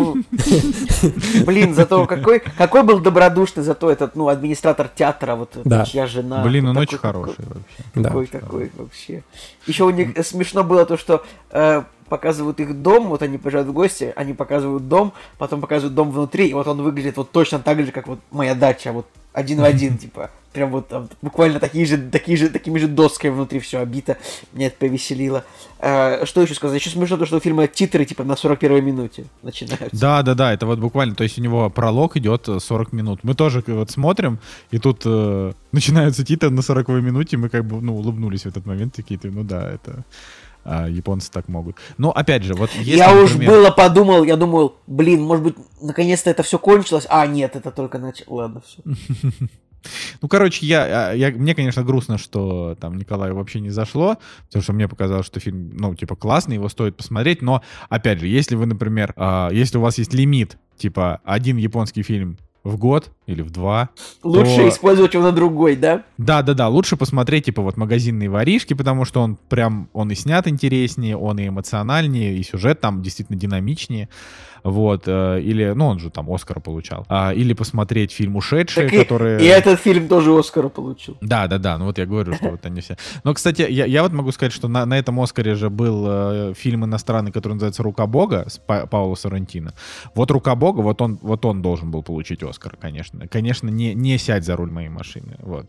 Блин, зато какой был добродушный зато этот, ну, администратор театра, вот чья жена. Блин, он очень хороший вообще. Такой вообще. Еще у них смешно было то, что показывают их дом, вот они приезжают в гости, они показывают дом, потом показывают дом внутри, и вот он выглядит вот точно так же, как вот моя дача, вот один в один, типа. Прям вот там буквально такими же досками внутри все обито. Меня это повеселило. Что еще сказать? Еще смешно то, что у фильма титры типа на 41-й минуте начинаются. Да, это вот буквально, то есть у него пролог идет 40 минут. Мы тоже вот смотрим, и тут начинаются титры на 40-й минуте, мы как бы, ну, улыбнулись в этот момент, такие-то, ну да, это... японцы так могут. Но опять же, вот если, я уж было подумал, я думал, блин, может быть, наконец-то это все кончилось. А, нет, это только начало. Ладно, все. Ну, короче, мне, конечно, грустно, что там Николаю вообще не зашло, потому что мне показалось, что фильм, ну, типа, классный, его стоит посмотреть, но, опять же, если вы, например, если у вас есть лимит, типа, один японский фильм в год или в 2. Лучше использовать его на другой, да? Да, лучше посмотреть, типа, вот «Магазинные воришки», потому что он и снят интереснее, он и эмоциональнее, и сюжет там действительно динамичнее. Вот, или, ну, он же там Оскара получал. Или посмотреть фильм «Ушедшие», который... И этот фильм тоже Оскара получил. Да, ну вот я говорю, что вот они все... Но, кстати, я вот могу сказать, что на этом Оскаре же был фильм иностранный, который называется «Рука Бога» с Паоло Соррентино. Вот «Рука Бога», вот он должен был получить Оскар, конечно. Конечно, не «Сядь за руль моей машины». Вот.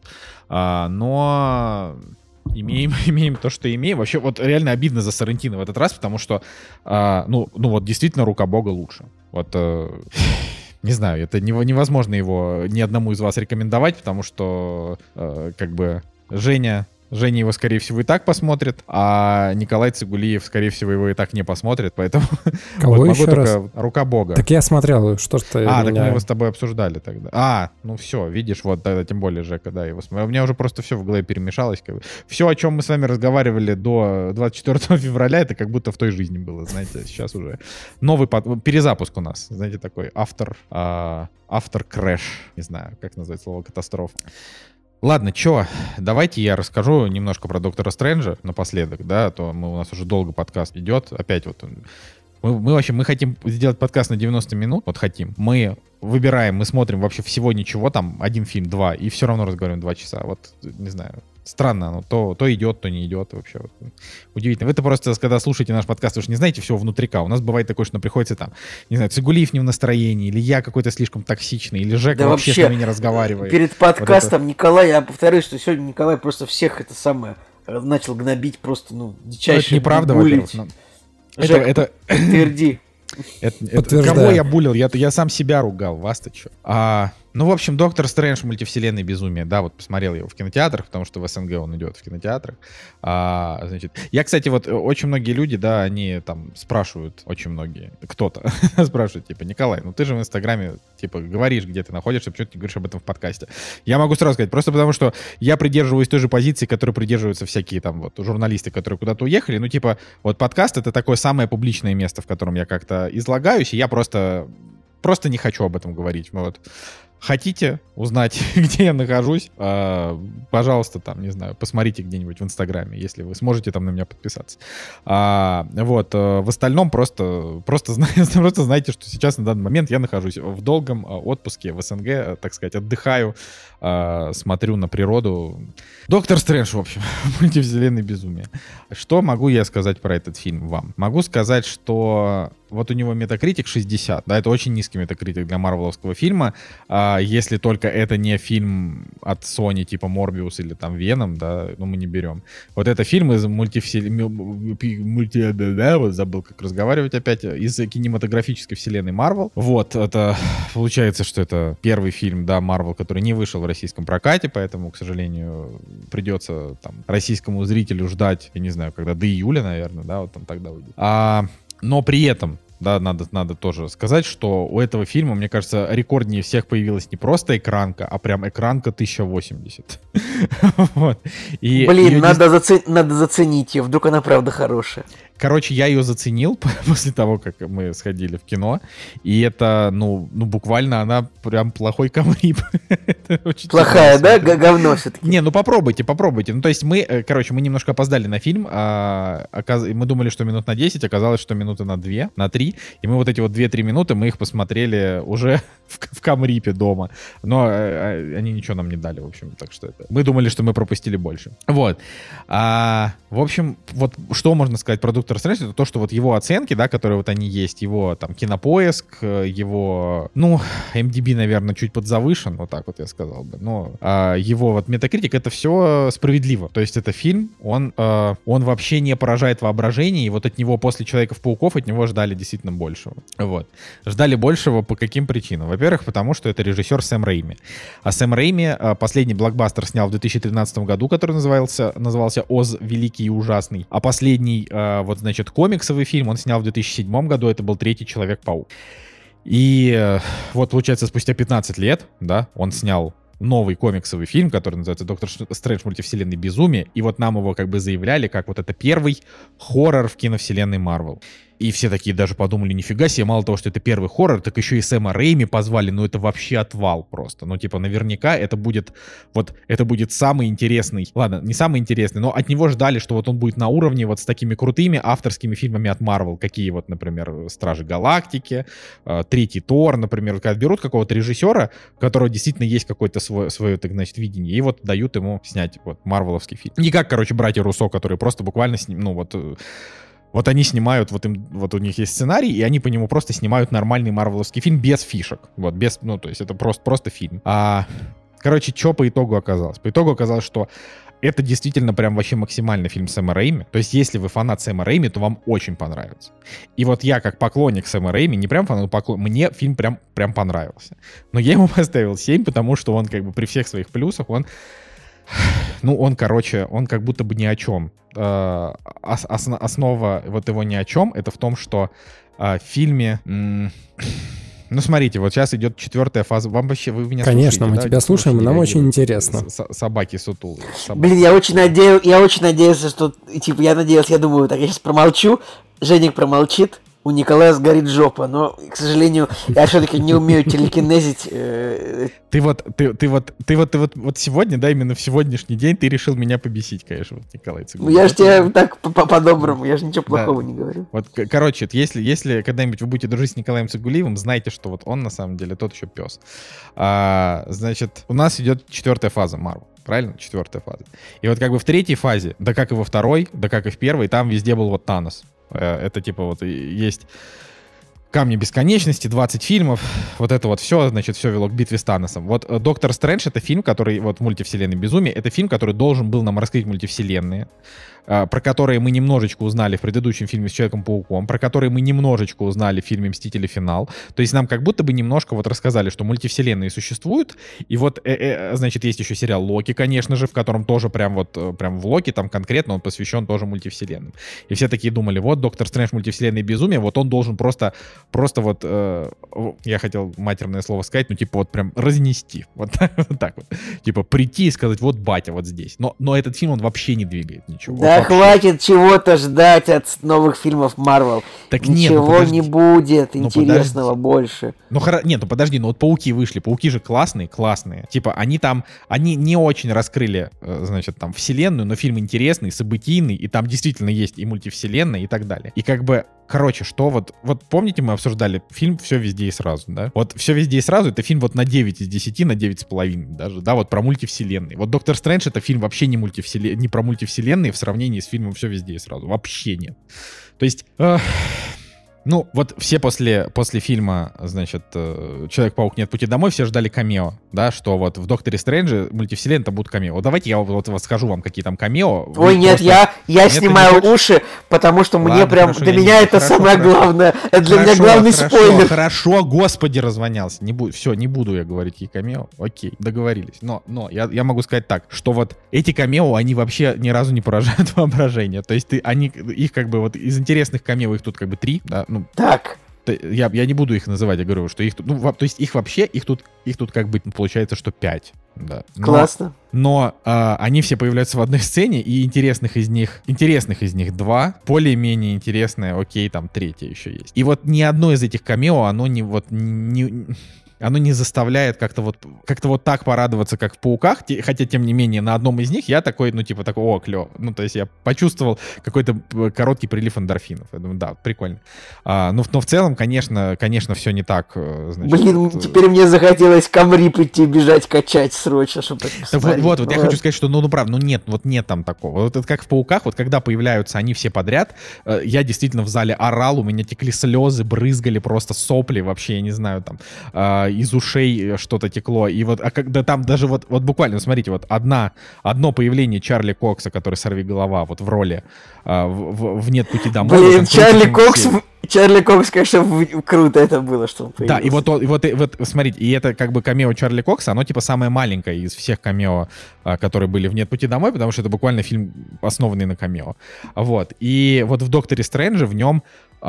Но... Имеем то, что имеем. Вообще, вот реально обидно за Соррентино в этот раз, потому что, ну вот действительно «Рука Бога» лучше. Вот, не знаю, это невозможно его ни одному из вас рекомендовать, потому что, как бы, Женя его, скорее всего, и так посмотрит, а Николай Цигулиев, скорее всего, его и так не посмотрит, поэтому... Кого вот, еще раз? «Рука Бога». Так я смотрел, что ж ты... так мы его с тобой обсуждали тогда. Ну все, видишь, вот тогда тем более Жека, да, его смотрел. У меня уже просто все в голове перемешалось. Как бы. Все, о чем мы с вами разговаривали до 24 февраля, это как будто в той жизни было, знаете, сейчас уже новый перезапуск у нас, знаете, такой автор крэш, не знаю, как назвать слово катастрофа. Ладно, давайте я расскажу немножко про Доктора Стрэнджа напоследок, да, а то у нас уже долго подкаст идет, опять вот мы хотим сделать подкаст на 90 минут, вот хотим, мы выбираем, мы смотрим вообще всего ничего, там, один фильм, 2, и все равно разговариваем 2 часа, вот, не знаю, странно, оно то идет, то не идет, вообще, вот, удивительно. Вы-то просто, когда слушаете наш подкаст, вы же не знаете всего внутрика, у нас бывает такое, что нам приходится там, не знаю, Цигулиев не в настроении, или я какой-то слишком токсичный, или Жека да вообще с нами не разговаривает. Перед подкастом вот Николай, я повторюсь, что сегодня Николай просто всех это самое начал гнобить, просто, ну, дичайше. Это неправда, во-первых. Жек, это подтверди. Кого я булил? Я сам себя ругал, вас-то что? Ну, в общем, «Доктор Стрэндж. Мультивселенной безумия». Да, вот посмотрел его в кинотеатрах, потому что в СНГ он идет в кинотеатрах. Значит, я, кстати, вот очень многие люди, да, они там спрашивают, очень многие, кто-то спрашивает, типа, Николай, ну ты же в Инстаграме, типа, говоришь, где ты находишься, почему ты не говоришь об этом в подкасте? Я могу сразу сказать, просто потому что я придерживаюсь той же позиции, которой придерживаются всякие там вот журналисты, которые куда-то уехали. Ну, типа, вот подкаст — это такое самое публичное место, в котором я как-то излагаюсь, и я просто не хочу об этом говорить. Вот. Хотите узнать, где я нахожусь, пожалуйста, там, не знаю, посмотрите где-нибудь в Инстаграме, если вы сможете там на меня подписаться. Вот, в остальном просто знайте, что сейчас на данный момент я нахожусь в долгом отпуске в СНГ, так сказать, отдыхаю, смотрю на природу. «Доктор Стрэндж», в общем, мультивселенной безумия. Что могу я сказать про этот фильм вам? Могу сказать, что вот у него Metacritic 60, да, это очень низкий Metacritic для марвеловского фильма. если только это не фильм от Sony типа Morbius или там Venom, да, ну мы не берем. Вот это фильм из вот забыл, как разговаривать опять, из кинематографической вселенной Marvel. Вот, это получается, что это первый фильм, да, Marvel, который не вышел в российском прокате, поэтому, к сожалению, придется там российскому зрителю ждать, я не знаю, когда, до июля, наверное, да, вот там тогда выйдет. Но при этом, да, надо тоже сказать, что у этого фильма, мне кажется, рекорднее всех появилась не просто экранка, а прям экранка 1080. Блин, надо заценить ее, вдруг она правда хорошая. Короче, я ее заценил после того, как мы сходили в кино, и это, ну буквально она прям плохой камрип. Плохая, да? Говно все-таки. Не, ну попробуйте. Ну, то есть мы немножко опоздали на фильм, мы думали, что минут на 10, оказалось, что минуты на 2, на 3, и мы вот эти вот 2-3 минуты, мы их посмотрели уже в камрипе дома, но они ничего нам не дали, в общем, так что это... Мы думали, что мы пропустили больше. Вот. В общем, вот что можно сказать про Доктора Стрэнджа, это то, что вот его оценки, да, которые вот они есть, его там Кинопоиск, его, ну, MDB, наверное, чуть подзавышен, вот так вот я сказал бы, но его вот Metacritic, это все справедливо. То есть это фильм, он вообще не поражает воображение, и вот от него после Человеков-пауков от него ждали действительно большего. Вот. Ждали большего по каким причинам? Во-первых, потому что это режиссер Сэм Рэйми. А Сэм Рэйми последний блокбастер снял в 2013 году, который назывался «Оз великий и ужасный». А последний, вот, значит, комиксовый фильм он снял в 2007 году, это был «Третий Человек-паук». И вот, получается, спустя 15 лет, да, он снял новый комиксовый фильм, который называется «Доктор Стрэндж. Мультивселенной безумие», и вот нам его как бы заявляли, как вот это первый хоррор в киновселенной Marvel. И все такие даже подумали, нифига себе, мало того, что это первый хоррор, так еще и Сэма Рэйми позвали, ну это вообще отвал просто. Ну типа наверняка это будет самый интересный, ладно, не самый интересный, но от него ждали, что вот он будет на уровне вот с такими крутыми авторскими фильмами от Marvel, какие вот, например, «Стражи Галактики», «Третий Тор», например, когда берут какого-то режиссера, у которого действительно есть какое-то свое, так значит, видение, и вот дают ему снять вот марвеловский фильм. Не как, короче, братья Руссо, которые просто буквально вот они снимают, вот у них есть сценарий, и они по нему просто снимают нормальный марвеловский фильм без фишек. Вот, то есть это просто фильм. Короче, что по итогу оказалось? По итогу оказалось, что это действительно прям вообще максимальный фильм Сэма Рэйми. То есть если вы фанат Сэма Рэйми, то вам очень понравится. И вот я как поклонник Сэма Рэйми, не прям фанат, мне фильм прям понравился. Но я ему поставил 7, потому что он как бы при всех своих плюсах, он как будто бы ни о чем. Основа вот его ни о чем, это в том, что в фильме... Ну, смотрите, вот сейчас идет 4-я фаза. Вам вообще, вы меня Конечно, слушаете, мы да? тебя слушаем, и нам очень интересно. Собаки сутулые. Блин, я очень надеялся, что... Типа, я думаю, так, я сейчас промолчу, Женик промолчит, у Николая сгорит жопа, но, к сожалению, я все-таки не умею телекинезить. Ты вот сегодня, да, именно в сегодняшний день ты решил меня побесить, конечно, вот, Николай Цыгунов. Я же тебе так по-доброму, я же ничего плохого не говорю. Вот, короче, если когда-нибудь вы будете дружить с Николаем Цыгулиевым, знайте, что вот он на самом деле тот еще пес. Значит, у нас идет 4-я фаза Marvel. Правильно? 4-я фаза. И вот как бы в 3-й фазе, да как и во 2-й, да как и в 1-й, там везде был вот Танос. Это типа вот есть «Камни бесконечности», 20 фильмов, вот это вот все, значит, все вело к битве с Таносом. Вот «Доктор Стрэндж» — это фильм, который, вот «Мультивселенной безумие», это фильм, который должен был нам раскрыть мультивселенные, про которые мы немножечко узнали в предыдущем фильме с Человеком-пауком, про которые мы немножечко узнали в фильме «Мстители. Финал». То есть нам как будто бы немножко вот рассказали, что мультивселенные существуют, и вот, значит, есть еще сериал «Локи», конечно же, в котором тоже прям в «Локи» там конкретно он посвящен тоже мультивселенным. И все такие думали, вот «Доктор Стрэндж. Мультивселенная безумие», вот он должен просто вот, я хотел матерное слово сказать, ну типа вот прям разнести, вот так вот, типа прийти и сказать, вот батя вот здесь. Но этот фильм, он вообще не двигает ничего. Да хватит чего-то ждать от новых фильмов Marvel. Так ничего не будет интересного больше. Ну подожди, вот «Пауки» вышли, «Пауки» же классные. Типа они не очень раскрыли, значит, там вселенную, но фильм интересный, событийный, и там действительно есть и мультивселенная и так далее. И как бы, короче, что вот помните, мы обсуждали фильм «Все везде и сразу», да? Вот «Все везде и сразу» — это фильм вот на 9 из 10, на 9,5 даже, да, вот про мультивселенные. Вот «Доктор Стрэндж» — это фильм вообще не про мультивселенные в сравнении с фильмом «Все везде и сразу». Вообще нет. То есть... Ну, вот все после фильма, значит, «Человек-паук. Нет пути домой», все ждали камео, да, что вот в «Докторе Стрэнджи» мультивселенной там будут камео. Вот давайте я вот скажу вам, какие там камео. Ой, нет, просто... я снимаю уши, потому что мне прям, для меня это самое главное. Это для меня главный спойлер. Хорошо, господи, развонялся. Не буду я говорить, какие камео. Окей, договорились. Но я могу сказать так, что вот эти камео, они вообще ни разу не поражают воображение. То есть их как бы вот из интересных камео, их тут как бы 3, да, ну... Так. Я не буду их называть, я говорю, что их тут... Ну, то есть их вообще, их тут как бы получается, что 5. Да. Классно. Но они все появляются в одной сцене, и интересных из них 2, более-менее интересное, окей, там 3 еще есть. И вот ни одно из этих камео, оно не заставляет как-то вот так порадоваться, как в «Пауках», хотя, тем не менее, на одном из них я такой, о, клево. Ну, то есть я почувствовал какой-то короткий прилив эндорфинов. Я думаю, да, прикольно. Но в целом, конечно, все не так. Значит, блин, теперь мне захотелось Камри прийти, бежать, качать срочно, чтобы это посмотреть. Вот, я хочу сказать, что, правда, нет там такого. Вот это как в «Пауках», вот когда появляются они все подряд, я действительно в зале орал, у меня текли слезы, брызгали просто сопли, вообще, я не знаю, там... из ушей что-то текло. И вот, когда там даже вот буквально, смотрите, вот одно появление Чарли Кокса, который сорвиголова, вот в роли в «Нет пути домой». Блин, Чарли Кокс, конечно, круто это было, что он появился. Да, и вот, смотрите, и это как бы камео Чарли Кокса, оно типа самое маленькое из всех камео, которые были в «Нет пути домой», потому что это буквально фильм, основанный на камео. Вот. И вот в «Докторе Стрэнджи» в нем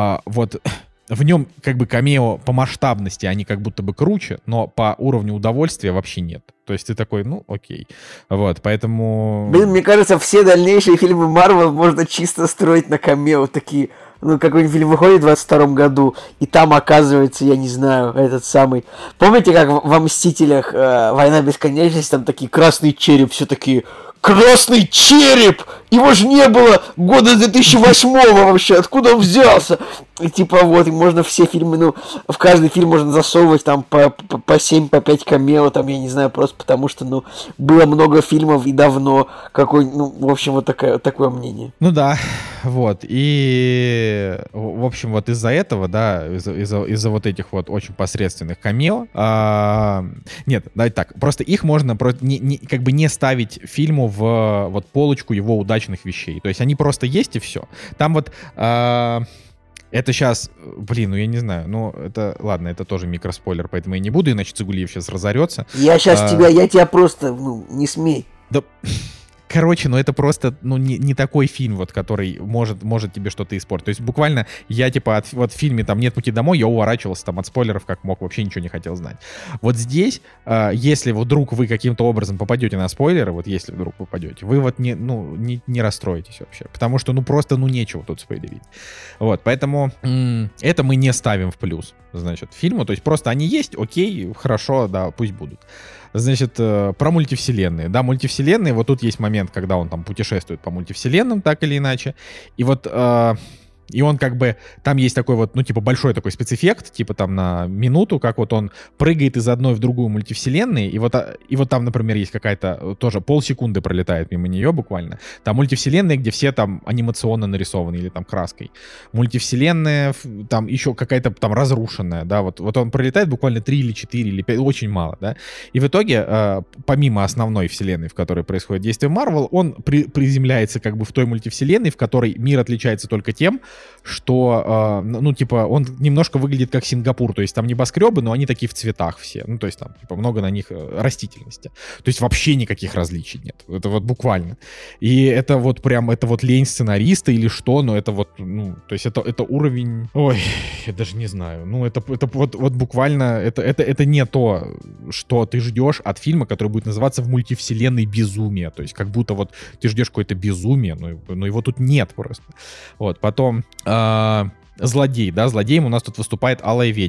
в нем как бы камео по масштабности, они как будто бы круче, но по уровню удовольствия вообще нет. То есть ты такой, окей. Вот, поэтому... Блин, мне кажется, все дальнейшие фильмы Марвел можно чисто строить на камео. Такие, какой-нибудь фильм выходит в 22 году, и там оказывается, я не знаю, этот самый... Помните, как во «Мстителях» «Война бесконечности», там такие красный череп, все такие... Красный череп! Его же не было года 2008-го вообще, откуда он взялся? И типа вот, и можно все фильмы, в каждый фильм можно засовывать там по 7, по 5 камео, там, я не знаю, просто потому что, было много фильмов и давно, в общем, вот такое мнение. Ну да, вот, и, в общем, вот из-за этого, да, из-за вот этих вот очень посредственных камео, нет, давайте так, просто их можно как бы не ставить фильму в вот полочку его удачных вещей. То есть они просто есть и все. Там вот... это сейчас, я не знаю, это, ладно, это тоже микроспойлер, поэтому я не буду, иначе Цигулиев сейчас разорется. Я тебя просто, не смей. Да... Короче, это просто, не такой фильм, вот, который может тебе что-то испортить. То есть буквально я, типа, в фильме там «Нет пути домой», я уворачивался там от спойлеров как мог, вообще ничего не хотел знать. Вот здесь, если вдруг вы каким-то образом попадете на спойлеры, вот если вдруг попадете, вы вот не расстроитесь вообще. Потому что, просто, нечего тут спойлерить. Вот, поэтому это мы не ставим в плюс, значит, фильму. То есть просто они есть, окей, хорошо, да, пусть будут. Значит, про мультивселенные. Да, мультивселенные, вот тут есть момент, когда он там путешествует по мультивселенным, так или иначе. И вот... и он как бы, там есть такой вот, большой такой спецэффект, типа там на минуту, как вот он прыгает из одной в другую мультивселенной, и вот там, например, есть какая-то, тоже полсекунды пролетает мимо нее буквально. Там мультивселенные, где все там анимационно нарисованы или там краской. Мультивселенная, там еще какая-то там разрушенная, да, вот он пролетает буквально 3 или 4 или 5, очень мало, да. И в итоге, помимо основной вселенной, в которой происходит действие Marvel, он приземляется как бы в той мультивселенной, в которой мир отличается только тем, что, он немножко выглядит как Сингапур, то есть там небоскребы, но они такие в цветах все, то есть там, много на них растительности, то есть вообще никаких различий нет, это вот буквально, и это вот прям, это вот лень сценариста или что, но это вот, то есть это уровень, ой, я даже не знаю, это вот буквально, это не то, что ты ждешь от фильма, который будет называться «В мультивселенной безумие», то есть как будто вот ты ждешь какое-то безумие, но его тут нет просто, вот, потом злодей, да, злодеем у нас тут выступает Алая ведьма.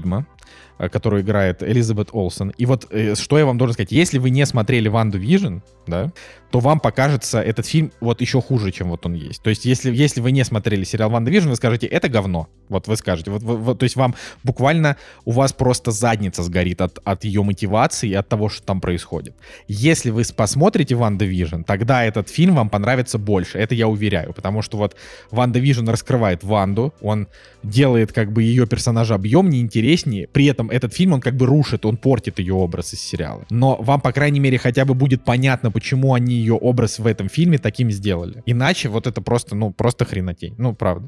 которую играет Элизабет Олсен. И вот что я вам должен сказать. Если вы не смотрели «Ванду Вижн», да, то вам покажется этот фильм вот еще хуже, чем вот он есть. То есть если вы не смотрели сериал «Ванда Вижн», вы скажете, это говно. Вот вы скажете. То есть вам буквально, у вас просто задница сгорит от ее мотивации и от того, что там происходит. Если вы посмотрите «Ванда Вижн», тогда этот фильм вам понравится больше. Это я уверяю. Потому что вот «Ванда Вижн» раскрывает Ванду, он делает как бы ее персонажа объемнее, интереснее. При этом этот фильм, он как бы рушит, он портит ее образ из сериала. Но вам, по крайней мере, хотя бы будет понятно, почему они ее образ в этом фильме таким сделали. Иначе вот это просто, просто хренотень. Правда.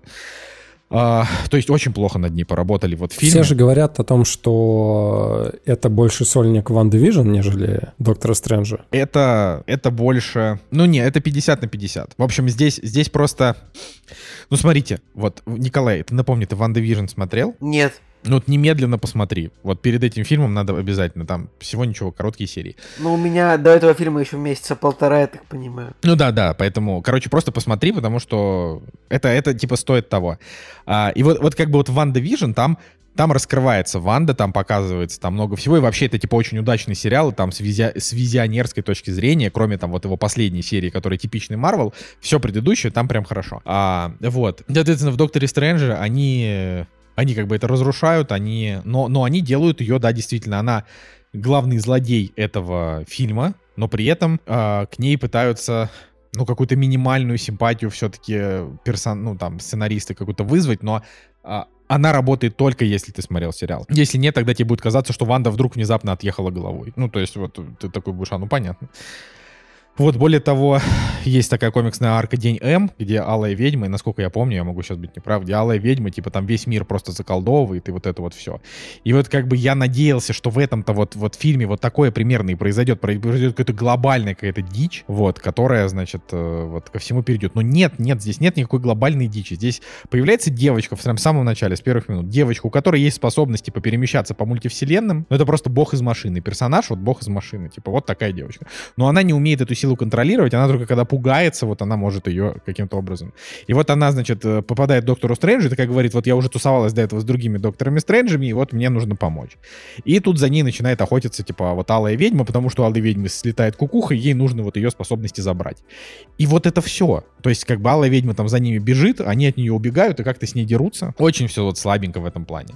То есть очень плохо над ней поработали вот в фильме. Все же говорят о том, что это больше сольник Ванды Вижн, нежели Доктора Стрэнджа. Это больше... это 50/50. В общем, здесь просто... смотрите, вот, Николай, ты напомни, ты Ванда Вижн смотрел? Нет. Вот немедленно посмотри. Вот перед этим фильмом надо обязательно. Там всего ничего, короткие серии. У меня до этого фильма еще месяца полтора, я так понимаю. Да, поэтому, просто посмотри, потому что это типа стоит того. И вот как бы вот «Ванда Вижн», там раскрывается Ванда, там показывается там много всего, и вообще это типа очень удачный сериал, и там с визионерской точки зрения, кроме там вот его последней серии, которая типичный Марвел, все предыдущее там прям хорошо. Соответственно, в «Докторе Стрэнджа» они как бы это разрушают, но они делают ее, да, действительно, она главный злодей этого фильма, но при этом к ней пытаются, какую-то минимальную симпатию все-таки сценаристы какую-то вызвать, но она работает только если ты смотрел сериал. Если нет, тогда тебе будет казаться, что Ванда вдруг внезапно отъехала головой. То есть вот ты такой будешь, понятно. Вот, более того, есть такая комиксная арка «День М», где Алая Ведьма, и, насколько я помню, я могу сейчас быть неправ, где Алая Ведьма, типа, там весь мир просто заколдовывает, и вот это вот все. И вот как бы я надеялся, что в этом-то вот фильме вот такое примерно и произойдет какая-то глобальная какая-то дичь, вот, которая, значит, вот ко всему перейдет. Но нет, здесь нет никакой глобальной дичи. Здесь появляется девочка в самом начале, с первых минут, девочка, у которой есть способность, типа, перемещаться по мультивселенным, но это просто бог из машины, персонаж, вот бог из машины, типа, вот такая девочка. Но она не умеет эту силу контролировать, она только когда пугается, вот она может ее каким-то образом. И вот она, значит, попадает к Доктору Стрэнджу и такая говорит, вот я уже тусовалась до этого с другими Докторами Стрэнджами, и вот мне нужно помочь. И тут за ней начинает охотиться, типа, вот Алая Ведьма, потому что у Алой Ведьмы слетает кукуха, и ей нужно вот ее способности забрать. И вот это все. То есть, как бы Алая Ведьма там за ними бежит, они от нее убегают и как-то с ней дерутся. Очень все вот слабенько в этом плане.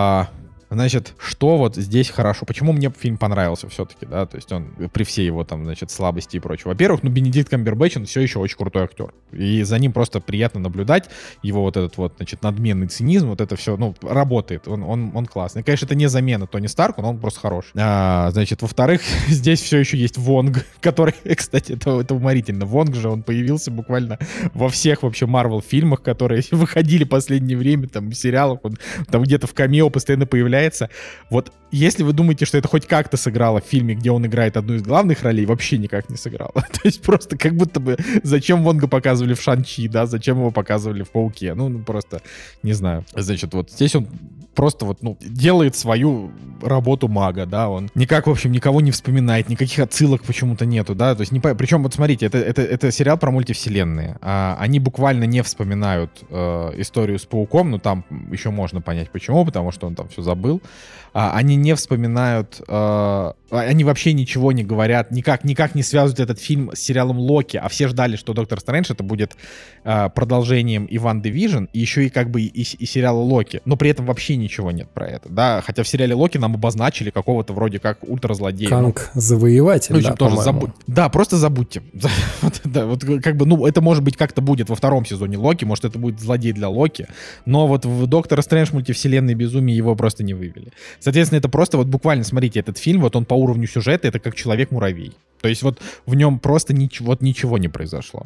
Значит, что вот здесь хорошо? Почему мне фильм понравился все-таки, да? То есть он при всей его там, значит, слабости и прочего. Во-первых, Бенедикт Камбербэтч, он все еще очень крутой актер. И за ним просто приятно наблюдать. Его вот этот вот, значит, надменный цинизм, вот это все, работает. Он классный. Конечно, это не замена Тони Старку, но он просто хороший. Значит, во-вторых, здесь все еще есть Вонг, который, кстати, это уморительно. Вонг же, он появился буквально во всех вообще Марвел-фильмах, которые выходили в последнее время, там, в сериалах, он там где-то в камео постоянно появляется. Вот если вы думаете, что это хоть как-то сыграло в фильме, где он играет одну из главных ролей, вообще никак не сыграло. То есть просто как будто бы зачем Вонга показывали в Шан-Чи, да, зачем его показывали в Пауке, просто не знаю. Значит, вот здесь он просто вот, делает свою работу мага, да, он никак, в общем, никого не вспоминает, никаких отсылок почему-то нету, да, то есть причем вот смотрите, это сериал про мультивселенные, они буквально не вспоминают историю с Пауком, но там еще можно понять почему, потому что он там все забыл. Они не вспоминают, они вообще ничего не говорят, никак не связывают этот фильм с сериалом Локи, а все ждали, что Доктор Стрэндж это будет продолжением и Ванды Вижн, и еще и как бы и сериала Локи, но при этом вообще ничего нет про это, да, хотя в сериале Локи нам обозначили какого-то вроде как ультразлодея. Канг Завоеватель, общем, да, тоже да, просто забудьте. Да, вот как бы, это может быть как-то будет во втором сезоне Локи, может это будет злодей для Локи, но вот в Доктора Стрэндж мультивселенной безумие его просто не вывели. Соответственно, это просто вот буквально, смотрите, этот фильм, вот он по уровню сюжета, это как Человек-муравей. То есть вот в нем просто ничего не произошло.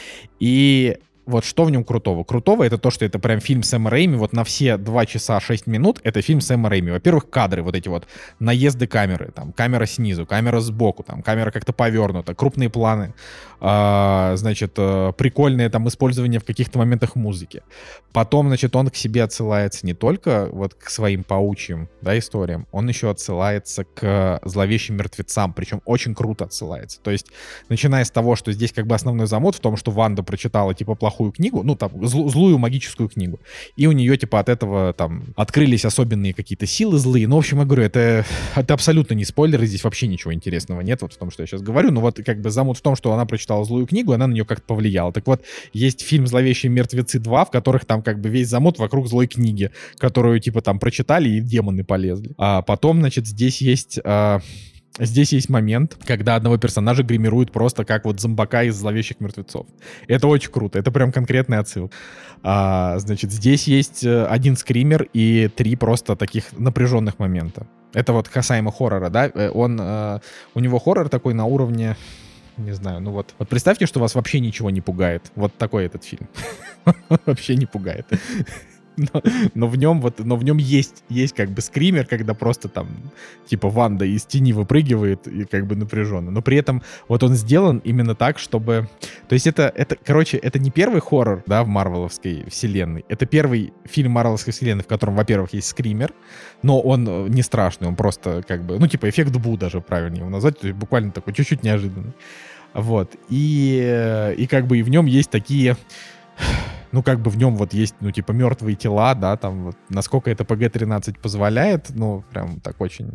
И вот что в нем крутого? Крутого это то, что это прям фильм Сэма Рэйми, вот на все 2 часа 6 минут это фильм Сэма Рэйми. Во-первых, кадры, вот эти вот наезды камеры, там камера снизу, камера сбоку, там камера как-то повернута, крупные планы, значит, прикольное там использование в каких-то моментах музыки. Потом, значит, он к себе отсылается не только вот к своим паучьим, да, историям, он еще отсылается к зловещим мертвецам, причем очень круто отсылается. То есть, начиная с того, что здесь как бы основной замут в том, что Ванда прочитала типа плохой плохую книгу, ну, там, злую магическую книгу. И у нее, типа, от этого, там, открылись особенные какие-то силы злые. Ну, в общем, я говорю, это абсолютно не спойлер, и здесь вообще ничего интересного нет вот в том, что я сейчас говорю. Но вот, как бы, замут в том, что она прочитала злую книгу, она на нее как-то повлияла. Так вот, есть фильм «Зловещие мертвецы 2», в которых там, как бы, весь замут вокруг злой книги, которую, типа, там, прочитали, и демоны полезли. А потом, значит, здесь есть момент, когда одного персонажа гримируют просто как вот зомбака из «Зловещих мертвецов». Это очень круто, это прям конкретный отсыл. Значит, здесь есть один скример и 3 просто таких напряженных момента. Это вот касаемо хоррора, да? У него хоррор такой на уровне, не знаю, ну вот. Вот представьте, что вас вообще ничего не пугает. Вот такой этот фильм. Вообще не пугает. Но в нем есть как бы скример, когда просто там типа Ванда из тени выпрыгивает и как бы напряженно. Но при этом вот он сделан именно так, чтобы... То есть короче, это не первый хоррор, да, в марвеловской вселенной. Это первый фильм марвеловской вселенной, в котором, во-первых, есть скример, но он не страшный, он просто как бы, ну типа эффект Бу даже правильнее его назвать, то есть буквально такой чуть-чуть неожиданный. Вот. И как бы и в нем есть такие... Ну, как бы в нем вот есть, ну, типа, мертвые тела, да, там, вот, насколько это PG-13 позволяет, ну, прям так очень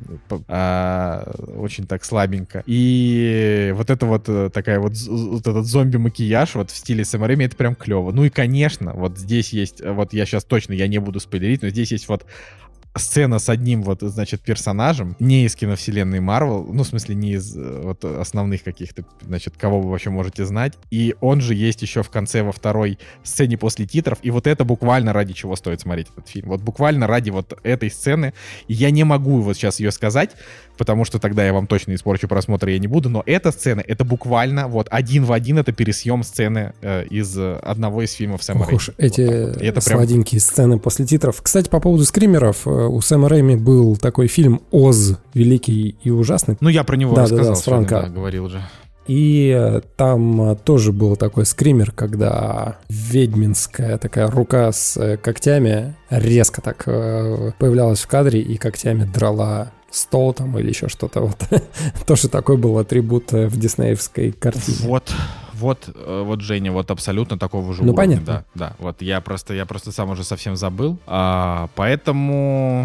так слабенько. И вот это вот такая вот этот зомби-макияж вот в стиле Сэма Рэйми, это прям клево. Ну и, конечно, вот здесь есть, вот я сейчас точно, я не буду спойлерить, но здесь есть вот сцена с одним вот, значит, персонажем, не из киновселенной Марвел, ну, в смысле, не из вот основных каких-то, значит, кого вы вообще можете знать, и он же есть еще в конце во второй сцене после титров, и вот это буквально ради чего стоит смотреть этот фильм. Вот буквально ради вот этой сцены. И я не могу вот сейчас ее сказать, потому что тогда я вам точно испорчу просмотр, я не буду, но эта сцена, это буквально вот один в один, это пересъем сцены из одного из фильмов Сэма Рэйми. Уж эти вот это сладенькие сцены после титров. Кстати, по поводу скримеров, у Сэма Рэйми был такой фильм «Оз. Великий и ужасный». Ну, я про него рассказал, с Франко. Да, говорил же. И там тоже был такой скример, когда ведьминская такая рука с когтями резко так появлялась в кадре и когтями драла стол там или еще что-то. Вот. Тоже такой был атрибут в диснеевской картине. Вот, Женя, вот абсолютно такого же уровня. Ну, понятно. Да. Вот я просто сам уже совсем забыл. Поэтому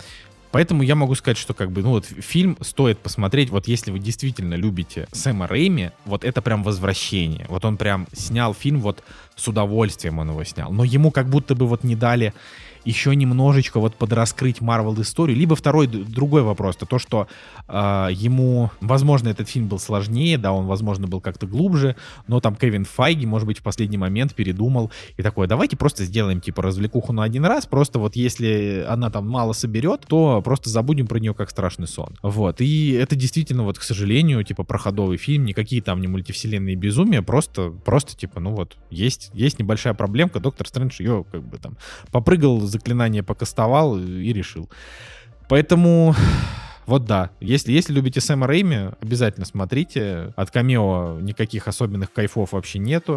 я могу сказать, что как бы, ну вот фильм стоит посмотреть, вот если вы действительно любите Сэма Рэйми, вот это прям возвращение. Вот он прям снял фильм, вот с удовольствием он его снял. Но ему как будто бы вот не дали еще немножечко вот подраскрыть Marvel историю. Либо другой вопрос, то что ему, возможно, этот фильм был сложнее, да, он, возможно, был как-то глубже, но там Кевин Файги, может быть, в последний момент передумал и такой, давайте просто сделаем, типа, развлекуху на один раз, просто вот если она там мало соберет, то просто забудем про нее как страшный сон. Вот, и это действительно, вот, к сожалению, типа, проходовый фильм, никакие там не мультивселенные безумия, просто типа, ну вот, есть небольшая проблемка, Доктор Стрэндж ее, как бы, там, попрыгал, заклинание покастовал и решил. Поэтому... Вот да, если любите Сэма Рэйми, обязательно смотрите. От камео никаких особенных кайфов вообще нету.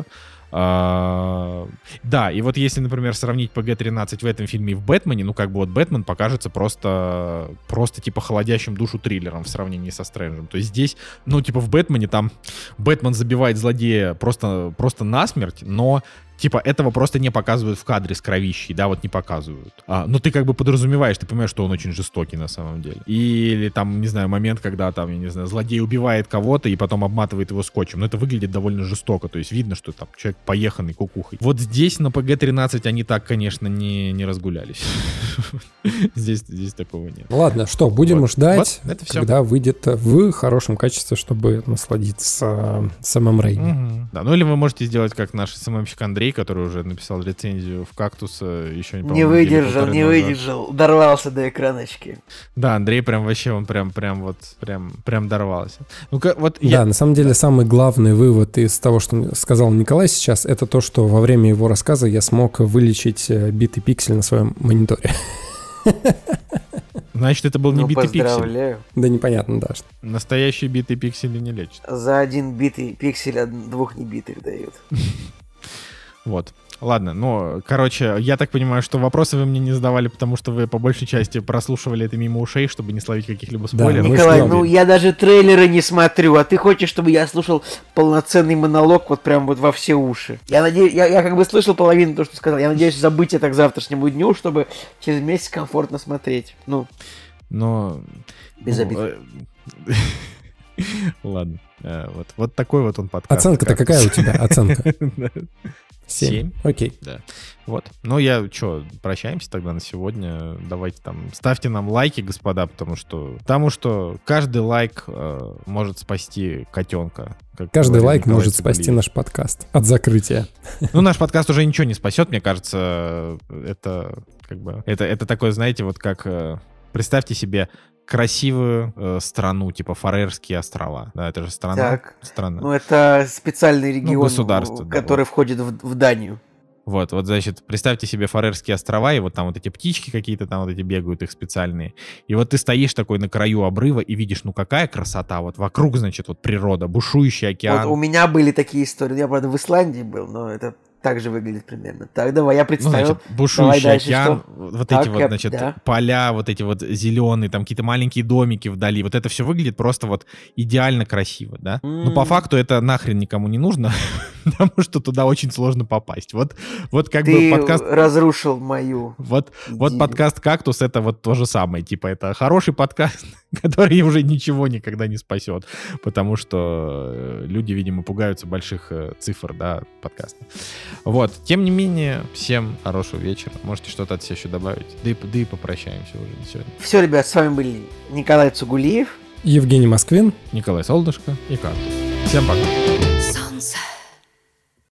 Да, и вот если, например, сравнить PG-13 в этом фильме и в Бэтмене, ну как бы вот Бэтмен покажется просто типа холодящим душу триллером в сравнении со Стрэнджем. То есть здесь, ну типа в Бэтмене там Бэтмен забивает злодея просто насмерть, но типа этого просто не показывают в кадре с кровищей, да, вот не показывают. Но ты как бы подразумеваешь, ты понимаешь, что он очень жестокий на самом деле. Или там, не знаю, момент, когда там, я не знаю, злодей убивает кого-то и потом обматывает его скотчем. Но это выглядит довольно жестоко, то есть видно, что там человек поеханный кукухой. Вот здесь на PG-13 они так, конечно, не разгулялись. Здесь такого нет. Ладно, что, будем ждать, когда выйдет в хорошем качестве, чтобы насладиться Сэмом Рэйми. Да, ну или вы можете сделать, как наш СММщик Андрей, который уже написал рецензию в «Кактус» еще не выдержал, дорвался до экраночки. Да, Андрей прям вообще, он прям дорвался. Ну-ка, вот да, на самом деле самый главный вывод из того, что сказал Николай сейчас, это то, что во время его рассказа я смог вылечить битый пиксель на своем мониторе. Значит, это был не битый поздравляю. пиксель. Да непонятно, да. Настоящие битые пиксели не лечат. За один битый пиксель 2 небитых дают. Вот. Ладно, ну, короче, я так понимаю, что вопросы вы мне не задавали, потому что вы по большей части прослушивали это мимо ушей, чтобы не словить каких-либо спойлеров. мы Николай, ждем. ну я даже трейлеры не смотрю, а ты хочешь, чтобы я слушал полноценный монолог вот прям вот во все уши? Я надеюсь, я как бы слышал половину того, что сказал. Я надеюсь забыть это к завтрашнему дню, чтобы через месяц комфортно смотреть. Ну, Но... без обид. Ладно. Вот такой вот он подкаст. Оценка-то какая у тебя? Оценка? 7. Окей. Да. Вот. Ну, прощаемся тогда на сегодня. Давайте там, ставьте нам лайки, господа, потому что каждый лайк может спасти котенка. Каждый лайк может спасти наш подкаст от закрытия. Ну, наш подкаст уже ничего не спасет, мне кажется. Это такое, знаете, вот как... Представьте себе красивую страну, типа Фарерские острова. Да, это же страна. Ну, это специальный регион, государство, который входит в Данию. Вот, значит, представьте себе Фарерские острова, и вот там вот эти птички какие-то там вот эти бегают, их специальные. И вот ты стоишь такой на краю обрыва и видишь, ну какая красота, вот вокруг, значит, вот природа, бушующий океан. Вот у меня были такие истории, я, правда, в Исландии был, но это так же выглядит примерно. Так, давай, я представил. Ну, значит, бушующий дальше, океан, что? вот Так, эти вот, значит, поля, вот эти вот зеленые, там какие-то маленькие домики вдали. Вот это все выглядит просто вот идеально красиво, да? Но по факту это нахрен никому не нужно, потому что туда очень сложно попасть. Вот как бы подкаст... Ты разрушил мою Вот подкаст «Кактус» — это вот то же самое. Типа это хороший подкаст, который уже ничего никогда не спасет, потому что люди, видимо, пугаются больших цифр, да, подкаста. Вот. Тем не менее, всем хорошего вечера. Можете что-то от себя еще добавить. Да и попрощаемся уже сегодня. Все, ребят, с вами были Николай Цугулиев, Евгений Москвин, Николай Солнышко и Кактус. Всем пока. Солнце.